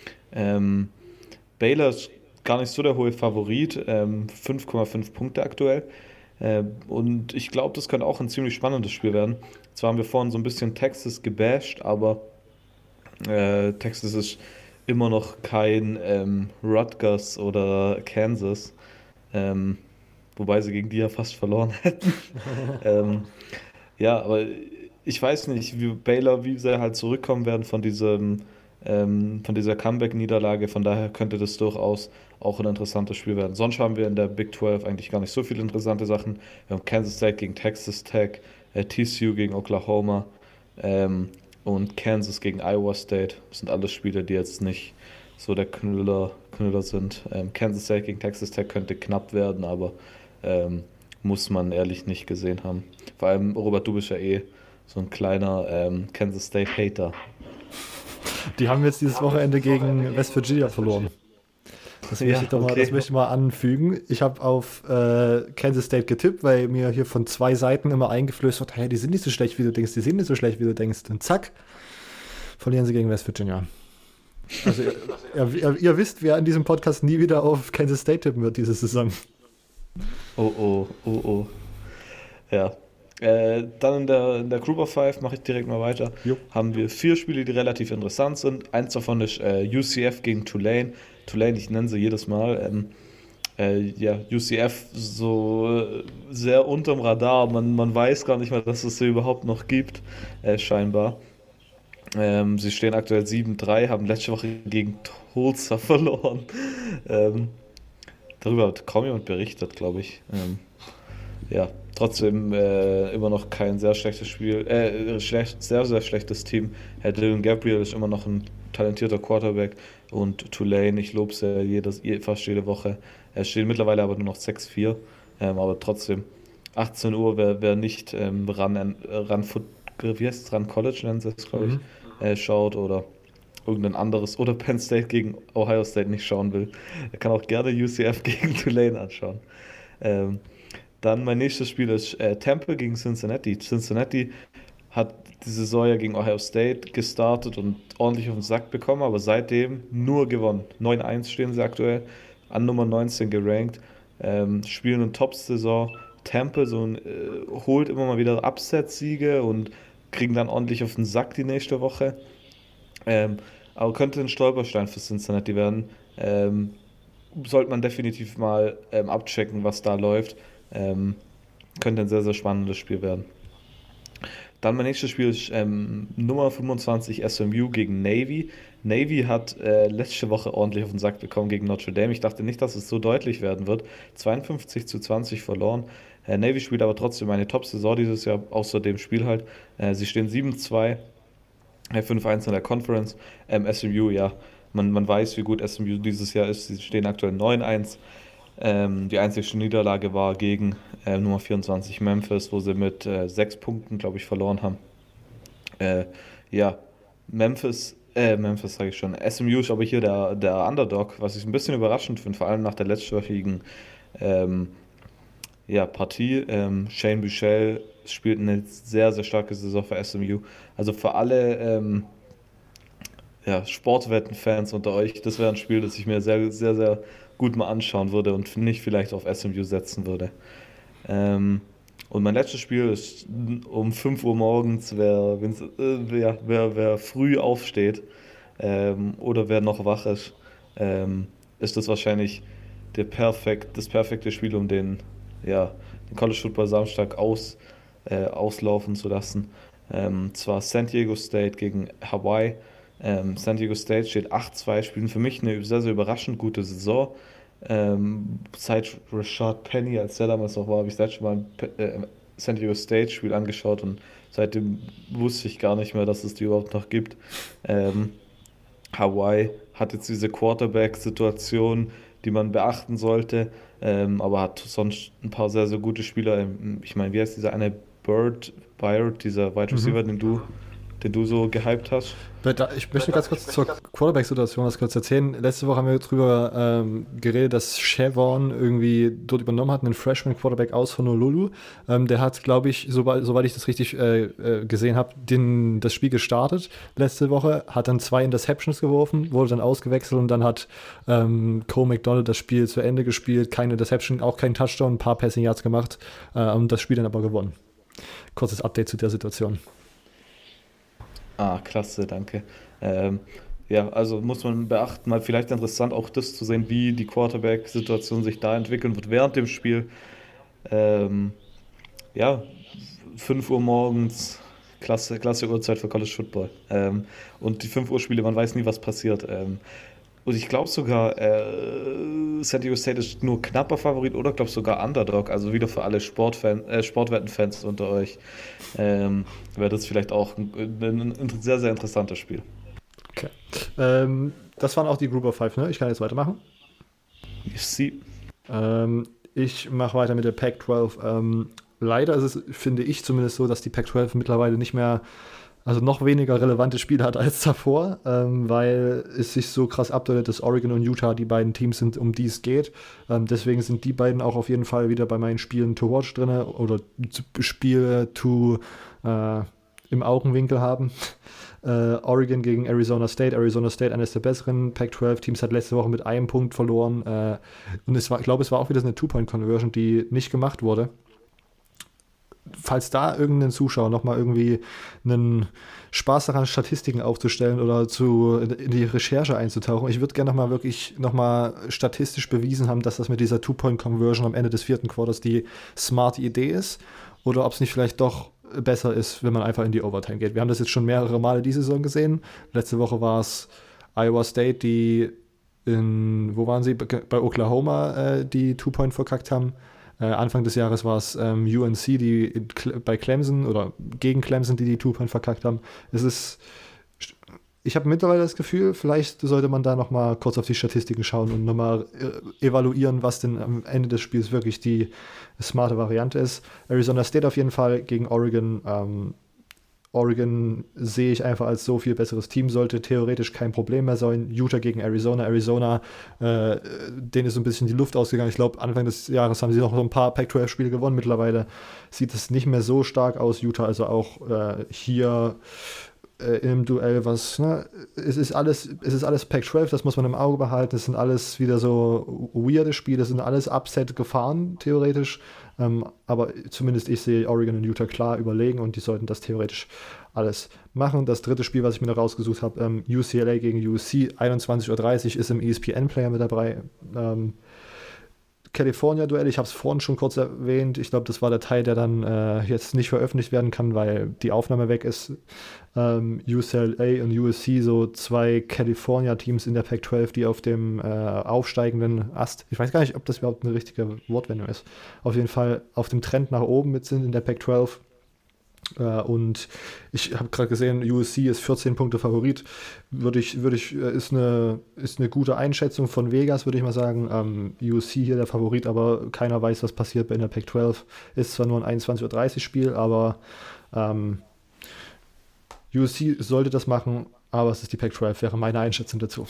Baylor ist gar nicht so der hohe Favorit, 5,5 Punkte aktuell. Und ich glaube, das könnte auch ein ziemlich spannendes Spiel werden. Zwar haben wir vorhin so ein bisschen Texas gebasht, aber Texas ist immer noch kein Rutgers oder Kansas. Wobei sie gegen die ja fast verloren hätten. Aber ich weiß nicht, wie sie halt zurückkommen werden von dieser Comeback-Niederlage. Von daher könnte das durchaus auch ein interessantes Spiel werden. Sonst haben wir in der Big 12 eigentlich gar nicht so viele interessante Sachen. Wir haben Kansas State gegen Texas Tech, TCU gegen Oklahoma und Kansas gegen Iowa State. Das sind alles Spiele, die jetzt nicht so der Knüller sind. Kansas State gegen Texas Tech könnte knapp werden, aber muss man ehrlich nicht gesehen haben. Vor allem, Robert, du bist ja so ein kleiner Kansas State-Hater. Die haben jetzt dieses Wochenende gegen West Virginia verloren. Das möchte ich mal anfügen. Ich habe auf Kansas State getippt, weil mir hier von 2 Seiten immer eingeflößt wird, hey, die sind nicht so schlecht, wie du denkst, die sind nicht so schlecht, wie du denkst. Und zack, verlieren sie gegen West Virginia. Also ihr wisst, wer in diesem Podcast nie wieder auf Kansas State tippen wird diese Saison. Oh. Ja. Dann in der Group of 5 mache ich direkt mal weiter. Haben wir 4 Spiele, die relativ interessant sind. Eins davon ist UCF gegen Tulane. Tulane, ich nenne sie jedes Mal. UCF so sehr unterm Radar. Man weiß gar nicht mehr, dass es sie überhaupt noch gibt, scheinbar. Sie stehen aktuell 7-3, haben letzte Woche gegen Tulsa verloren. Darüber hat kaum jemand berichtet, glaube ich. Trotzdem immer noch kein sehr schlechtes Spiel. Sehr, sehr schlechtes Team. Herr Dylan Gabriel ist immer noch ein talentierter Quarterback und Tulane, ich lobe es ja fast jede Woche. Er steht mittlerweile aber nur noch 6-4. Aber trotzdem, 18 Uhr, wer nicht Run College nennt es, glaube ich, schaut oder irgendein anderes oder Penn State gegen Ohio State nicht schauen will, er kann auch gerne UCF gegen Tulane anschauen. Dann mein nächstes Spiel ist Temple gegen Cincinnati. Cincinnati hat die Saison ja gegen Ohio State gestartet und ordentlich auf den Sack bekommen, aber seitdem nur gewonnen. 9-1 stehen sie aktuell, an Nummer 19 gerankt, spielen eine Top-Saison. Temple holt immer mal wieder Upset-Siege und kriegen dann ordentlich auf den Sack die nächste Woche. Aber könnte ein Stolperstein für Cincinnati werden. Sollte man definitiv mal abchecken, was da läuft. Könnte ein sehr, sehr spannendes Spiel werden. Dann mein nächstes Spiel ist Nummer 25 SMU gegen Navy. Navy hat letzte Woche ordentlich auf den Sack bekommen gegen Notre Dame. Ich dachte nicht, dass es so deutlich werden wird. 52-20 verloren. Navy spielt aber trotzdem eine Top-Saison dieses Jahr, außer dem Spiel halt. Sie stehen 7-2, 5-1 in der Conference. SMU, ja, man weiß, wie gut SMU dieses Jahr ist. Sie stehen aktuell 9-1. Die einzige Niederlage war gegen Nummer 24 Memphis, wo sie mit 6 Punkten, glaube ich, verloren haben. Ja, Memphis sage ich schon. SMU ist aber hier der Underdog, was ich ein bisschen überraschend finde, vor allem nach der letztwöchigen Partie. Shane Buechele spielt eine sehr, sehr starke Saison für SMU. Also für alle Sportwetten-Fans unter euch, das wäre ein Spiel, das ich mir sehr, sehr, sehr gut mal anschauen würde und nicht vielleicht auf SMU setzen würde. Und mein letztes Spiel ist um 5 Uhr morgens, wer früh aufsteht oder wer noch wach ist, ist das wahrscheinlich das perfekte Spiel, um den College Football Samstag auslaufen zu lassen. Zwar San Diego State gegen Hawaii. San Diego State steht 8-2, spielen für mich eine sehr, sehr überraschend gute Saison. Seit Rashad Penny, als der damals noch war, habe ich das letzte Mal ein San Diego State Spiel angeschaut und seitdem wusste ich gar nicht mehr, dass es die überhaupt noch gibt. Hawaii hat jetzt diese Quarterback-Situation, die man beachten sollte, aber hat sonst ein paar sehr, sehr gute Spieler. Ich meine, wie heißt dieser eine Byard, dieser Wide Receiver, den du so gehypt hast? Ich möchte ganz kurz zur Quarterback-Situation was kurz erzählen. Letzte Woche haben wir darüber geredet, dass Chevron irgendwie dort übernommen hat, einen Freshman-Quarterback aus Honolulu. Der hat, glaube ich, soweit ich das richtig gesehen habe, das Spiel gestartet letzte Woche, hat dann 2 Interceptions geworfen, wurde dann ausgewechselt und dann hat Cole McDonald das Spiel zu Ende gespielt, keine Interception, auch kein Touchdown, ein paar Passing Yards gemacht und das Spiel dann aber gewonnen. Kurzes Update zu der Situation. Klasse, danke. Also muss man beachten, mal vielleicht interessant auch das zu sehen, wie die Quarterback-Situation sich da entwickeln wird während dem Spiel. 5 Uhr morgens, klasse Uhrzeit für College Football. Und die 5 Uhr Spiele, man weiß nie, was passiert. Und ich glaube sogar, San Diego State ist nur knapper Favorit oder glaube sogar Underdog, also wieder für alle Sportwetten-Fans unter euch, wäre das vielleicht auch ein sehr, sehr interessantes Spiel. Okay. Das waren auch die Group of 5, ne? Ich kann jetzt weitermachen. Sie. Ich mache weiter mit der Pac-12. Leider ist es, finde ich zumindest so, dass die Pac-12 mittlerweile nicht mehr, also noch weniger relevante Spiele hat als davor, weil es sich so krass abdeutet, dass Oregon und Utah die beiden Teams sind, um die es geht. Deswegen sind die beiden auch auf jeden Fall wieder bei meinen Spielen to watch drin oder Spiele im Augenwinkel haben. Oregon gegen Arizona State, eines der besseren Pac-12-Teams, hat letzte Woche mit einem Punkt verloren. Und ich glaube, es war auch wieder eine Two-Point-Conversion, die nicht gemacht wurde. Falls da irgendein Zuschauer nochmal irgendwie einen Spaß daran, Statistiken aufzustellen oder in die Recherche einzutauchen, ich würde gerne nochmal statistisch bewiesen haben, dass das mit dieser Two-Point-Conversion am Ende des 4. Quarters die smarte Idee ist oder ob es nicht vielleicht doch besser ist, wenn man einfach in die Overtime geht. Wir haben das jetzt schon mehrere Male diese Saison gesehen. Letzte Woche war es Iowa State, die wo waren sie? Bei Oklahoma die Two-Point verkackt haben. Anfang des Jahres war es UNC, die bei Clemson oder gegen Clemson, die Two-Point verkackt haben. Ich habe mittlerweile das Gefühl, vielleicht sollte man da nochmal kurz auf die Statistiken schauen und nochmal evaluieren, was denn am Ende des Spiels wirklich die smarte Variante ist. Arizona State auf jeden Fall gegen Oregon. Oregon sehe ich einfach als so viel besseres Team, sollte theoretisch kein Problem mehr sein. Utah gegen Arizona. Arizona, denen ist so ein bisschen die Luft ausgegangen. Ich glaube, Anfang des Jahres haben sie noch so ein paar Pac-12-Spiele gewonnen. Mittlerweile sieht es nicht mehr so stark aus. Utah also auch hier im Duell, es ist alles Pac-12, das muss man im Auge behalten. Es sind alles wieder so weirde Spiele, es sind alles Upset-Gefahren, theoretisch. Aber zumindest ich sehe Oregon und Utah klar überlegen und die sollten das theoretisch alles machen. Das dritte Spiel, was ich mir noch rausgesucht habe, UCLA gegen USC, 21:30 Uhr, ist im ESPN-Player mit dabei. California-Duell, ich habe es vorhin schon kurz erwähnt. Ich glaube, das war der Teil, der dann jetzt nicht veröffentlicht werden kann, weil die Aufnahme weg ist. UCLA und USC, so zwei California-Teams in der Pac-12, die auf dem aufsteigenden Ast, ich weiß gar nicht, ob das überhaupt eine richtige Wortwendung ist, auf jeden Fall auf dem Trend nach oben mit sind in der Pac-12. Und ich habe gerade gesehen, USC ist 14 Punkte Favorit. Ist eine gute Einschätzung von Vegas, würde ich mal sagen. USC hier der Favorit, aber keiner weiß, was passiert in der Pac-12. Ist zwar nur ein 21:30 Uhr Spiel, aber USC sollte das machen, aber es ist die Pac-12, wäre meine Einschätzung dazu.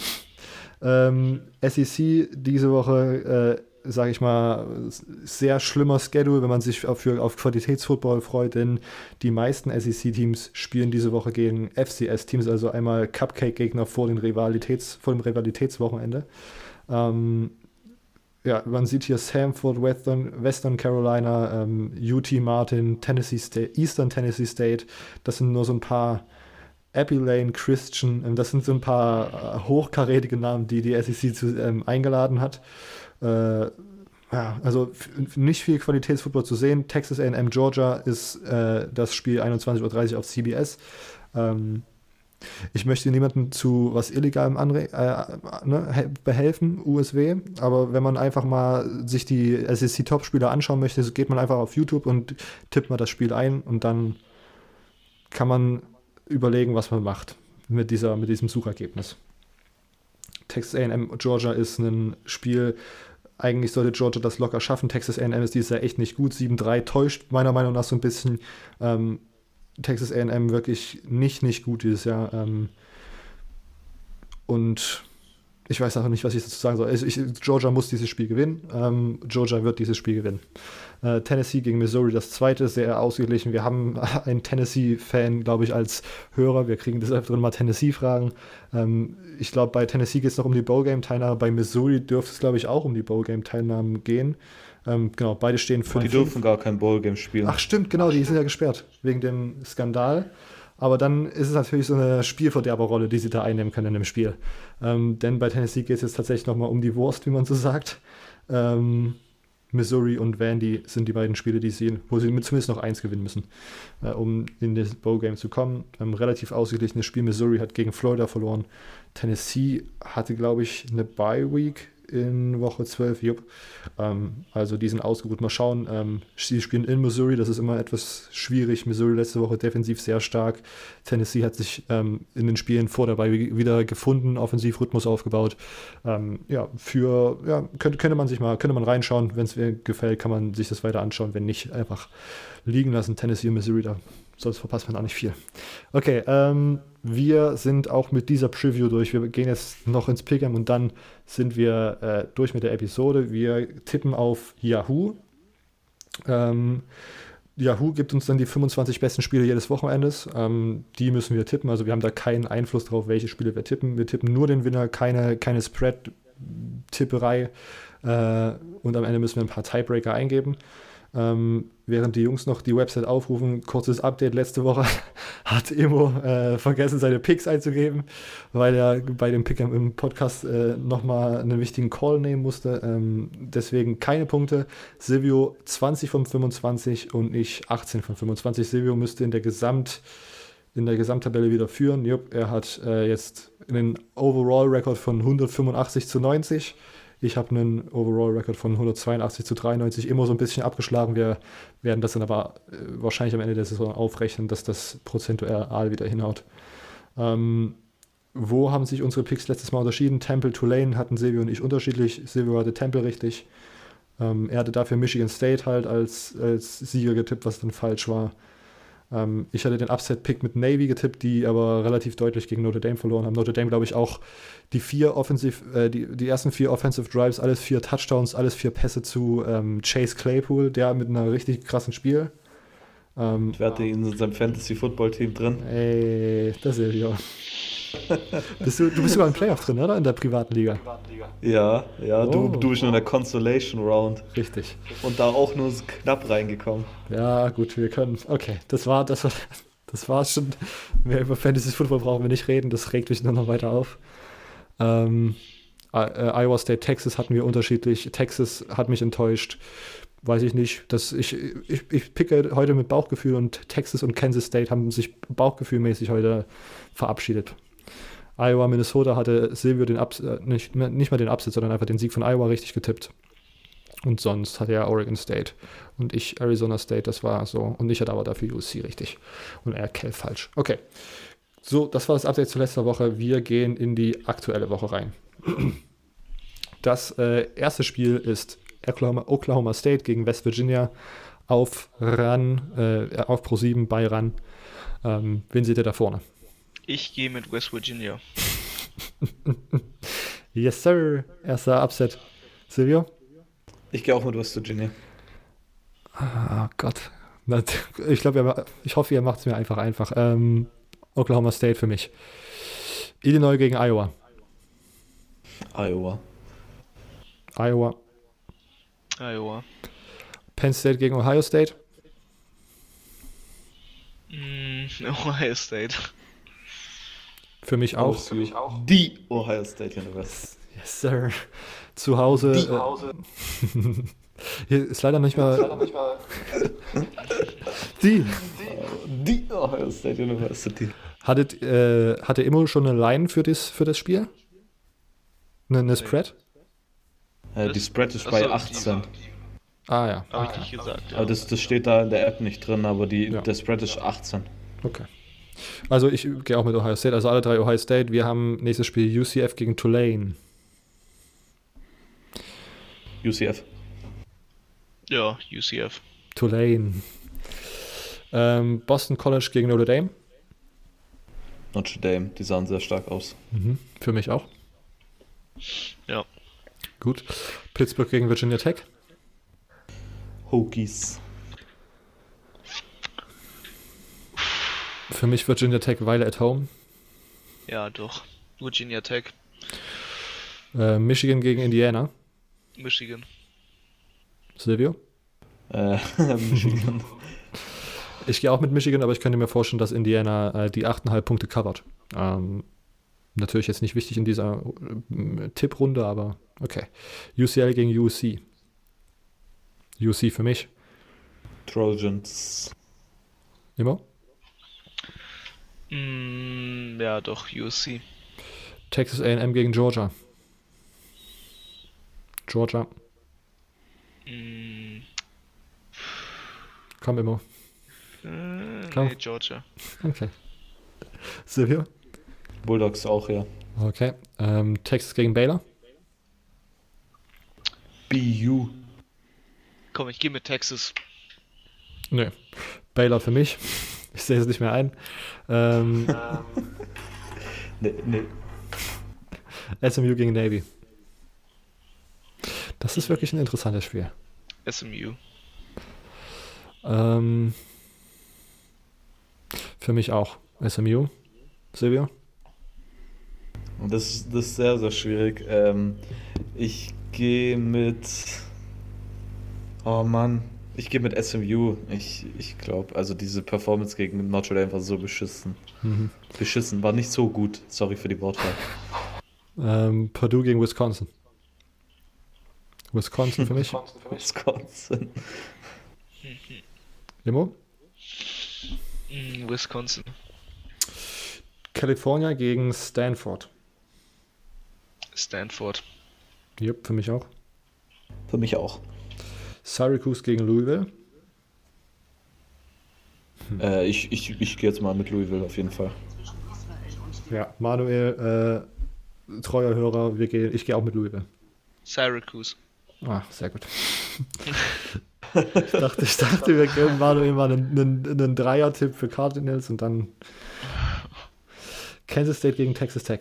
SEC diese Woche, sage ich mal, sehr schlimmer Schedule, wenn man sich auf Qualitätsfootball freut, denn die meisten SEC-Teams spielen diese Woche gegen FCS-Teams, also einmal Cupcake-Gegner vor dem Rivalitätswochenende. Ja, man sieht hier Samford, Western Carolina, UT Martin, Tennessee State, Eastern Tennessee State. Das sind nur so ein paar Abilene Christian, das sind so ein paar hochkarätige Namen, die SEC eingeladen hat. Ja, also nicht viel Qualitätsfootball zu sehen. Texas A&M Georgia ist das Spiel 21:30 Uhr auf CBS. Ich möchte niemandem zu was Illegalem behelfen, USW, aber wenn man einfach mal sich die SEC-Top-Spieler anschauen möchte, so geht man einfach auf YouTube und tippt mal das Spiel ein und dann kann man überlegen, was man macht mit diesem Suchergebnis. Texas A&M Georgia ist ein Spiel, eigentlich sollte Georgia das locker schaffen. Texas A&M ist dieses Jahr echt nicht gut. 7-3 täuscht meiner Meinung nach so ein bisschen. Texas A&M wirklich nicht gut dieses Jahr. Und ich weiß auch nicht, was ich dazu sagen soll. Georgia muss dieses Spiel gewinnen. Georgia wird dieses Spiel gewinnen. Tennessee gegen Missouri, das zweite, sehr ausgeglichen. Wir haben einen Tennessee-Fan, glaube ich, als Hörer. Wir kriegen des Öfteren mal Tennessee-Fragen. Ich glaube, bei Tennessee geht es noch um die Bowl-Game-Teilnahme. Bei Missouri dürfte es, glaube ich, auch um die Bowl-Game-Teilnahmen gehen. Genau, beide stehen 5-5. Die dürfen gar kein Bowl-Game spielen. Ach stimmt, genau, die sind ja gesperrt wegen dem Skandal. Aber dann ist es natürlich so eine Spielverderberrolle, die sie da einnehmen können in dem Spiel. Denn bei Tennessee geht es jetzt tatsächlich nochmal um die Wurst, wie man so sagt. Missouri und Vandy sind die beiden Spiele, wo sie zumindest noch eins gewinnen müssen, um in das Bowl-Game zu kommen. Relativ ausgeglichenes Spiel. Missouri hat gegen Florida verloren. Tennessee hatte, glaube ich, eine Bye-Week in Woche 12. Also die sind ausgeruht. Mal schauen. Sie spielen in Missouri, das ist immer etwas schwierig. Missouri letzte Woche defensiv sehr stark. Tennessee hat sich in den Spielen vor dabei wieder gefunden, Offensivrhythmus aufgebaut. Könnte man reinschauen. Wenn es mir gefällt, kann man sich das weiter anschauen. Wenn nicht, einfach liegen lassen. Tennessee und Missouri, da sonst verpasst man auch nicht viel. Okay, wir sind auch mit dieser Preview durch. Wir gehen jetzt noch ins Pick'em und dann sind wir durch mit der Episode. Wir tippen auf Yahoo. Yahoo gibt uns dann die 25 besten Spiele jedes Wochenendes. Die müssen wir tippen. Also wir haben da keinen Einfluss drauf, welche Spiele wir tippen. Wir tippen nur den Winner, keine Spread-Tipperei. Und am Ende müssen wir ein paar Tiebreaker eingeben. Während die Jungs noch die Website aufrufen, kurzes Update: letzte Woche hat Immo vergessen, seine Picks einzugeben, weil er bei dem Pick im Podcast nochmal einen wichtigen Call nehmen musste. Deswegen keine Punkte. Silvio 20 von 25 und ich 18 von 25. Silvio müsste in der Gesamttabelle wieder führen. Er hat jetzt einen Overall-Record von 185:90. Ich habe einen Overall-Record von 182:93, immer so ein bisschen abgeschlagen. Wir werden das dann aber wahrscheinlich am Ende der Saison aufrechnen, dass das prozentual wieder hinhaut. Wo haben sich unsere Picks letztes Mal unterschieden? Temple, Tulane hatten Silvio und ich unterschiedlich. Silvio hatte Temple richtig. Er hatte dafür Michigan State halt als Sieger getippt, was dann falsch war. Ich hatte den Upset-Pick mit Navy getippt, die aber relativ deutlich gegen Notre Dame verloren haben. Notre Dame, glaube ich, auch die ersten 4 Offensive Drives, alles 4 Touchdowns, alles 4 Pässe zu Chase Claypool, der mit einem richtig krassen Spiel. Wer hatte ihn in seinem Fantasy-Football-Team drin? Ey, das ist ja. Du bist sogar im Playoff drin, oder? In der privaten Liga. Ja, Oh. du bist nur in der Consolation Round Richtig. und da auch nur so knapp reingekommen. Ja, gut, wir können. Okay, das war schon. Mehr über Fantasy Football brauchen wir nicht reden, das regt mich nur noch weiter auf. Iowa State, Texas hatten wir unterschiedlich. Texas hat mich enttäuscht. Weiß ich nicht. Ich picke heute mit Bauchgefühl und Texas und Kansas State haben sich bauchgefühlmäßig heute verabschiedet. Iowa, Minnesota hatte Silvio nicht mal den Upset, sondern einfach den Sieg von Iowa richtig getippt. Und sonst hatte er Oregon State und ich Arizona State, das war so. Und ich hatte aber dafür USC richtig und er Cal falsch. Okay, so, das war das Update zu letzter Woche. Wir gehen in die aktuelle Woche rein. Das erste Spiel ist Oklahoma State gegen West Virginia auf Pro7 bei RAN. Wen seht ihr da vorne? Ich gehe mit West Virginia. Yes, sir. Erster Upset. Silvio? Ich gehe auch mit West Virginia. Ah, Gott. Ich hoffe, ihr macht es mir einfach. Oklahoma State für mich. Illinois gegen Iowa. Iowa. Penn State gegen Ohio State. Ohio State. Für mich auch. Die Ohio State University. Yes, sir. Zu Hause. Hier ist leider nicht mal. Die Ohio State University. Hatte Immo schon eine Line für das Spiel? Eine Spread? Die Spread ist bei 18. Ah ja. Habe ich nicht gesagt. Ja. Aber das steht da in der App nicht drin, aber Ja. der Spread ist 18. Okay. Also ich gehe auch mit Ohio State, also alle 3 Ohio State. Wir haben nächstes Spiel UCF gegen Tulane. UCF. Ja, UCF. Tulane. Boston College gegen Notre Dame. Notre Dame, die sahen sehr stark aus. Für mich auch. Ja. Gut. Pittsburgh gegen Virginia Tech. Hokies. Für mich Virginia Tech, weil at home. Ja, doch. Virginia Tech. Michigan gegen Indiana. Michigan. Silvio? Michigan. Ich gehe auch mit Michigan, aber ich könnte mir vorstellen, dass Indiana die 8,5 Punkte covert. Natürlich jetzt nicht wichtig in dieser Tipprunde, aber okay. UCL gegen USC. USC für mich. Trojans. Immer? Ja, doch, USC. Texas A&M gegen Georgia. Georgia. Komm immer. Komm. Nee, Georgia. Okay. Silvio? Bulldogs auch, ja. Okay. Texas gegen Baylor. BU. Komm, ich gehe mit Texas. Nö. Baylor für mich. Ich sehe es nicht mehr ein. Nee. SMU gegen Navy. Das ist wirklich ein interessantes Spiel. SMU. Für mich auch. SMU. Silvio? Das ist sehr, sehr schwierig. Ich gehe mit... Oh Mann. Ich gehe mit SMU. Ich glaube, also diese Performance gegen Notre Dame war so beschissen. Beschissen, war nicht so gut. Sorry für die Wortwahl. Purdue gegen Wisconsin. Wisconsin für mich. Wisconsin. Immo? Wisconsin. California gegen Stanford. Stanford. Jupp, für mich auch. Für mich auch. Syracuse gegen Louisville. Ich gehe jetzt mal mit Louisville auf jeden Fall. Ja, Manuel, treuer Hörer, ich gehe auch mit Louisville. Syracuse. Ah, sehr gut. Ich dachte, wir geben Manuel mal einen Dreier-Tipp für Cardinals und dann Kansas State gegen Texas Tech.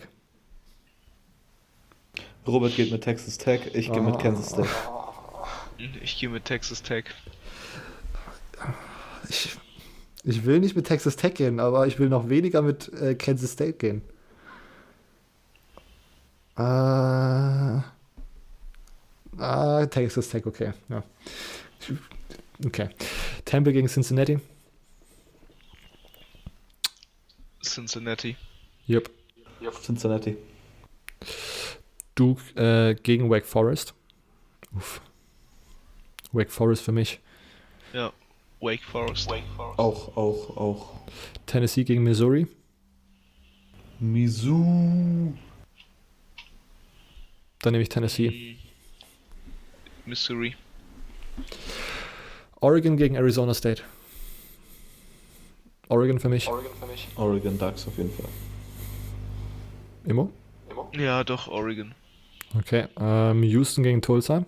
Robert geht mit Texas Tech, ich gehe mit Kansas State. Ich gehe mit Texas Tech. Ich will nicht mit Texas Tech gehen, aber ich will noch weniger mit Kansas State gehen. Texas Tech, okay. Ja. Okay. Temple gegen Cincinnati. Cincinnati. Yep. Cincinnati. Duke gegen Wake Forest. Uff. Wake Forest für mich. Ja, Wake Forest. Auch. Tennessee gegen Missouri. Mizzou. Dann nehme ich Tennessee. Missouri. Oregon gegen Arizona State. Oregon für mich. Oregon Ducks auf jeden Fall. Immo? Ja, doch, Oregon. Okay. Houston gegen Tulsa.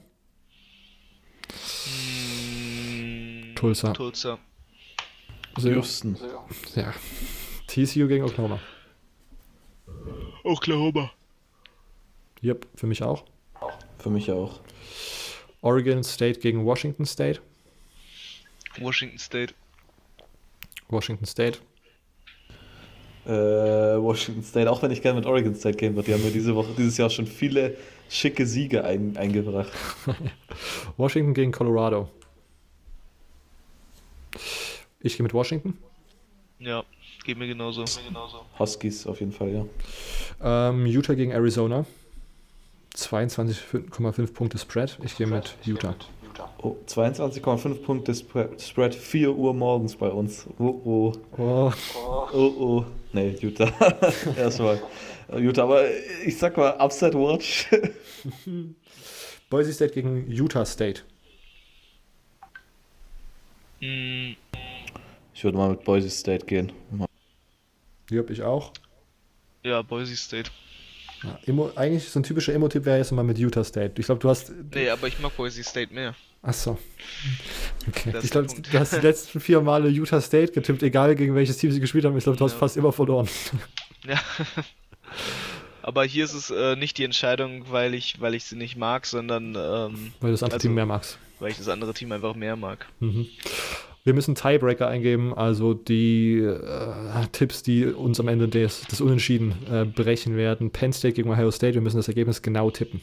Tulsa. Tulsa. Houston. Ja. TCU gegen Oklahoma. Oklahoma. Yep, für mich auch. Für mich auch. Oregon State gegen Washington State. Washington State. Washington State. Washington State, auch wenn ich gerne mit Oregon State gehen würde. Die haben mir dieses Jahr schon viele schicke Siege eingebracht. Washington gegen Colorado. Ich gehe mit Washington. Ja, geht mir genauso. Huskies auf jeden Fall, ja. Utah gegen Arizona. 22,5 Punkte Spread. Ich gehe mit Utah. Oh, 22,5 Punkte Spread, 4 Uhr morgens bei uns. Oh. Nee, Utah. Erstmal. Utah, aber ich sag mal, Upset Watch. Boise State gegen Utah State. Ich würde mal mit Boise State gehen. Yep, ich auch. Ja, Boise State. Ja, eigentlich so ein typischer Emo-Tipp wäre jetzt mal mit Utah State. Ich glaube, du hast... Nee, aber ich mag Boise State mehr. Achso. Okay. Das Ich glaube, ist der Punkt. du hast die letzten 4 Male Utah State getippt, egal gegen welches Team sie gespielt haben. Ich glaube, du hast fast immer verloren. Ja. Aber hier ist es nicht die Entscheidung, weil ich sie nicht mag, sondern Weil du das andere Team mehr magst. weil ich das andere Team einfach mehr mag. Mhm. Wir müssen Tiebreaker eingeben, also die Tipps, die uns am Ende des Unentschieden brechen werden. Penn State gegen Ohio State, wir müssen das Ergebnis genau tippen.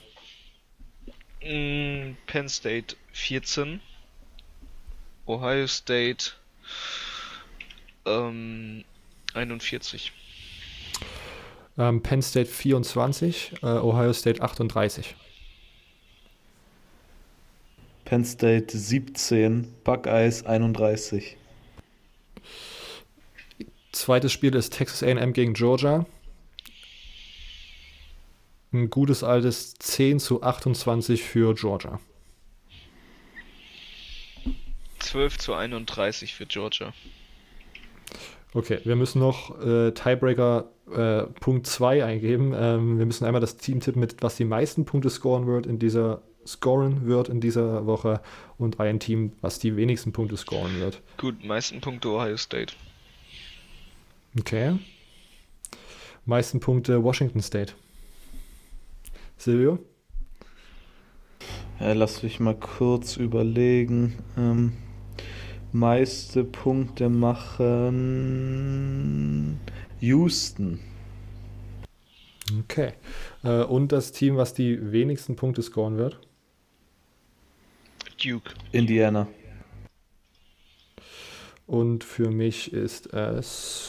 Penn State 14. Ohio State 41. Penn State 24, Ohio State 38. Penn State 17, Buckeyes 31. Zweites Spiel ist Texas A&M gegen Georgia. Ein gutes altes 10-28 für Georgia. 12-31 für Georgia. Okay, wir müssen noch Tiebreaker Punkt 2 eingeben. Wir müssen einmal das Team tippen, mit was die meisten Punkte scoren wird in dieser Woche und ein Team, was die wenigsten Punkte scoren wird. Gut, meisten Punkte Ohio State. Okay. Meisten Punkte Washington State. Silvio? Lass mich mal kurz überlegen. Meiste Punkte machen Houston. Okay. Und das Team, was die wenigsten Punkte scoren wird? Duke. Indiana. Und für mich ist es...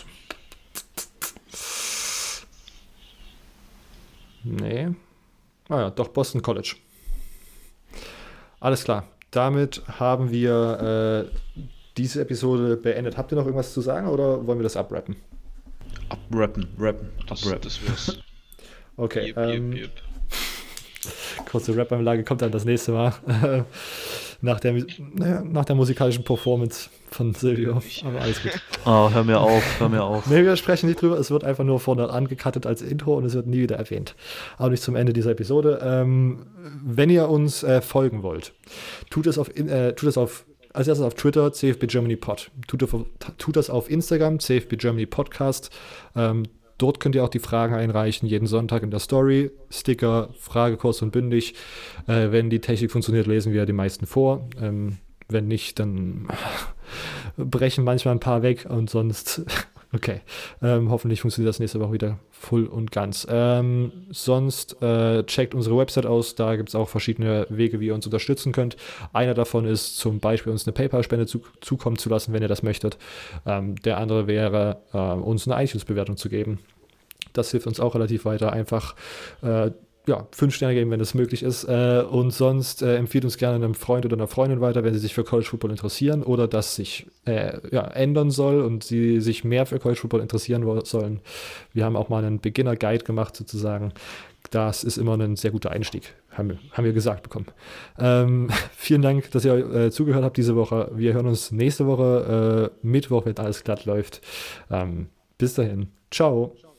Nee. Ah ja, doch Boston College. Alles klar. Damit haben wir diese Episode beendet. Habt ihr noch irgendwas zu sagen oder wollen wir das abrappen? Rappen. Das wär's. Okay. Yep. Kurze Rap-Anlage kommt dann das nächste Mal. Nach der musikalischen Performance von Silvio. Aber alles gut. Oh, hör mir auf. Nee, wir sprechen nicht drüber. Es wird einfach nur vorne angecuttet als Intro und es wird nie wieder erwähnt. Auch nicht zum Ende dieser Episode. Wenn ihr uns folgen wollt, tut es auf als erstes auf Twitter, CFB Germany Pod. Tut das auf Instagram, CFB Germany Podcast. Dort könnt ihr auch die Fragen einreichen, jeden Sonntag in der Story. Sticker, Frage kurz und bündig. Wenn die Technik funktioniert, lesen wir die meisten vor. Wenn nicht, dann brechen manchmal ein paar weg und sonst, okay. Hoffentlich funktioniert das nächste Woche wieder voll und ganz. Sonst checkt unsere Website aus, da gibt es auch verschiedene Wege, wie ihr uns unterstützen könnt. Einer davon ist zum Beispiel uns eine PayPal-Spende zukommen zu lassen, wenn ihr das möchtet. Der andere wäre, uns eine iTunes-Bewertung zu geben. Das hilft uns auch relativ weiter. Einfach 5 Sterne geben, wenn das möglich ist. Und sonst empfiehlt uns gerne einem Freund oder einer Freundin weiter, wenn sie sich für College Football interessieren oder das sich ändern soll und sie sich mehr für College Football interessieren sollen. Wir haben auch mal einen Beginner-Guide gemacht, sozusagen. Das ist immer ein sehr guter Einstieg, haben wir gesagt bekommen. Vielen Dank, dass ihr zugehört habt diese Woche. Wir hören uns nächste Woche Mittwoch, wenn alles glatt läuft. Bis dahin. Ciao.